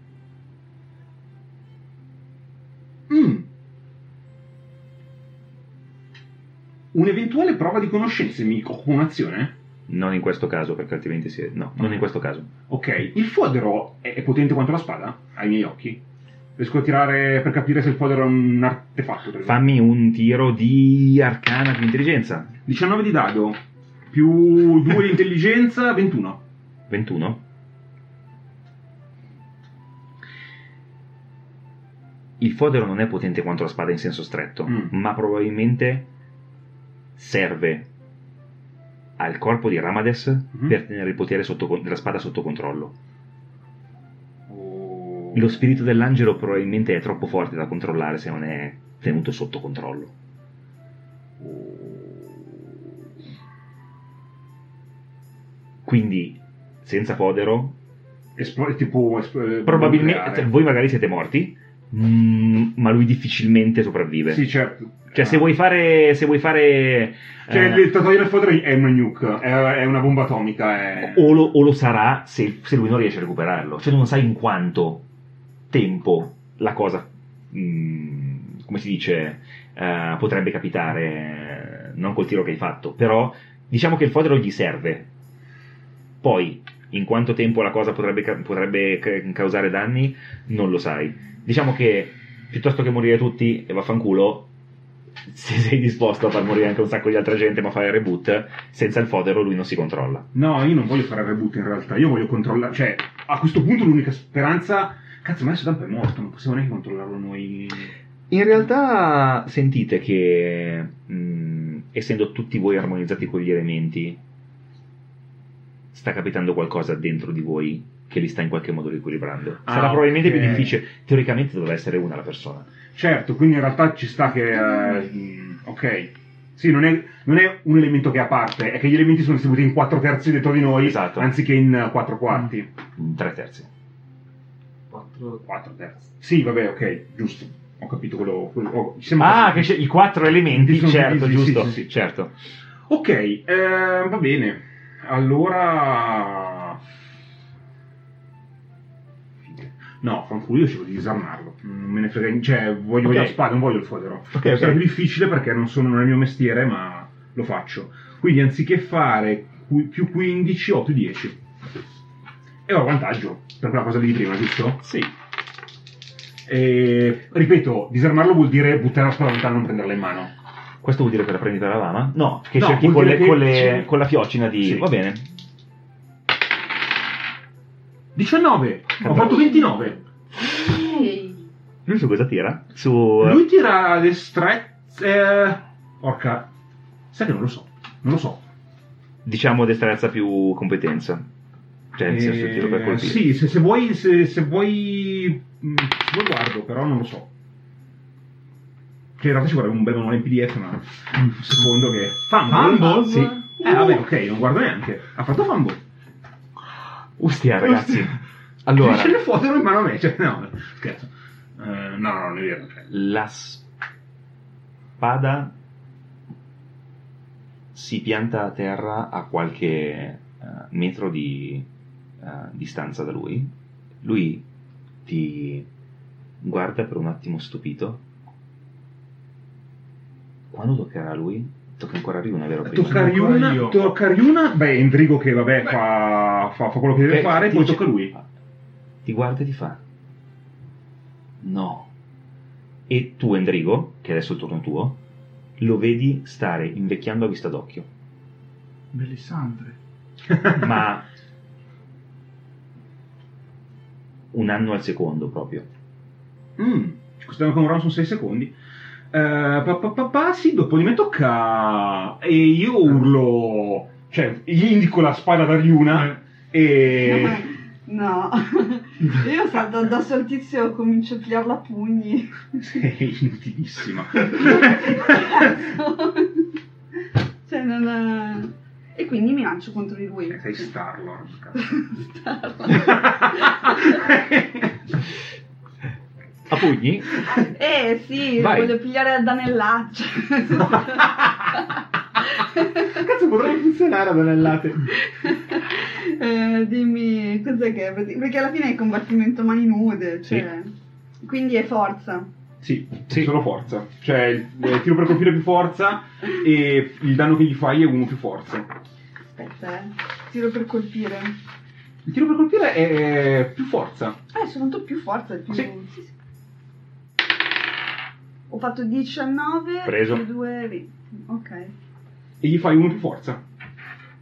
Un'eventuale prova di conoscenze mi occupa un'azione? Non in questo caso, perché altrimenti no, non in questo caso. Ok, il fodero è potente quanto la spada? Ai miei occhi? Riesco a tirare per capire se il fodero è un artefatto. Per esempio. Fammi un tiro di arcana più intelligenza. 19 di dado più 2 di intelligenza, 21. 21. Il fodero non è potente quanto la spada in senso stretto, ma probabilmente serve al corpo di Ramades per tenere il potere della spada sotto controllo. Lo spirito dell'angelo probabilmente è troppo forte da controllare se non è tenuto sotto controllo. Quindi, senza fodero, probabilmente voi magari siete morti, ma lui difficilmente sopravvive. Sì, certo. Cioè, se vuoi fare cioè, il togliere il fodero è una nuke, è una bomba atomica. O lo sarà se lui non riesce a recuperarlo. Cioè, non sai in quanto tempo la cosa, come si dice, potrebbe capitare, non col tiro che hai fatto. Però, diciamo che il fodero gli serve. Poi, in quanto tempo la cosa potrebbe causare danni, non lo sai. Diciamo che, piuttosto che morire tutti e vaffanculo, se sei disposto a far morire anche un sacco di altra gente ma fare il reboot, senza il fodero lui non si controlla. No, io non voglio fare il reboot in realtà, io voglio controllare, cioè, a questo punto l'unica speranza, cazzo, ma adesso tanto è morto, non possiamo neanche controllarlo noi. In realtà sentite che, essendo tutti voi armonizzati con gli elementi, sta capitando qualcosa dentro di voi che li sta in qualche modo riequilibrando. Sarà probabilmente più difficile. Teoricamente dovrebbe essere una la persona. Certo, quindi in realtà ci sta che... ok. Sì, non è un elemento che è a parte, è che gli elementi sono distribuiti in 4/3 dentro di noi, esatto, anziché in 4/4. 3/3. 4/3. Sì, vabbè, ok, giusto. Ho capito quello che c'è i 4 elementi, certo, giusto. Sì. Certo. Ok, va bene. Allora... No, fanculo, io cerco di disarmarlo. Non me ne frega, cioè, voglio la spada, non voglio il fodero. Okay. Sarà più difficile perché non è il mio mestiere, ma lo faccio. Quindi anziché fare più 15 ho più 10. E ho vantaggio per quella cosa lì di prima, giusto? Sì. E, ripeto, disarmarlo vuol dire buttare la spada lontano e non prenderla in mano. Questo vuol dire che la prendi per la lama? No, che cerchi con la fiocina di... Sì. Va bene. 19! Ho fatto 29! Ehi. Lui su cosa tira? Lui tira destrezza... Porca... Sai che non lo so. Diciamo destrezza più competenza. Cioè, nel senso tiro per colpire. Sì, se vuoi guardo, però non lo so. Cioè, in realtà ci vorrebbe un bel manuale in PDF, ma un secondo che... Fumble? Sì. Vabbè, ok, non guardo neanche. Ha fatto fumble. Ustia, ragazzi. Allora... C'è il fodero in mano a me, cioè, no, scherzo. No, non è vero. Cioè. La spada si pianta a terra a qualche metro di distanza da lui. Lui ti guarda per un attimo stupito. Quando toccherà a lui? Tocca ancora a Ryuna, vero? Tocca a Ryuna, beh, Endrigo che vabbè fa quello che deve fare, poi tocca a lui. Ti guarda e ti fa: no. E tu, Endrigo, che adesso è il turno tuo, lo vedi stare invecchiando a vista d'occhio. Melisandre. Ma un anno al secondo proprio. Questo con un round sono 6 secondi. Sì, dopo di me tocca e io urlo, cioè gli indico la spada da Ryuna e... No, io salto addosso al tizio e comincio a pigliarlo a pugni. Sei inutilissima. Cioè non... E quindi mi lancio contro di lui. Sei Star-Lord. A pugni? Sì, vai. Voglio pigliare a danellaccio. Cazzo, potrebbe funzionare a danellate. Dimmi, cos'è che è? Perché alla fine è combattimento mani nude, cioè... Sì. Quindi è forza. Sì, solo forza. Cioè, il tiro per colpire più forza e il danno che gli fai è 1 più forza. Aspetta, tiro per colpire. Il tiro per colpire è più forza. Soltanto più forza, più... Sì. Ho fatto 19 preso. più 2 20. Ok. E gli fai 1 più forza.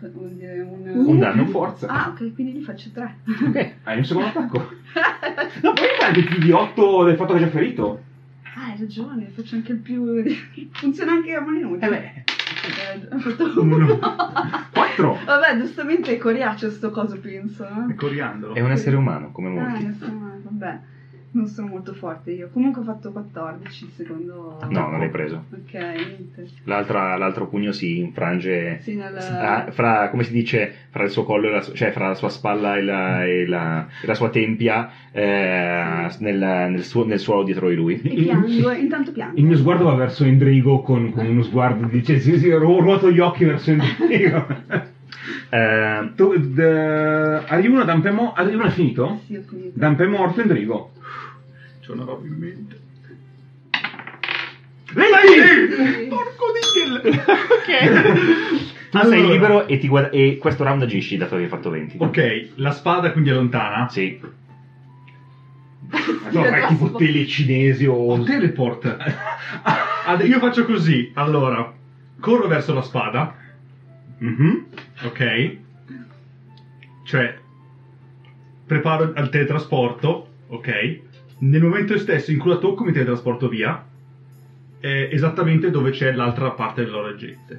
vuol dire Un danno forza. Ah, ok, quindi gli faccio 3. Ok, hai un secondo attacco. No, poi fai anche più di 8 del fatto che hai già ferito. Ah, hai ragione, faccio anche il più... Funziona anche a mano inutile. Ho fatto 1. 4. Vabbè, giustamente è coriaceo sto coso, penso. È coriandolo. È un essere umano, come molti. Vabbè, non sono molto forte io. Comunque ho fatto 14 il secondo... No, non l'hai preso. Ok, niente. L'altro pugno si infrange Sì, fra, come si dice, fra il suo collo e cioè fra la sua spalla e la sua tempia, nel suolo dietro di lui. E piango, intanto piango. Il mio sguardo va verso Endrigo con uno sguardo di... Cioè, sì, ruoto gli occhi verso Endrigo. Arrivo a Dampemo... Arrivo è finito? Sì, ho finito. Dampe è morto, Endrigo. C'ho una roba in mente. 20! Porco Nigel! Ok. Tu sei libero e questo round agisci, dato che hai fatto 20. Ok, la spada quindi è lontana? Sì. No, è tipo telecinese o... Teleport. Io faccio così. Allora, corro verso la spada. Ok. Cioè, preparo al teletrasporto. Ok. Nel momento stesso in cui la tocco mi teletrasporto via. Esattamente dove c'è l'altra parte della reggente.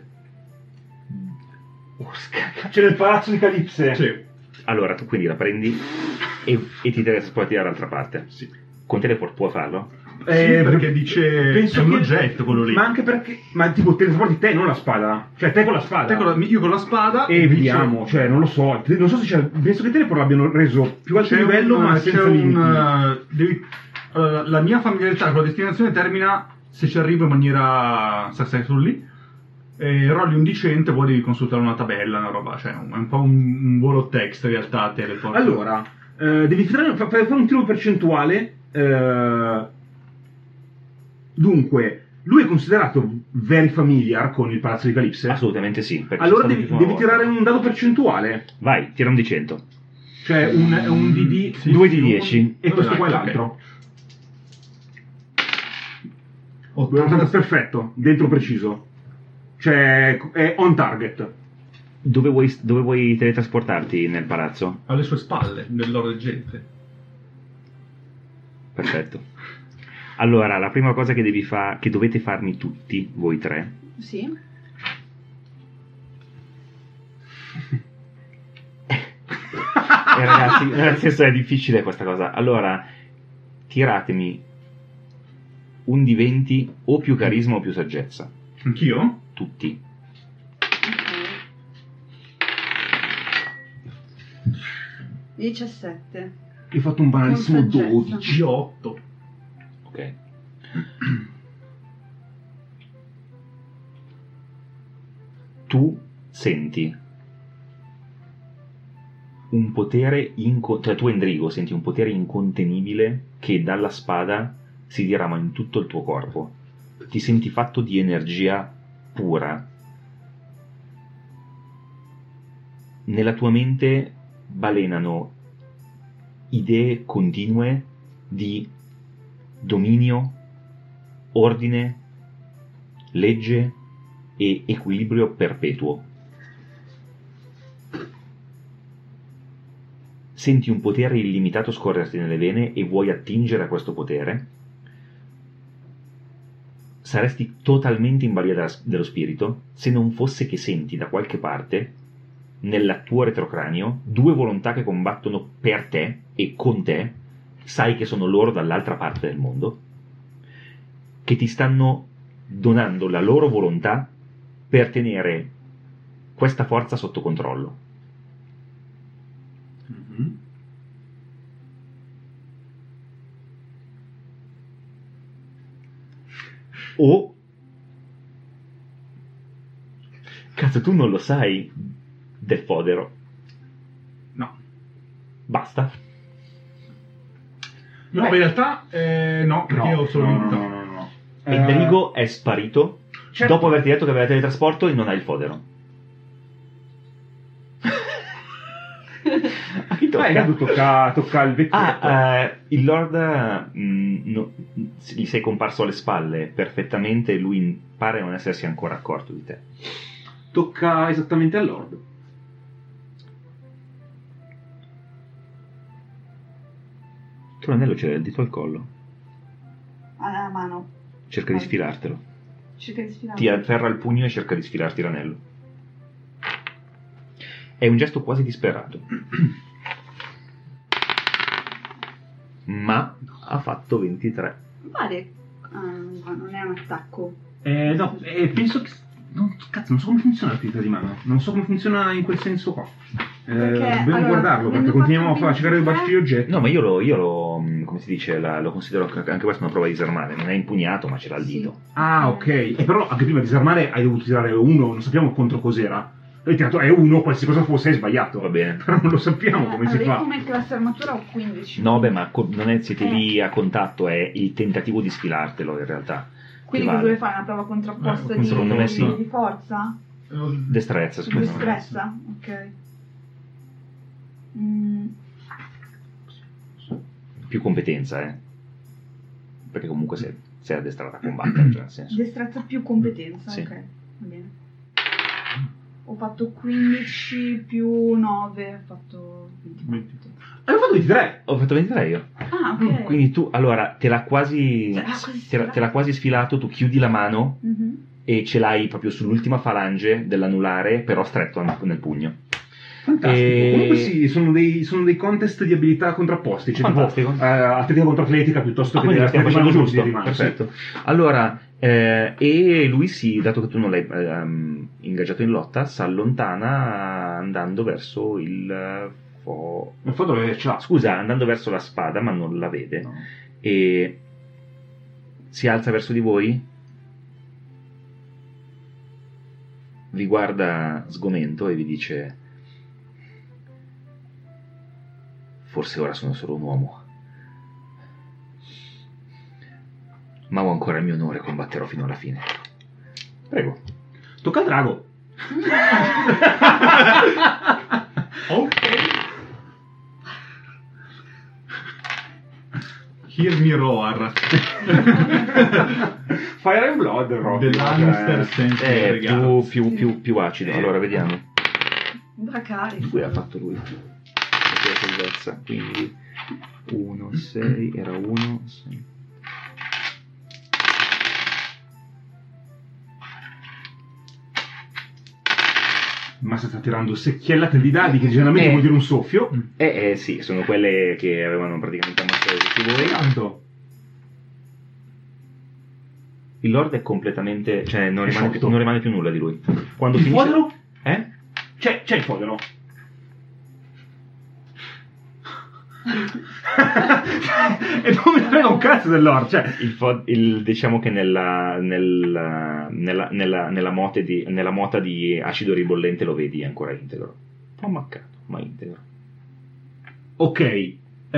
C'è nel palazzo di Calipse. Sì. Allora, tu quindi la prendi e ti teletrasporti dall'altra parte. Sì. Con teleport puoi farlo? Sì, perché dice penso è un che- oggetto quello lì. Ma anche perché... Ma tipo teletrasporti te, non la spada. Cioè te con la spada. Io con la spada E vediamo, cioè non lo so. Non so se c'è... Penso che teleport l'abbiano reso più alto livello, ma senza limiti. La mia familiarità con la destinazione termina se ci arrivo in maniera successful lì. Rolli un dicente, poi devi consultare una tabella, una roba, cioè è un po' un volo text in realtà teleport. Allora, devi fare un tiro percentuale. Dunque, lui è considerato very familiar con il palazzo di Calipse? Assolutamente sì. perché Allora c'è stato devi più di una tirare volta. un dado percentuale. Vai, tira un di 100. Cioè un DD... Sì, 2 sì, di 10. E questo Vabbè, qua è ok. l'altro. 80. Perfetto, dentro preciso. Cioè, è on target. Dove vuoi teletrasportarti nel palazzo? Alle sue spalle, dell'oro reggente. Perfetto. Allora, la prima cosa che dovete farmi tutti, voi tre, Sì. ragazzi, nel senso è difficile questa cosa. Allora, tiratemi un di 20 o più carisma o più saggezza. Anch'io? Tutti. Ok. 17. Hai fatto un banalissimo Con saggezza. 12. 8. Ok. Tu senti un potere cioè tu Endrigo senti un potere incontenibile che dalla spada si dirama in tutto il tuo corpo. Ti senti fatto di energia pura. Nella tua mente balenano idee continue di dominio, ordine, legge e equilibrio perpetuo. Senti un potere illimitato scorrerti nelle vene e vuoi attingere a questo potere. Saresti totalmente in balia dello spirito se non fosse che senti da qualche parte, nel tuo retrocranio, due volontà che combattono per te e con te, sai che sono loro dall'altra parte del mondo, che ti stanno donando la loro volontà per tenere questa forza sotto controllo. O cazzo, tu non lo sai del fodero. No. Basta. No, in realtà no, perché io ho solo no. Endrigo è sparito certo. dopo averti detto che aveva teletrasporto e non ha il fodero. A chi tocca? Tocca il vecchietto. Il Lord gli sei comparso alle spalle perfettamente e lui pare non essersi ancora accorto di te. Tocca esattamente al Lord. Tu l'anello c'è il dito al collo. A mano. Cerca di sfilartelo. Cerca di sfilarlo. Ti afferra il pugno e cerca di sfilarti l'anello. È un gesto quasi disperato. Ma ha fatto 23. Vale. Non è un attacco. No, penso che... cazzo, non so come funziona l'attività di mano. Non so come funziona in quel senso qua. Dobbiamo guardarlo, perché continuiamo a cercare di battere gli oggetti. No, ma io lo come si dice, lo considero anche questa una prova di disarmare. Non è impugnato, ma ce l'ha al dito. Ah, ok. E però anche prima di disarmare hai dovuto tirare 1, non sappiamo contro cos'era. Hai tirato 1, qualsiasi cosa fosse, hai sbagliato. Va bene. Però non lo sappiamo come si fa. Io come classe armatura ho 15. No, beh, ma non è, siete lì a contatto, è il tentativo di sfilartelo in realtà. Quindi cosa deve fare? Una prova contrapposta secondo me sì. di forza? Destrezza, secondo me. Destrezza, ok. Più competenza, perché comunque sei addestrata a combattere, cioè nel senso. Destrezza più competenza, Sì. ok, va bene. Ho fatto 15 più 9, ho fatto 24. Avevo fatto 23! Ho fatto 23 io. Ah, ok. Quindi tu, allora, te l'ha quasi sfilato, tu chiudi la mano e ce l'hai proprio sull'ultima falange dell'anulare, però stretto nel pugno. Fantastico. Comunque sì, sono dei contest di abilità contrapposti, cioè Fantastico. tipo atletica contro atletica piuttosto che quindi la stiamo facendo giusto. di mano. Perfetto. Allora, e lui dato che tu non l'hai ingaggiato in lotta, si allontana andando verso il dove ce l'ha? Scusa, andando verso la spada, ma non la vede. No. E si alza verso di voi, vi guarda sgomento e vi dice: forse ora sono solo un uomo, ma ho ancora il mio onore, combatterò fino alla fine. Prego. Tocca al drago. Ok. Hear me roar. Fire and Blood, Rocky. The Lannister senza ragazzi. più acido. Allora, vediamo. Dracari. Qui ha fatto lui. Salvezza, quindi 1, 6, era 1, 6. Ma sta tirando secchiellate di dadi che generalmente vuol dire un soffio. Sì, sono quelle che avevano praticamente ammazzato tutti voi. Tanto. Il Lord è completamente, cioè non È rimane più nulla di lui. Quando Il finisce... fodero? C'è il fodero. E non mi frega un cazzo del Lord, cioè. Diciamo che nella mota di acido ribollente lo vedi ancora integro. Un po' maccato, ma integro. Ok.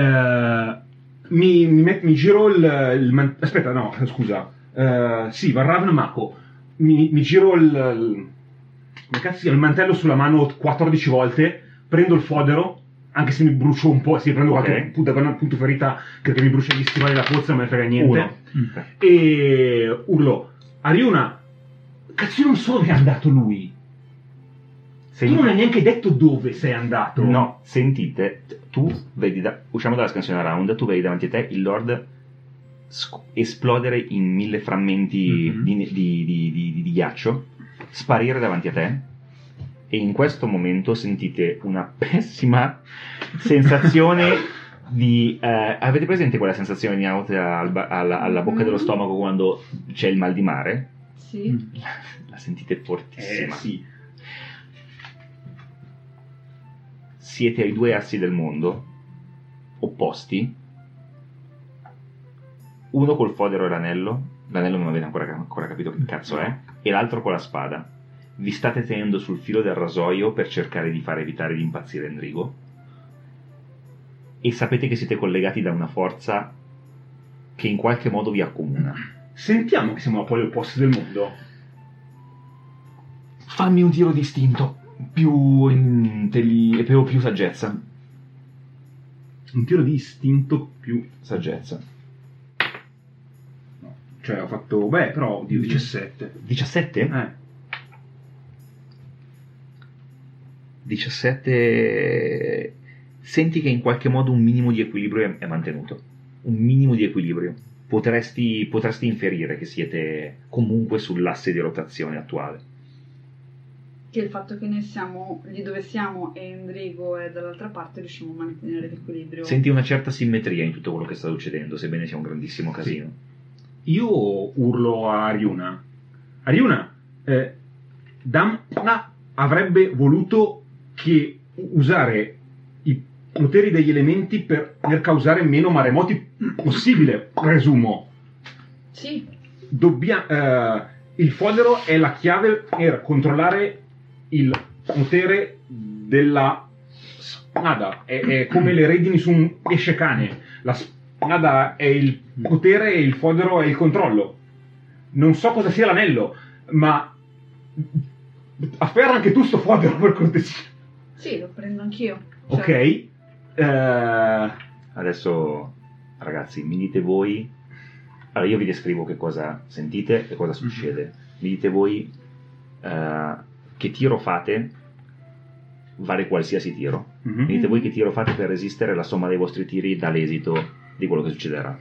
Mi giro il aspetta, no, scusa. Sì, Varravn Mako. Mi giro come cazzo si chiama? Il mantello sulla mano 14 volte, prendo il fodero, anche se mi brucio un po', prendo qualche punto ferita che mi brucia gli stivali la pozza, non me ne frega niente. E urlo: Ariuna, cazzo, io non so dove è andato lui. Tu non hai neanche detto dove sei andato. No, sentite, tu vedi, usciamo dalla scansione round, tu vedi davanti a te il Lord esplodere in 1000 frammenti di ghiaccio, sparire davanti a te, e in questo momento sentite una pessima sensazione di... avete presente quella sensazione di nausea alla bocca dello stomaco quando c'è il mal di mare? Sì. La sentite fortissima. Sì. Siete ai due assi del mondo, opposti, uno col fodero e l'anello non avete ancora capito che cazzo è, e l'altro con la spada. Vi state tenendo sul filo del rasoio per cercare di far evitare di impazzire Endrigo, e sapete che siete collegati da una forza che in qualche modo vi accomuna. Sentiamo che siamo a poli opposti del mondo. Fammi un tiro di istinto, più saggezza. Un tiro di istinto più saggezza. No, cioè ho fatto, però 17. 17? 17. senti che in qualche modo un minimo di equilibrio è mantenuto. Un minimo di equilibrio. Potresti inferire che siete comunque sull'asse di rotazione attuale. Che il fatto che noi siamo lì dove siamo e Endrigo è dall'altra parte, riusciamo a mantenere l'equilibrio. Senti una certa simmetria in tutto quello che sta succedendo, sebbene sia un grandissimo casino. Sì. Io urlo a Ariuna. Ariuna, Damna avrebbe voluto che usare i poteri degli elementi per causare meno maremoti possibile, presumo. Sì. Il fodero è la chiave per controllare il potere della spada. È come le redini su un pesce cane. La spada è il potere e il fodero è il controllo. Non so cosa sia l'anello, ma afferra anche tu sto fodero per cortesia. Sì, lo prendo anch'io. Ok. Adesso, ragazzi, mi dite voi. Allora, io vi descrivo che cosa sentite e cosa succede. Mi dite voi che tiro fate, vale qualsiasi tiro. Mi dite voi che tiro fate per resistere, la somma dei vostri tiri dà l'esito di quello che succederà.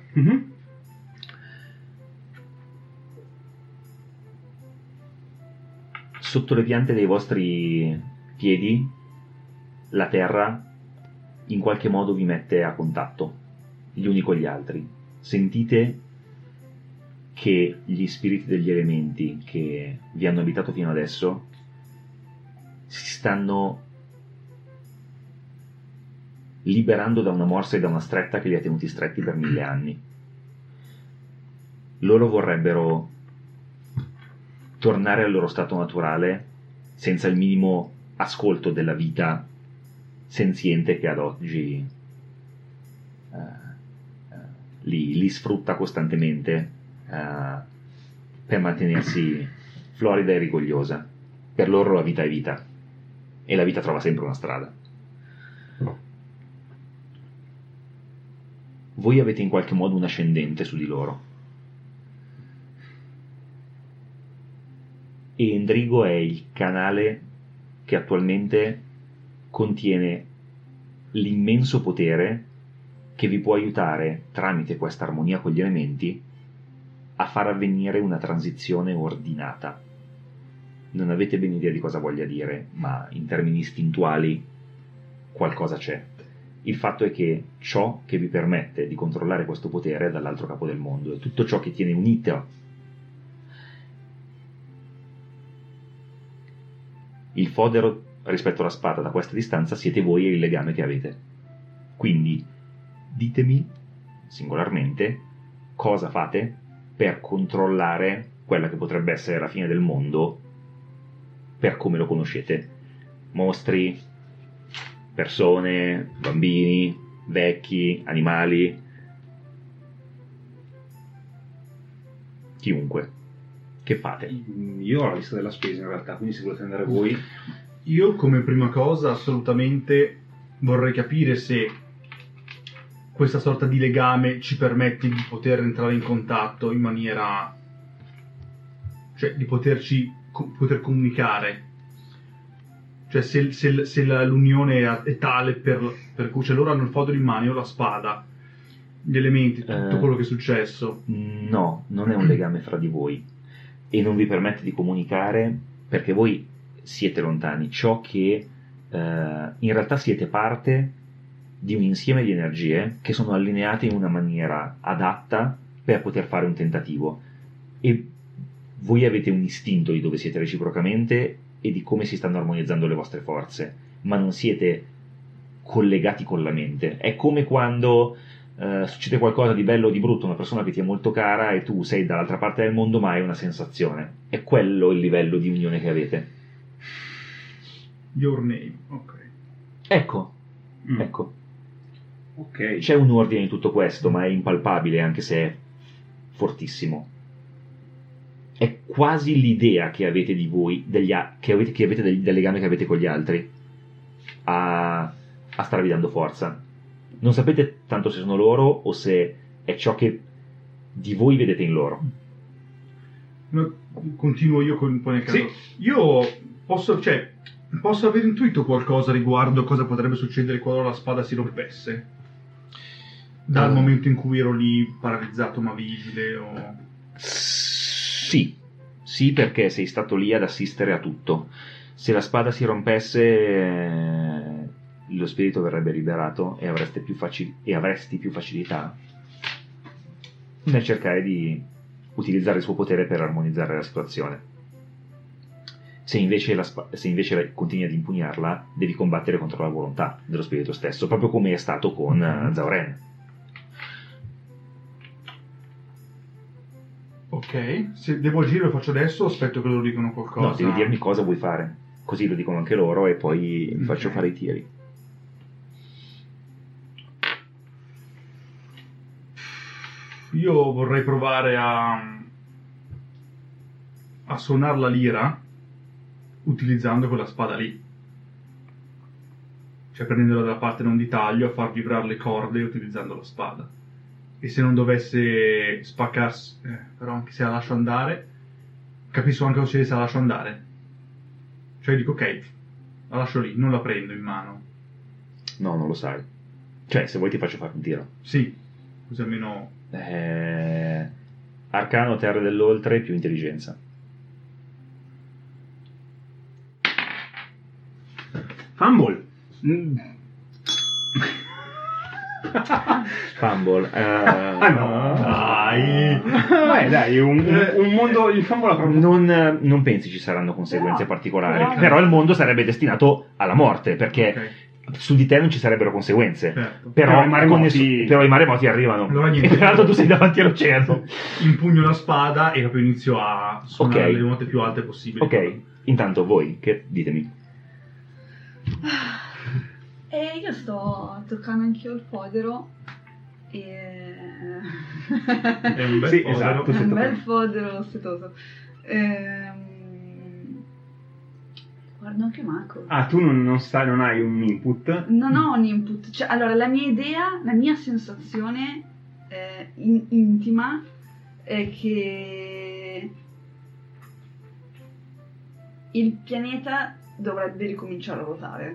Sotto le piante dei vostri piedi, la terra in qualche modo vi mette a contatto, gli uni con gli altri. Sentite che gli spiriti degli elementi che vi hanno abitato fino adesso si stanno liberando da una morsa e da una stretta che li ha tenuti stretti per 1000 anni. Loro vorrebbero tornare al loro stato naturale senza il minimo ascolto della vita senziente che ad oggi li sfrutta costantemente per mantenersi florida e rigogliosa. Per loro la vita è vita e la vita trova sempre una strada. Voi avete in qualche modo un ascendente su di loro e Endrigo è il canale che attualmente contiene l'immenso potere che vi può aiutare, tramite questa armonia con gli elementi, a far avvenire una transizione ordinata. Non avete ben idea di cosa voglia dire, ma in termini istintuali qualcosa c'è. Il fatto è che ciò che vi permette di controllare questo potere è dall'altro capo del mondo, e tutto ciò che tiene unito il fodero rispetto alla spada da questa distanza siete voi e il legame che avete. Quindi ditemi singolarmente cosa fate per controllare quella che potrebbe essere la fine del mondo per come lo conoscete. Mostri, persone, bambini, vecchi, animali, chiunque. Che fate? Io ho la lista della spesa in realtà, quindi se volete andare voi. Io come prima cosa assolutamente vorrei capire se questa sorta di legame ci permette di poter entrare in contatto in maniera, cioè di poter comunicare, cioè se l'unione è tale per cui, cioè, loro hanno il fodero in mano, io ho la spada, gli elementi, tutto quello che è successo. No, non è un legame fra di voi e non vi permette di comunicare perché voi siete lontani. Ciò che in realtà siete parte di un insieme di energie che sono allineate in una maniera adatta per poter fare un tentativo, e voi avete un istinto di dove siete reciprocamente e di come si stanno armonizzando le vostre forze, ma non siete collegati con la mente. È come quando succede qualcosa di bello o di brutto, una persona che ti è molto cara e tu sei dall'altra parte del mondo ma hai una sensazione. È quello il livello di unione che avete. Your name, ok. Ecco. Ok. C'è un ordine in tutto questo, ma è impalpabile anche se è fortissimo. È quasi l'idea che avete di voi, che avete del legame che avete con gli altri, a starvi dando forza. Non sapete tanto se sono loro o se è ciò che di voi vedete in loro. No, continuo io con nel caso. Sì. Io posso, cioè, Posso aver intuito qualcosa riguardo cosa potrebbe succedere qualora la spada si rompesse? Dal momento in cui ero lì paralizzato ma vigile o... Sì, perché sei stato lì ad assistere a tutto. Se la spada si rompesse, lo spirito verrebbe liberato e avresti più facilità nel cercare di utilizzare il suo potere per armonizzare la situazione. Se invece continui ad impugnarla, devi combattere contro la volontà dello spirito stesso, proprio come è stato con Zauren. Ok, se devo agire lo faccio adesso o aspetto che loro dicano qualcosa? No, devi dirmi cosa vuoi fare, così lo dicono anche loro e poi faccio fare i tiri. Io vorrei provare a suonare la lira utilizzando quella spada lì. Cioè prendendola dalla parte non di taglio, a far vibrare le corde utilizzando la spada. E se non dovesse spaccarsi, però anche se la lascio andare, capisco anche cosa succede se la lascio andare. Cioè dico ok, la lascio lì, non la prendo in mano. No, non lo sai. Cioè, se vuoi ti faccio fare un tiro. Sì, così almeno... Arcano, terra dell'oltre, più intelligenza. Fumble. Fumble. No. Dai, un mondo, il fumble proprio... Non pensi ci saranno conseguenze particolari, no. però il mondo sarebbe destinato alla morte, perché su di te non ci sarebbero conseguenze. Certo. Però Però i maremoti arrivano. Allora niente. E peraltro tu sei davanti all'oceano. Impugno la spada e proprio inizio a suonare Ok. le note più alte possibili. Ok, intanto voi, che ditemi? E io sto toccando anch'io il fodero e... È un bel Sì, fodero. esatto. È un bel fodero setoso. Guardo anche Mako. Ah, tu non hai un input? Non ho un input. Cioè, allora, la mia idea, la mia sensazione intima è che il pianeta dovrebbe ricominciare a ruotare.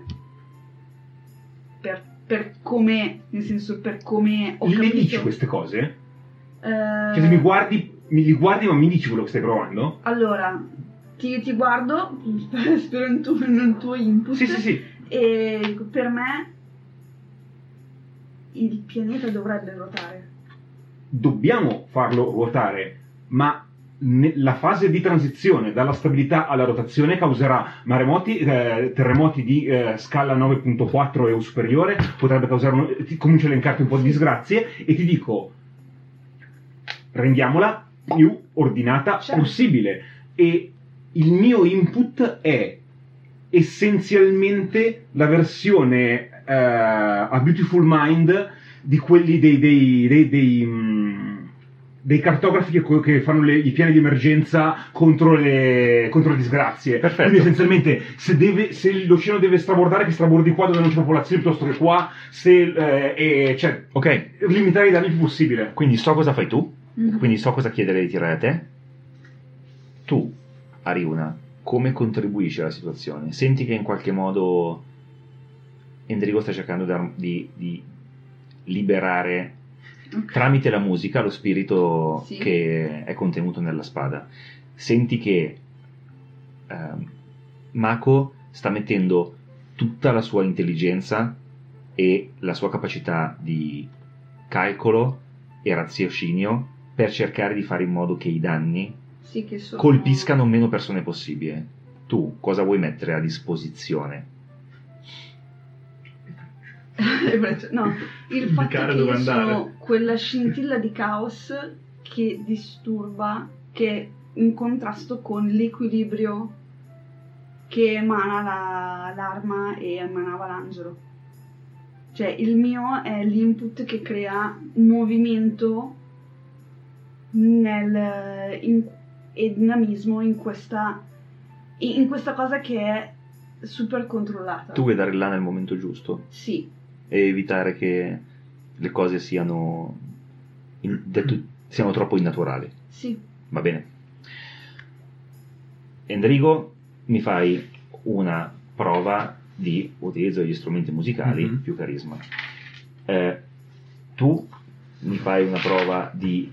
Per come, nel senso, per come ho Le capito. dici queste cose? Eh, Cioè, se mi li guardi, ma mi dici quello che stai provando? Allora, ti guardo, spero in tuo input. Sì. E per me il pianeta dovrebbe ruotare. Dobbiamo farlo ruotare, ma la fase di transizione dalla stabilità alla rotazione causerà maremoti, terremoti di scala 9.4 o superiore, potrebbe causare comincio a elencarti un po' di disgrazie e ti dico, rendiamola più ordinata possibile. E il mio input è essenzialmente la versione a Beautiful Mind di quelli dei cartografi che fanno i piani di emergenza contro le disgrazie. Perfetto. Quindi essenzialmente se l'oceano deve strabordare, che strabordi qua dove non c'è popolazione piuttosto che qua, cioè Ok, limitare i danni il più possibile. quindi so cosa fai tu, Mhm. quindi so cosa chiedere di tirare a te. Tu, Ariuna, come contribuisci alla situazione? Senti che in qualche modo Endrigo sta cercando di liberare tramite la musica lo spirito Sì. che è contenuto nella spada. Senti che Mako sta mettendo tutta la sua intelligenza e la sua capacità di calcolo e raziocinio per cercare di fare in modo che i danni Sì, che sono... colpiscano meno persone possibile. Tu cosa vuoi mettere a disposizione? No, il fatto Indicare che dove io andare. sono quella scintilla di caos che disturba, che è in contrasto con l'equilibrio che emana l'arma e emanava l'angelo. Cioè il mio è l'input che crea movimento e dinamismo in questa cosa che è super controllata. Tu vuoi dare là nel momento giusto Sì. e evitare che le cose siano troppo innaturali. Sì. Va bene. Endrigo, mi fai una prova di utilizzo degli strumenti musicali più carisma. Tu mi fai una prova di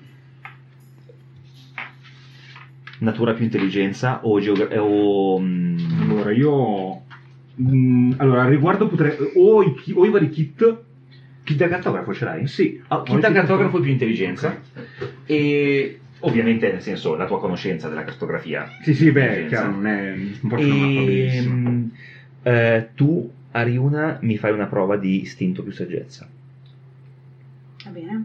natura più intelligenza o Allora, io... allora, al riguardo potrei... O i vari kit... Kit da cartografo ce l'hai? Sì. Kit da cartografo più intelligenza. E ovviamente, nel senso, la tua conoscenza della cartografia. Sì, beh, chiaro, non faccio una mappa bellissima. Tu, Ariuna, mi fai una prova di istinto più saggezza. Va bene.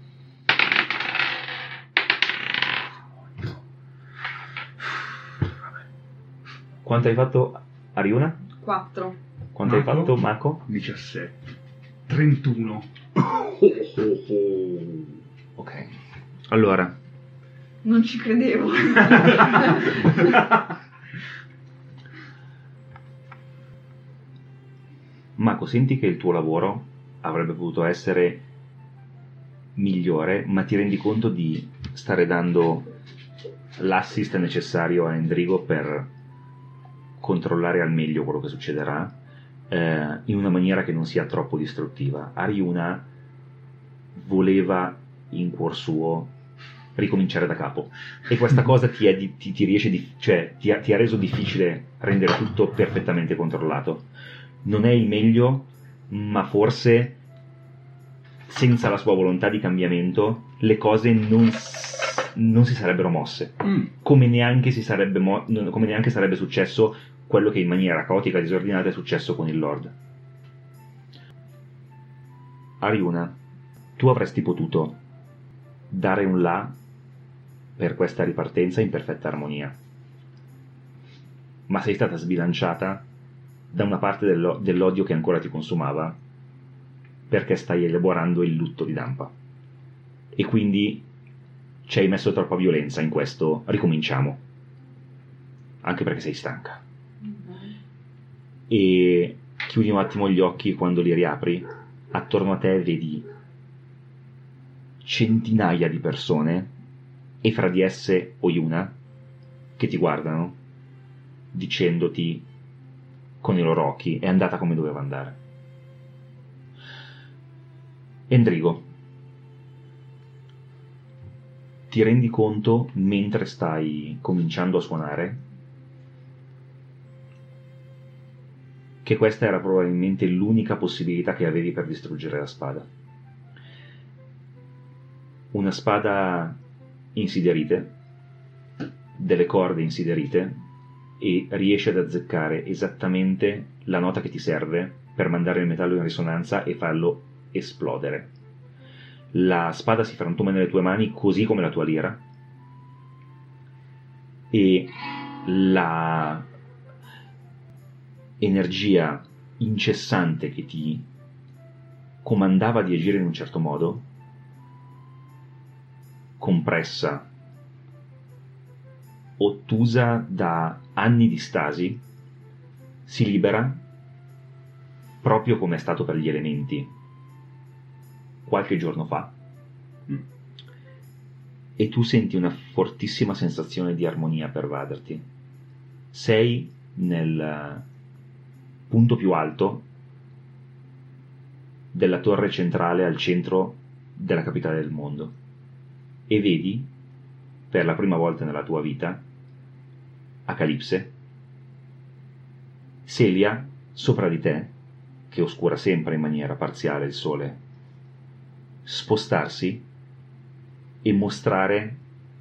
Quanto hai fatto, Ariuna? 4. Quanto hai fatto, Mako? 17. 31. Ok. Allora, Non ci credevo. Mako, senti che il tuo lavoro avrebbe potuto essere migliore, ma ti rendi conto di stare dando l'assist necessario a Endrigo per controllare al meglio quello che succederà, in una maniera che non sia troppo distruttiva. Ariuna voleva in cuor suo ricominciare da capo e questa cosa ti ha reso difficile rendere tutto perfettamente controllato. Non è il meglio, ma forse senza la sua volontà di cambiamento le cose non si sarebbero mosse, come neanche sarebbe successo quello che in maniera caotica e disordinata è successo con il Lord. Ariuna, tu avresti potuto dare un là per questa ripartenza in perfetta armonia, ma sei stata sbilanciata da una parte dell'odio che ancora ti consumava, perché stai elaborando il lutto di Dampa, e quindi ci hai messo troppa violenza in questo ricominciamo, anche perché sei stanca. E chiudi un attimo gli occhi e quando li riapri, attorno a te vedi centinaia di persone, e fra di esse Oyuna, che ti guardano dicendoti con i loro occhi è andata come doveva andare. Endrigo, ti rendi conto mentre stai cominciando a suonare che questa era probabilmente l'unica possibilità che avevi per distruggere la spada. Una spada insiderite, delle corde insiderite, e riesci ad azzeccare esattamente la nota che ti serve per mandare il metallo in risonanza e farlo esplodere. La spada si frantuma nelle tue mani così come la tua lira, e la energia incessante che ti comandava di agire in un certo modo, compressa, ottusa da anni di stasi, si libera proprio come è stato per gli elementi qualche giorno fa, e tu senti una fortissima sensazione di armonia pervaderti. Sei nel punto più alto della torre centrale al centro della capitale del mondo e vedi per la prima volta nella tua vita a Calipse Celia sopra di te, che oscura sempre in maniera parziale il sole, spostarsi e mostrare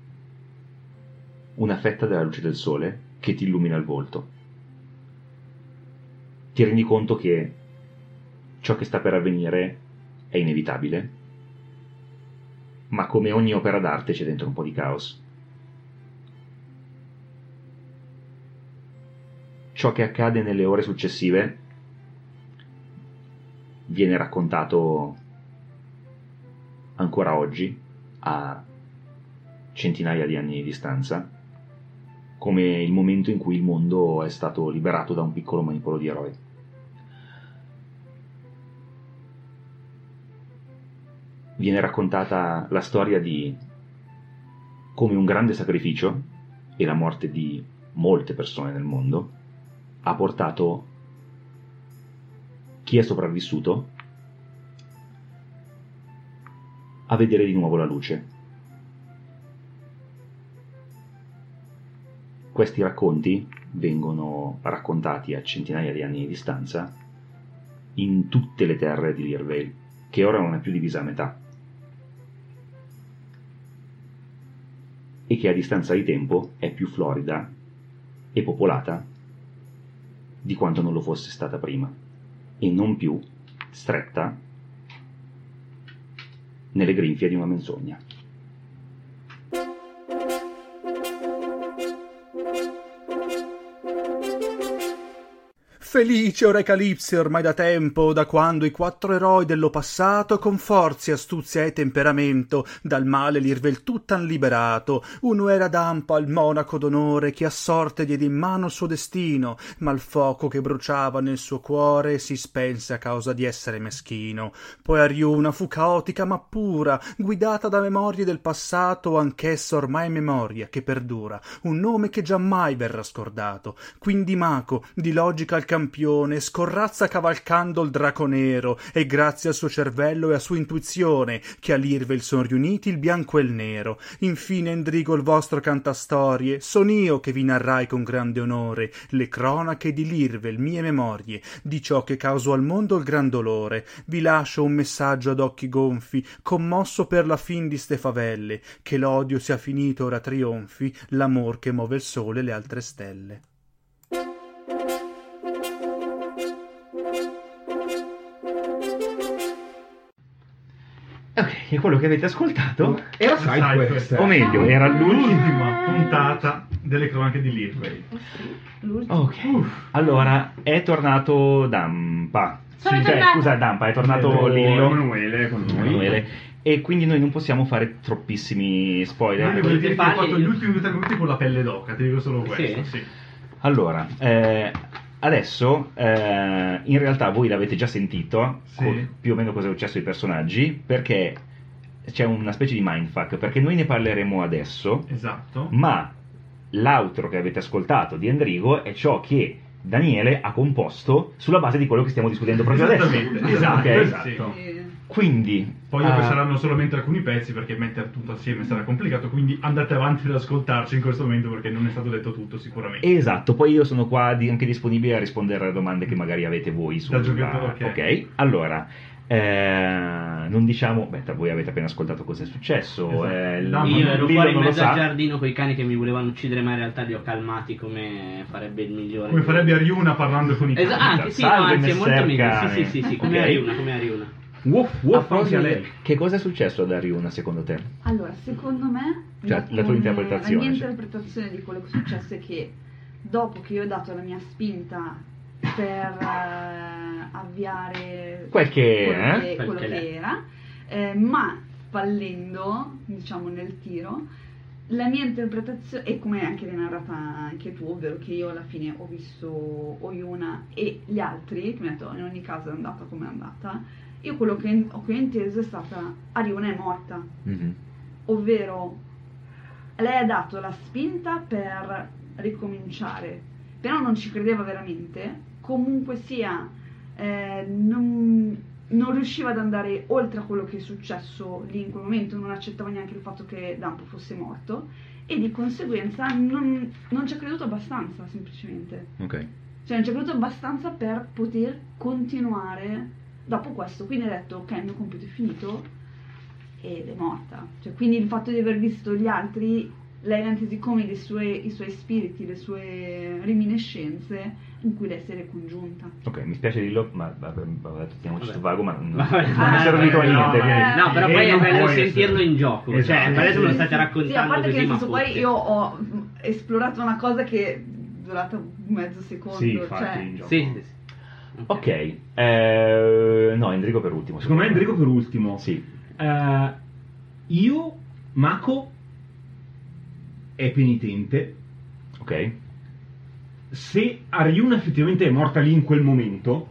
una fetta della luce del sole che ti illumina il volto. Ti rendi conto che ciò che sta per avvenire è inevitabile, ma come ogni opera d'arte c'è dentro un po' di caos. Ciò che accade nelle ore successive viene raccontato ancora oggi, a centinaia di anni di distanza, come il momento in cui il mondo è stato liberato da un piccolo manipolo di eroi. Viene raccontata la storia di come un grande sacrificio e la morte di molte persone nel mondo ha portato chi è sopravvissuto a vedere di nuovo la luce. Questi racconti vengono raccontati a centinaia di anni di distanza in tutte le terre di Lirvale, che ora non è più divisa a metà, e che a distanza di tempo è più florida e popolata di quanto non lo fosse stata prima, e non più stretta nelle grinfie di una menzogna. Felice o re Calipse ormai da tempo, da quando i 4 eroi dello passato con forze, astuzia e temperamento dal male l'Irvel tuttan liberato. Uno era Dampa, il monaco d'onore, che a sorte diede in mano il suo destino, ma il fuoco che bruciava nel suo cuore si spense a causa di essere meschino. Poi Ariuna fu caotica ma pura, guidata da memorie del passato, anch'essa ormai memoria che perdura, un nome che giammai verrà scordato. Quindi Mako, di logica al campione, scorrazza cavalcando il draco nero, e grazie al suo cervello e a sua intuizione che all'Irvel son riuniti il bianco e il nero. Infine Endrigo il vostro cantastorie, son io che vi narrai con grande onore le cronache di Lirvel, mie memorie, di ciò che causò al mondo il gran dolore. Vi lascio un messaggio ad occhi gonfi, commosso per la fin di ste favelle, che l'odio sia finito ora trionfi, l'amor che muove il sole e le altre stelle. Ok, e quello che avete ascoltato Era SideQuest. o meglio, era l'ultima puntata delle cronache di Lirvale. Ok, allora è tornato Dampa. Sono tornato. Scusa, Dampa, è tornato Lillo. Emanuele con noi. Emanuele. E quindi noi non possiamo fare troppissimi spoiler. Voglio perché- dire che ho fatto gli ultimi 2 minuti con la pelle d'oca, ti dico solo questo. Sì. Sì. Allora, adesso in realtà voi l'avete già sentito, Sì. più o meno cosa è successo ai personaggi, perché c'è una specie di mindfuck, perché noi ne parleremo adesso, Esatto. ma l'outro che avete ascoltato di Endrigo è ciò che Daniele ha composto sulla base di quello che stiamo discutendo proprio adesso. Esattamente, esatto, Ok? esatto. Quindi Poi dopo saranno solamente alcuni pezzi perché mettere tutto assieme sarà complicato, quindi andate avanti ad ascoltarci in questo momento perché non è stato detto tutto sicuramente. esatto, poi io sono qua anche disponibile a rispondere a domande che magari avete voi Da giocatore, ok. ok, allora non diciamo, voi avete appena ascoltato cosa è successo. Esatto. Io ero Lillo fuori in non lo mezzo al sa. giardino con i cani che mi volevano uccidere, ma in realtà li ho calmati come farebbe il migliore. Come farebbe Ariuna parlando con i cani. Anche sì, no, Salve, anzi è molto messer meglio. cane. Sì, come Ok. Ariuna, come Ariuna. A proposito, a lei. che cosa è successo ad Ariuna secondo te? Allora, secondo me, Cioè, la tua come- interpretazione, La mia cioè. interpretazione di quello che è successo è che dopo che io ho dato la mia spinta per avviare Quel che quello è, che, Quel quello che che era, ma fallendo, diciamo, nel tiro, la mia interpretazione, e come anche l'hai narrata anche tu, ovvero che io alla fine ho visto Oyuna e gli altri, che mi hanno detto in ogni caso è andata come è andata, io quello che ho inteso è stata Ariuna è morta, Mhm. ovvero lei ha dato la spinta per ricominciare, però non ci credeva veramente, comunque sia non riusciva ad andare oltre a quello che è successo lì in quel momento, non accettava neanche il fatto che Dampo fosse morto e di conseguenza non ci ha creduto abbastanza, semplicemente. Ok. Cioè non ci ha creduto abbastanza per poter continuare dopo questo, quindi ha detto ok, il mio compito è finito ed è morta. Cioè, quindi il fatto di aver visto gli altri, lei ha intesi come i suoi spiriti, le sue reminiscenze in cui lei si è ricongiunta. Ok, mi spiace dirlo, ma teniamoci Vabbè. sto vago, ma non Vabbè. mi è servito a niente. no, quindi- No, però E poi è non bello può sentirlo essere. in gioco. Esatto. Cioè, adesso me lo state Sì, a raccontando parte che così, nel ma senso poi fotte. io ho esplorato una cosa che è durata mezzo secondo. Sì, infatti, cioè, in gioco. Sì. Ok, no, Endrigo per ultimo. Secondo me Endrigo per ultimo. Sì. Io, Mako è penitente. Ok. Se Ariuna effettivamente è morta lì in quel momento,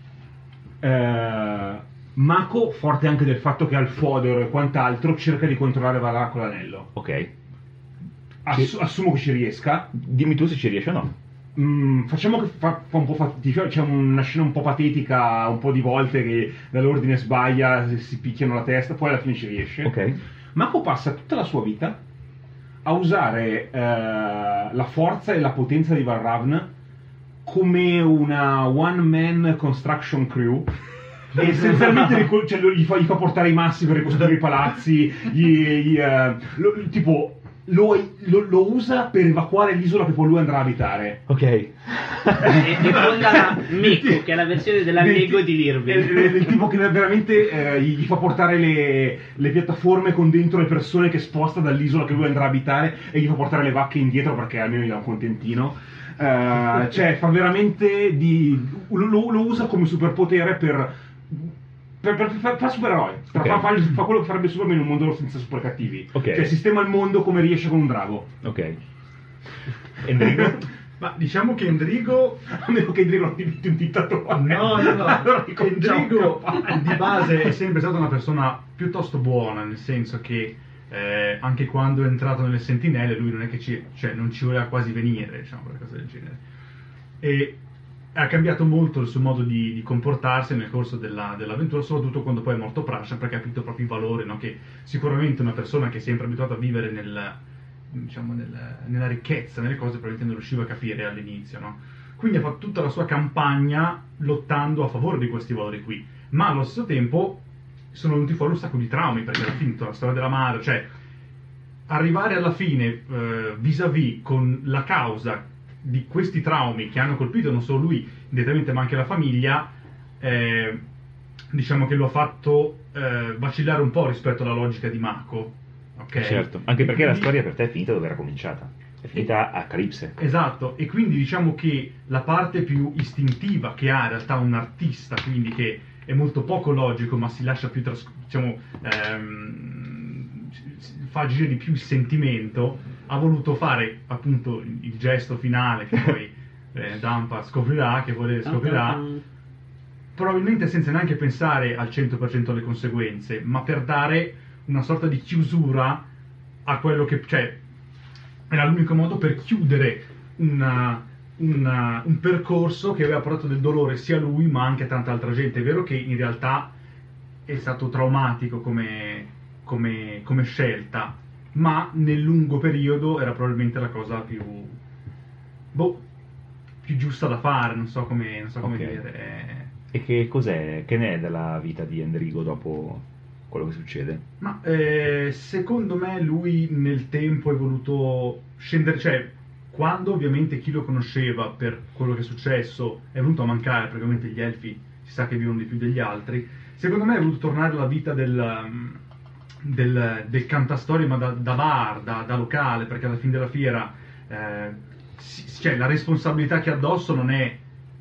Mako, forte anche del fatto che ha il Fodor e quant'altro, cerca di controllare Valar con l'anello. Ok. Assumo che ci riesca. Dimmi tu se ci riesci o no. Facciamo che fa un po' fatica, c'è una scena un po' patetica, un po' di volte che dall'ordine sbaglia, si picchiano la testa, poi alla fine ci riesce. Ok. Mako passa tutta la sua vita a usare la forza e la potenza di Varravn come una one-man construction crew. E essenzialmente cioè, gli fa portare i massi per ricostruire i palazzi, tipo lo usa per evacuare l'isola che poi lui andrà a abitare. Ok. E fonda la Meko, che è la versione della Lego di Lirving. È il tipo che veramente gli fa portare le piattaforme con dentro le persone che sposta dall'isola che lui andrà a abitare e gli fa portare le vacche indietro perché almeno gli dà un contentino. Cioè fa veramente lo usa come superpotere per fa supereroi. Okay. Fa quello che farebbe Superman in un mondo senza super cattivi. Okay. Cioè sistema il mondo come riesce con un drago. Ok. Endrigo? Ma diciamo che Endrigo... A meno che Endrigo non diventi un dittatore. No, Allora Endrigo di base è sempre stata una persona piuttosto buona, nel senso che anche quando è entrato nelle sentinelle lui non è che non ci voleva quasi venire, diciamo, qualcosa del genere. E ha cambiato molto il suo modo di comportarsi nel corso dell'avventura, soprattutto quando poi è morto Prasha, perché ha capito proprio i valori, no? Che sicuramente una persona che è sempre abituata a vivere nella ricchezza, nelle cose, probabilmente non riusciva a capire all'inizio, no? Quindi ha fatto tutta la sua campagna lottando a favore di questi valori qui, ma allo stesso tempo sono venuti fuori un sacco di traumi, perché alla fine tutta la storia della madre, cioè arrivare alla fine vis-à-vis con la causa di questi traumi che hanno colpito non solo lui direttamente ma anche la famiglia, diciamo che lo ha fatto vacillare un po' rispetto alla logica di Mako, ok? Certo, anche perché la storia per te è finita dove era cominciata, è finita a Calipse. Esatto, e quindi diciamo che la parte più istintiva che ha in realtà un artista, quindi che è molto poco logico ma si lascia più fa agire di più il sentimento, ha voluto fare appunto il gesto finale che poi Dampa scoprirà, probabilmente senza neanche pensare al 100% alle conseguenze, ma per dare una sorta di chiusura a quello che, cioè, era l'unico modo per chiudere un percorso che aveva portato del dolore sia a lui ma anche a tanta altra gente. È vero che in realtà è stato traumatico come scelta, ma nel lungo periodo era probabilmente la cosa più giusta da fare, non so come Okay. dire. E che cos'è? Che ne è della vita di Endrigo dopo quello che succede? Ma secondo me lui nel tempo è voluto scendere, cioè quando ovviamente chi lo conosceva per quello che è successo è venuto a mancare, perché ovviamente gli elfi si sa che vivono di più degli altri, secondo me è voluto tornare alla vita del cantastorie, ma da bar, da locale, perché alla fine della fiera cioè, la responsabilità che ha addosso non è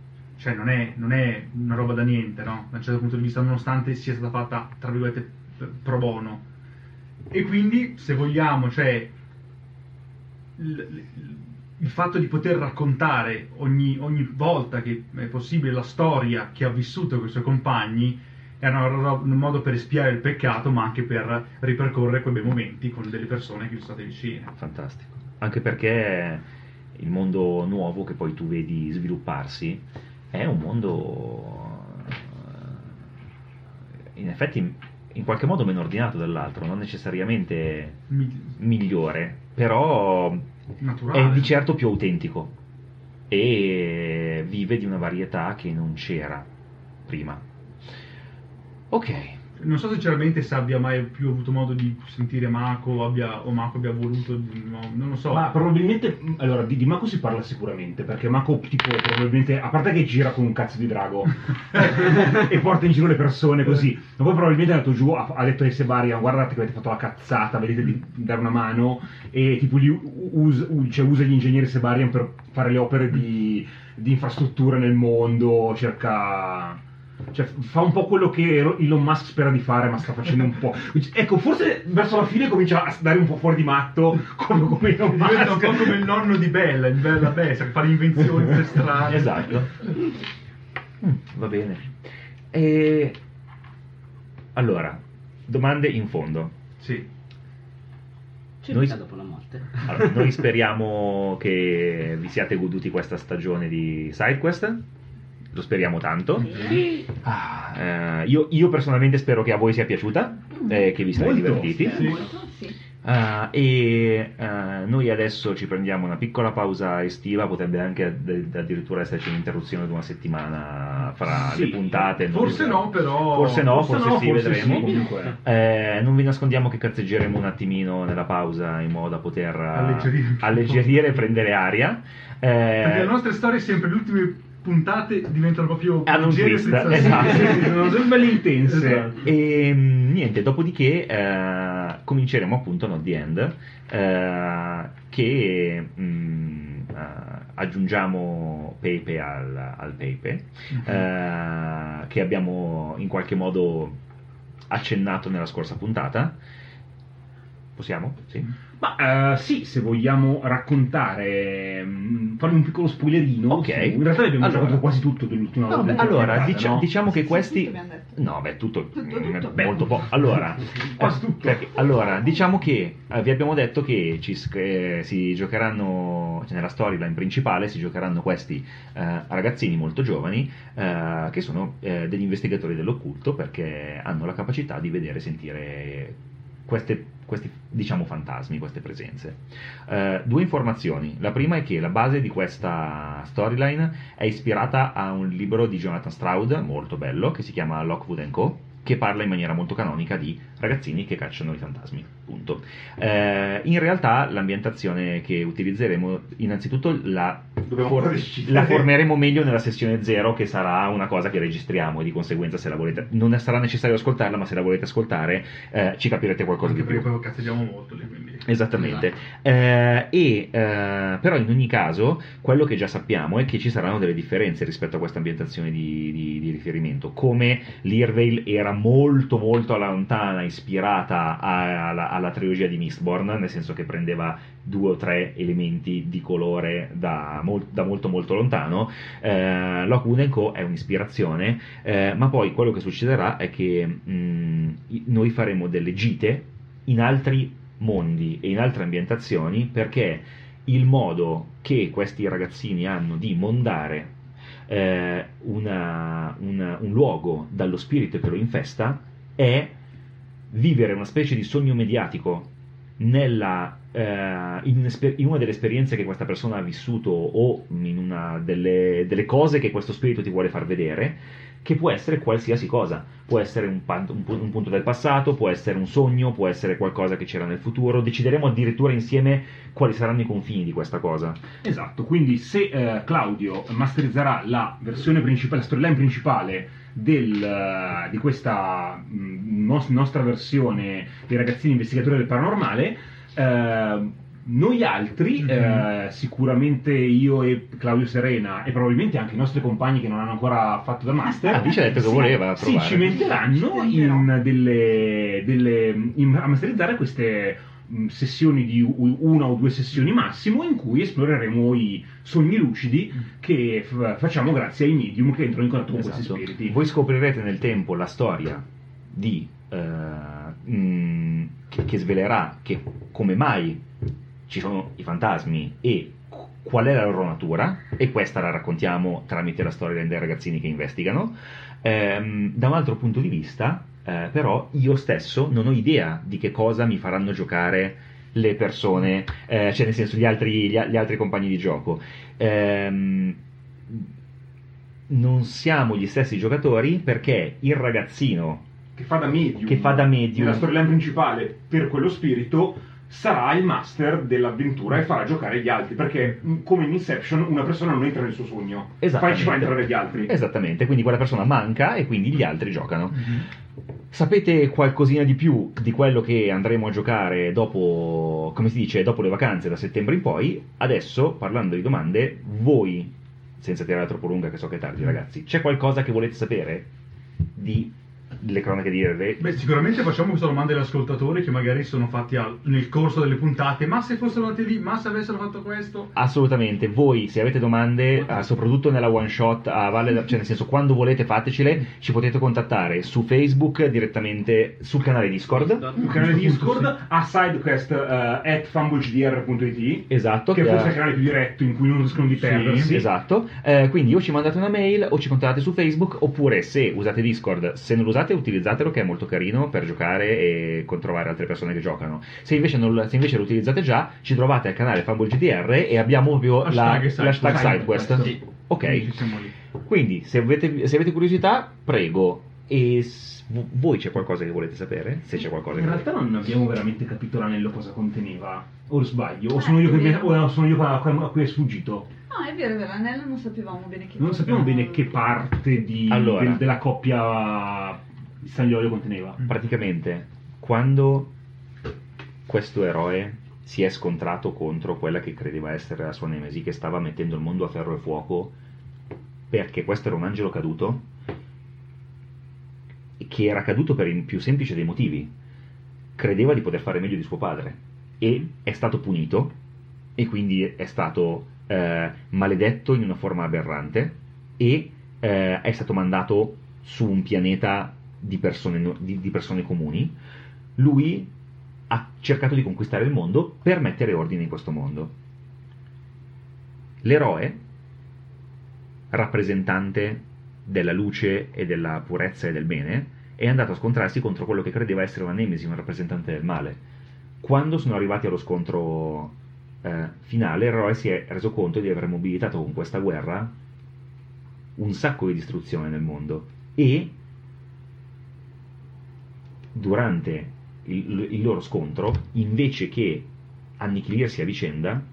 una roba da niente, no? Da un certo punto di vista, nonostante sia stata fatta tra virgolette pro bono. E quindi, se vogliamo, cioè il fatto di poter raccontare ogni volta che è possibile la storia che ha vissuto con i suoi compagni era un modo per espiare il peccato, ma anche per ripercorrere quei bei momenti con delle persone che gli sono state vicine. Fantastico. Anche perché il mondo nuovo che poi tu vedi svilupparsi è un mondo in effetti in qualche modo meno ordinato dell'altro, non necessariamente migliore, però Naturale. è di certo più autentico e vive di una varietà che non c'era prima. Ok. Non so sinceramente se abbia mai più avuto modo di sentire Mako o Mako abbia voluto, non lo so. Ma probabilmente, allora, di Mako si parla sicuramente, perché Mako tipo probabilmente, a parte che gira con un cazzo di drago e porta in giro le persone così, ma poi probabilmente è andato giù, ha detto ai Sebarian: guardate che avete fatto la cazzata, vedete di dare una mano, e tipo usa gli ingegneri Sebarian per fare le opere di infrastrutture nel mondo, cerca... Cioè, fa un po' quello che Elon Musk spera di fare, ma sta facendo un po'. Ecco, forse verso la fine comincia a dare un po' fuori di matto, come Elon Musk. Diventa un po' come il nonno di Bella, in Bella Bestia, che fa le invenzioni per strada. Esatto. Va bene. E allora, domande in fondo. Sì. C'è Noi- vita dopo la morte. Allora, noi speriamo che vi siate goduti questa stagione di SideQuest. Lo speriamo tanto. Io personalmente spero che a voi sia piaciuta, che vi siate Molto. divertiti. Molto, sì. Noi adesso ci prendiamo una piccola pausa estiva, potrebbe anche addirittura esserci un'interruzione di una settimana fra Sì. le puntate. Forse no, però... Forse sì, vedremo. comunque. Non vi nascondiamo che cazzeggeremo un attimino nella pausa in modo da poter Alleggerire. e prendere aria. Perché le nostre storie sempre, le ultime puntate diventano proprio... Hanno un leggere, twist, senza esatto. senso. Sono sempre belle intense. Esatto. E niente, dopodiché cominceremo appunto Not the End, che aggiungiamo Pepe al Pepe, che abbiamo in qualche modo accennato nella scorsa puntata. Possiamo? Sì. Ma sì, se vogliamo raccontare, farmi un piccolo spoilerino. Ok. In realtà abbiamo Allora. giocato quasi tutto dell'ultima No, volta. beh, Allora, puntata, no? diciamo che Sì, questi... tutto abbiamo detto. No, beh, tutto, Tutto. beh, molto poco. Allora, Quasi tutto. allora, diciamo che vi abbiamo detto che si giocheranno, cioè nella storyline principale si giocheranno questi ragazzini molto giovani che sono degli investigatori dell'occulto, perché hanno la capacità di vedere e sentire questi diciamo fantasmi, queste presenze. Due informazioni. La prima è che la base di questa storyline è ispirata a un libro di Jonathan Stroud molto bello che si chiama Lockwood & Co., che parla in maniera molto canonica di ragazzini che cacciano i fantasmi, punto. In realtà l'ambientazione che utilizzeremo, innanzitutto la formeremo meglio nella sessione 0, che sarà una cosa che registriamo, e di conseguenza, se la volete, non sarà necessario ascoltarla, ma se la volete ascoltare ci capirete qualcosa Anche di più. perché poi cazzeggiamo molto lì, quindi... Esattamente. Però in ogni caso quello che già sappiamo è che ci saranno delle differenze rispetto a questa ambientazione di riferimento, come l'Irvale era molto molto alla lontana ispirata alla trilogia di Mistborn, nel senso che prendeva 2 o 3 elementi di colore da molto molto lontano. Lockwood & Co. è un'ispirazione, ma poi quello che succederà è che noi faremo delle gite in altri mondi e in altre ambientazioni, perché il modo che questi ragazzini hanno di mondare un luogo dallo spirito che lo infesta è vivere una specie di sogno mediatico in una delle esperienze che questa persona ha vissuto, o in una delle cose che questo spirito ti vuole far vedere, che può essere qualsiasi cosa. Può essere un punto del passato, può essere un sogno, può essere qualcosa che c'era nel futuro. Decideremo addirittura insieme quali saranno i confini di questa cosa. Esatto, quindi se Claudio masterizzerà la versione principale, la storyline principale di questa nostra versione dei ragazzini investigatori del paranormale, noi altri, sicuramente io e Claudio Serena, e probabilmente anche i nostri compagni che non hanno ancora fatto da master, Dice ha detto che voleva si provare. cimenteranno a masterizzare queste sessioni di 1 o 2 sessioni massimo, in cui esploreremo i sogni lucidi che facciamo grazie ai medium che entrano in contatto con questi Esatto. spiriti. Voi scoprirete nel tempo la storia di che svelerà che come mai ci sono i fantasmi e qual è la loro natura, e questa la raccontiamo tramite la storia dei ragazzini che investigano. Da un altro punto di vista, però, io stesso non ho idea di che cosa mi faranno giocare le persone, cioè nel senso gli altri compagni di gioco. Non siamo gli stessi giocatori, perché il ragazzino Che fa da medium nella nella storyline principale per quello spirito sarà il master dell'avventura e farà giocare gli altri, perché come in Inception una persona non entra nel suo sogno, ci fa entrare gli altri. Esattamente, quindi quella persona manca e quindi gli altri giocano. Sapete qualcosina di più di quello che andremo a giocare dopo, come si dice, dopo le vacanze, da settembre in poi? Adesso, parlando di domande, voi, senza tirare troppo lunga che so che è tardi ragazzi, c'è qualcosa che volete sapere di le cronache di Irve. Beh, sicuramente facciamo questa domanda agli ascoltatori che magari sono fatti nel corso delle puntate. Ma se fossero andati lì, ma se avessero fatto questo? Assolutamente, voi se avete domande, soprattutto nella one shot a valle, cioè nel senso quando volete fatecele, ci potete contattare su Facebook direttamente sul canale Discord. Sul canale Discord a SideQuest @fumblegdr.it. Esatto, che forse è il canale più diretto in cui non rischiano di perdersi. Sì, esatto. Quindi o ci mandate una mail o ci contattate su Facebook, oppure se usate Discord, se non lo usate utilizzatelo, che è molto carino per giocare e trovare altre persone che giocano. Se invece lo utilizzate già, ci trovate al canale FumbleGDR e abbiamo proprio l'hashtag SideQuest. Sì. Ok. Siamo lì. Quindi se avete curiosità, prego. E voi c'è qualcosa che volete sapere? Se c'è qualcosa In che realtà non abbiamo veramente capito l'anello cosa conteneva. O sbaglio? O è sono io vero. a cui è sfuggito? No, è vero, l'anello non sapevamo bene che Non sappiamo bene che parte della coppia Stagliolio conteneva. praticamente quando questo eroe si è scontrato contro quella che credeva essere la sua nemesi, che stava mettendo il mondo a ferro e fuoco, perché questo era un angelo caduto, che era caduto per il più semplice dei motivi: credeva di poter fare meglio di suo padre e è stato punito, e quindi è stato maledetto in una forma aberrante e è stato mandato su un pianeta di persone comuni. Lui ha cercato di conquistare il mondo per mettere ordine in questo mondo. L'eroe, rappresentante della luce e della purezza e del bene, è andato a scontrarsi contro quello che credeva essere una nemesi, un rappresentante del male. Quando sono arrivati allo scontro finale, l'eroe si è reso conto di aver mobilitato con questa guerra un sacco di distruzione nel mondo, e durante il loro scontro, invece che annichilirsi a vicenda,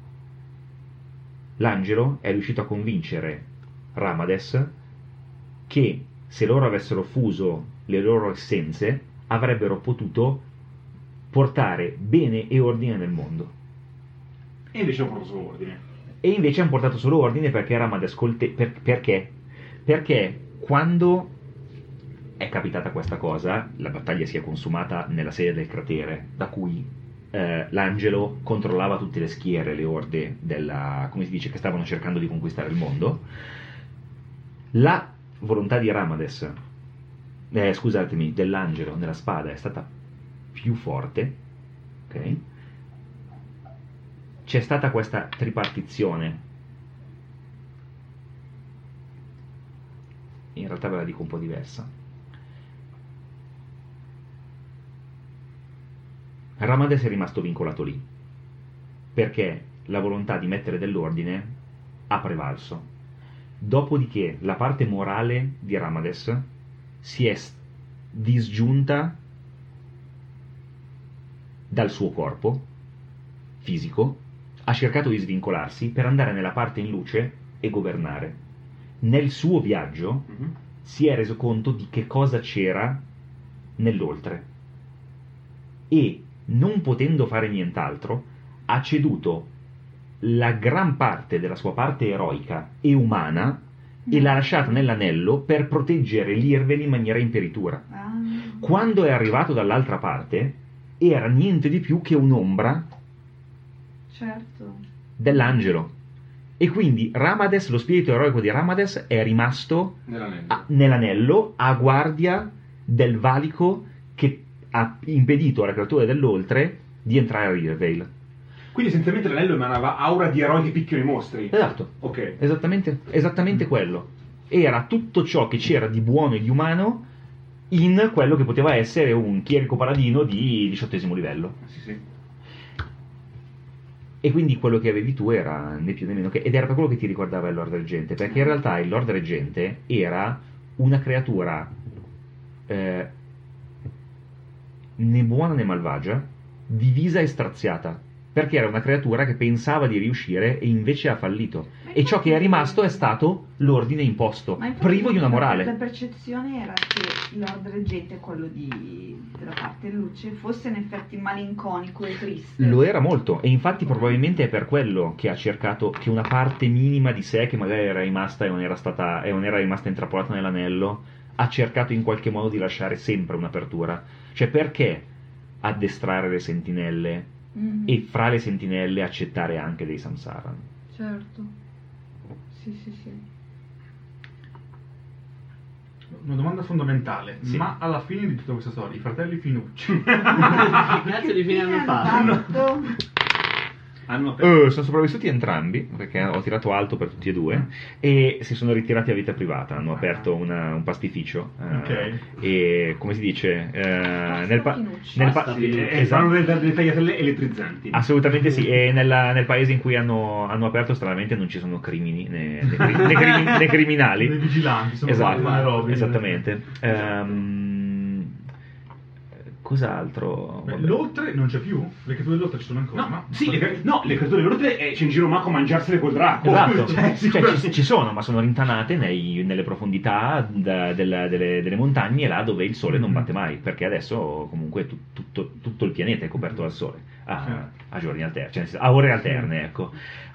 l'angelo è riuscito a convincere Ramades che se loro avessero fuso le loro essenze avrebbero potuto portare bene e ordine nel mondo. E invece ho portato solo ordine. E invece hanno portato solo ordine perché Ramades perché? Perché quando è capitata questa cosa, la battaglia si è consumata nella sede del cratere, da cui l'angelo controllava tutte le schiere, le orde come si dice, che stavano cercando di conquistare il mondo. La volontà di Ramades, dell'angelo nella spada è stata più forte, ok? C'è stata questa tripartizione. In realtà ve la dico un po' diversa. Ramades è rimasto vincolato lì perché la volontà di mettere dell'ordine ha prevalso. Dopodiché la parte morale di Ramades si è disgiunta dal suo corpo fisico, ha cercato di svincolarsi per andare nella parte in luce e governare. Nel suo viaggio si è reso conto di che cosa c'era nell'oltre e, non potendo fare nient'altro, ha ceduto la gran parte della sua parte eroica e umana e l'ha lasciata nell'anello per proteggere l'Irvel in maniera imperitura. Quando è arrivato dall'altra parte era niente di più che un'ombra dell'angelo, e quindi Ramades, lo spirito eroico di Ramades, è rimasto nell'anello a guardia del valico che ha impedito alle creature dell'oltre di entrare a Rivervale. Quindi essenzialmente l'anello emanava aura di eroi che picchiano i mostri. Esatto. Ok. Esattamente quello. Era tutto ciò che c'era di buono e di umano in quello che poteva essere un chierico paladino di 18° livello. Sì. E quindi quello che avevi tu era né più né meno che, ed era per quello che ti ricordava il Lord Reggente, perché in realtà il Lord Reggente era una creatura né buona né malvagia, divisa e straziata, perché era una creatura che pensava di riuscire e invece ha fallito. E ciò che è rimasto è stato l'ordine imposto, privo di una morale. La percezione era che Lord Reggente, quello della parte luce, fosse in effetti malinconico e triste. Lo era molto, e infatti probabilmente è per quello che ha cercato che una parte minima di sé, che magari era rimasta e non era rimasta intrappolata nell'anello, ha cercato in qualche modo di lasciare sempre un'apertura. Cioè, perché addestrare le sentinelle e fra le sentinelle accettare anche dei Samsaran? Certo. Sì. Una domanda fondamentale, Sì. ma alla fine di tutta questa storia, i fratelli Finucci Che cazzo di fine hanno fatto? Sono sopravvissuti entrambi, perché ho tirato alto per tutti e due, e si sono ritirati a vita privata, hanno aperto un pastificio, Ok. e come si dice, Finucci. esatto. Fanno delle tagliatelle elettrizanti. Assolutamente sì, e nel paese in cui hanno aperto stranamente non ci sono crimini né criminali. dei vigilanti, sono Esatto, buone robe. esattamente. Cos'altro? Beh, Vabbè. l'oltre non c'è più? Le creature dell'oltre ci sono ancora, No, ma... sì, le creature dell'ordine c'è in giro Mako a mangiarsele col drago. Esatto, Cioè, sicuramente. ci sono, ma sono rintanate nelle profondità delle montagne, là dove il sole non batte mai, perché adesso comunque tutto il pianeta è coperto dal sole, a giorni alterni, cioè a ore alterne, ecco.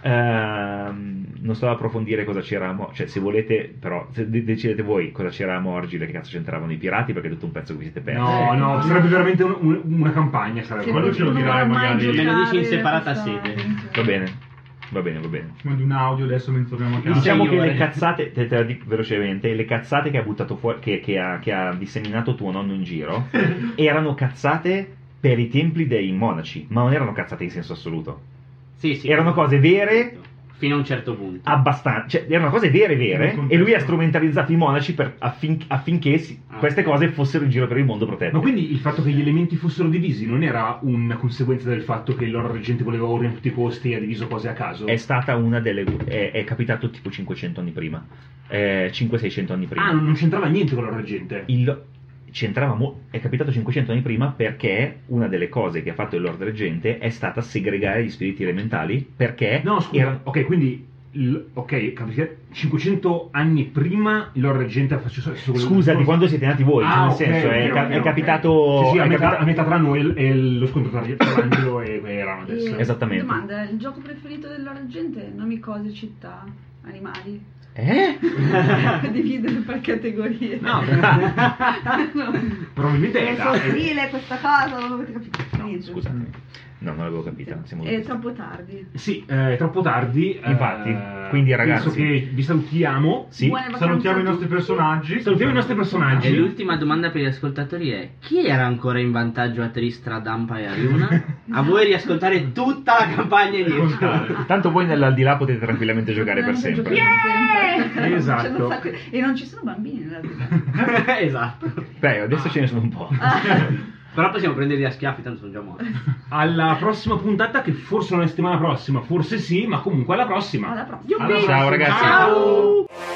Non sto ad approfondire cosa c'era, cioè se volete, però se decidete voi cosa c'era a Morgile, che cazzo c'entravano i pirati, perché è tutto un pezzo che vi siete persi. No, sarebbe veramente una campagna. Sarebbe Che quello non ce lo dirai vorrò mai magari. Me lo dici in giocare separata questa sede. avventura. Va bene. Mandi un audio adesso mentre torniamo a casa. Diciamo che ore. le cazzate, te la dico velocemente, le cazzate che ha buttato fuori, che ha disseminato tuo nonno in giro, erano cazzate per i templi dei monaci, ma non erano cazzate in senso assoluto. Sì. Erano cose vere, fino a un certo punto. abbastanza, cioè erano cose vere, Nel contesto. e lui ha strumentalizzato i monaci affinché queste cose fossero in giro per il mondo protette. Ma quindi il fatto che gli elementi fossero divisi non era una conseguenza del fatto che l'oro reggente voleva oro in tutti i costi e ha diviso cose a caso? È stata una delle... è capitato tipo 500 anni prima, 500-600 anni prima. Ah, non c'entrava niente con l'oro reggente. È capitato 500 anni prima perché una delle cose che ha fatto il Lord Reggente è stata segregare gli spiriti elementali, perché No, scusa, ok, quindi... capisci? 500 anni prima il Lord Reggente faceva... scusa, di quando siete nati voi, cioè nel senso è capitato... Sì, è a metà tra noi e lo scontro tra l'angelo e Rama adesso. Esattamente. Domanda, il gioco preferito dell'argente? Nomi, cose, città, animali? Dividere per categorie. No, probabilmente è È sottile questa cosa, non avete capito niente. Scusatemi. No, non l'avevo capita. È troppo tardi. Sì, è troppo tardi. Infatti, quindi ragazzi... Penso che vi salutiamo. Sì. Buone vacanze Salutiamo a i nostri tutti. personaggi. Salutiamo i nostri E personaggi. l'ultima domanda per gli ascoltatori è: chi era ancora in vantaggio a Tristra, Dampa e Ariuna? A voi riascoltare tutta la campagna indietro. Tanto voi nell'aldilà potete tranquillamente giocare per Veramente sempre. giochiamo sempre. Esatto. E non ci sono bambini nella vita. Esatto. Beh, adesso ce ne sono un po'. Però possiamo prenderli a schiaffi, tanto sono già morti. Alla prossima puntata, che forse non è settimana prossima, forse sì, ma comunque alla prossima. Alla prossima. Ciao ragazzi. Ciao!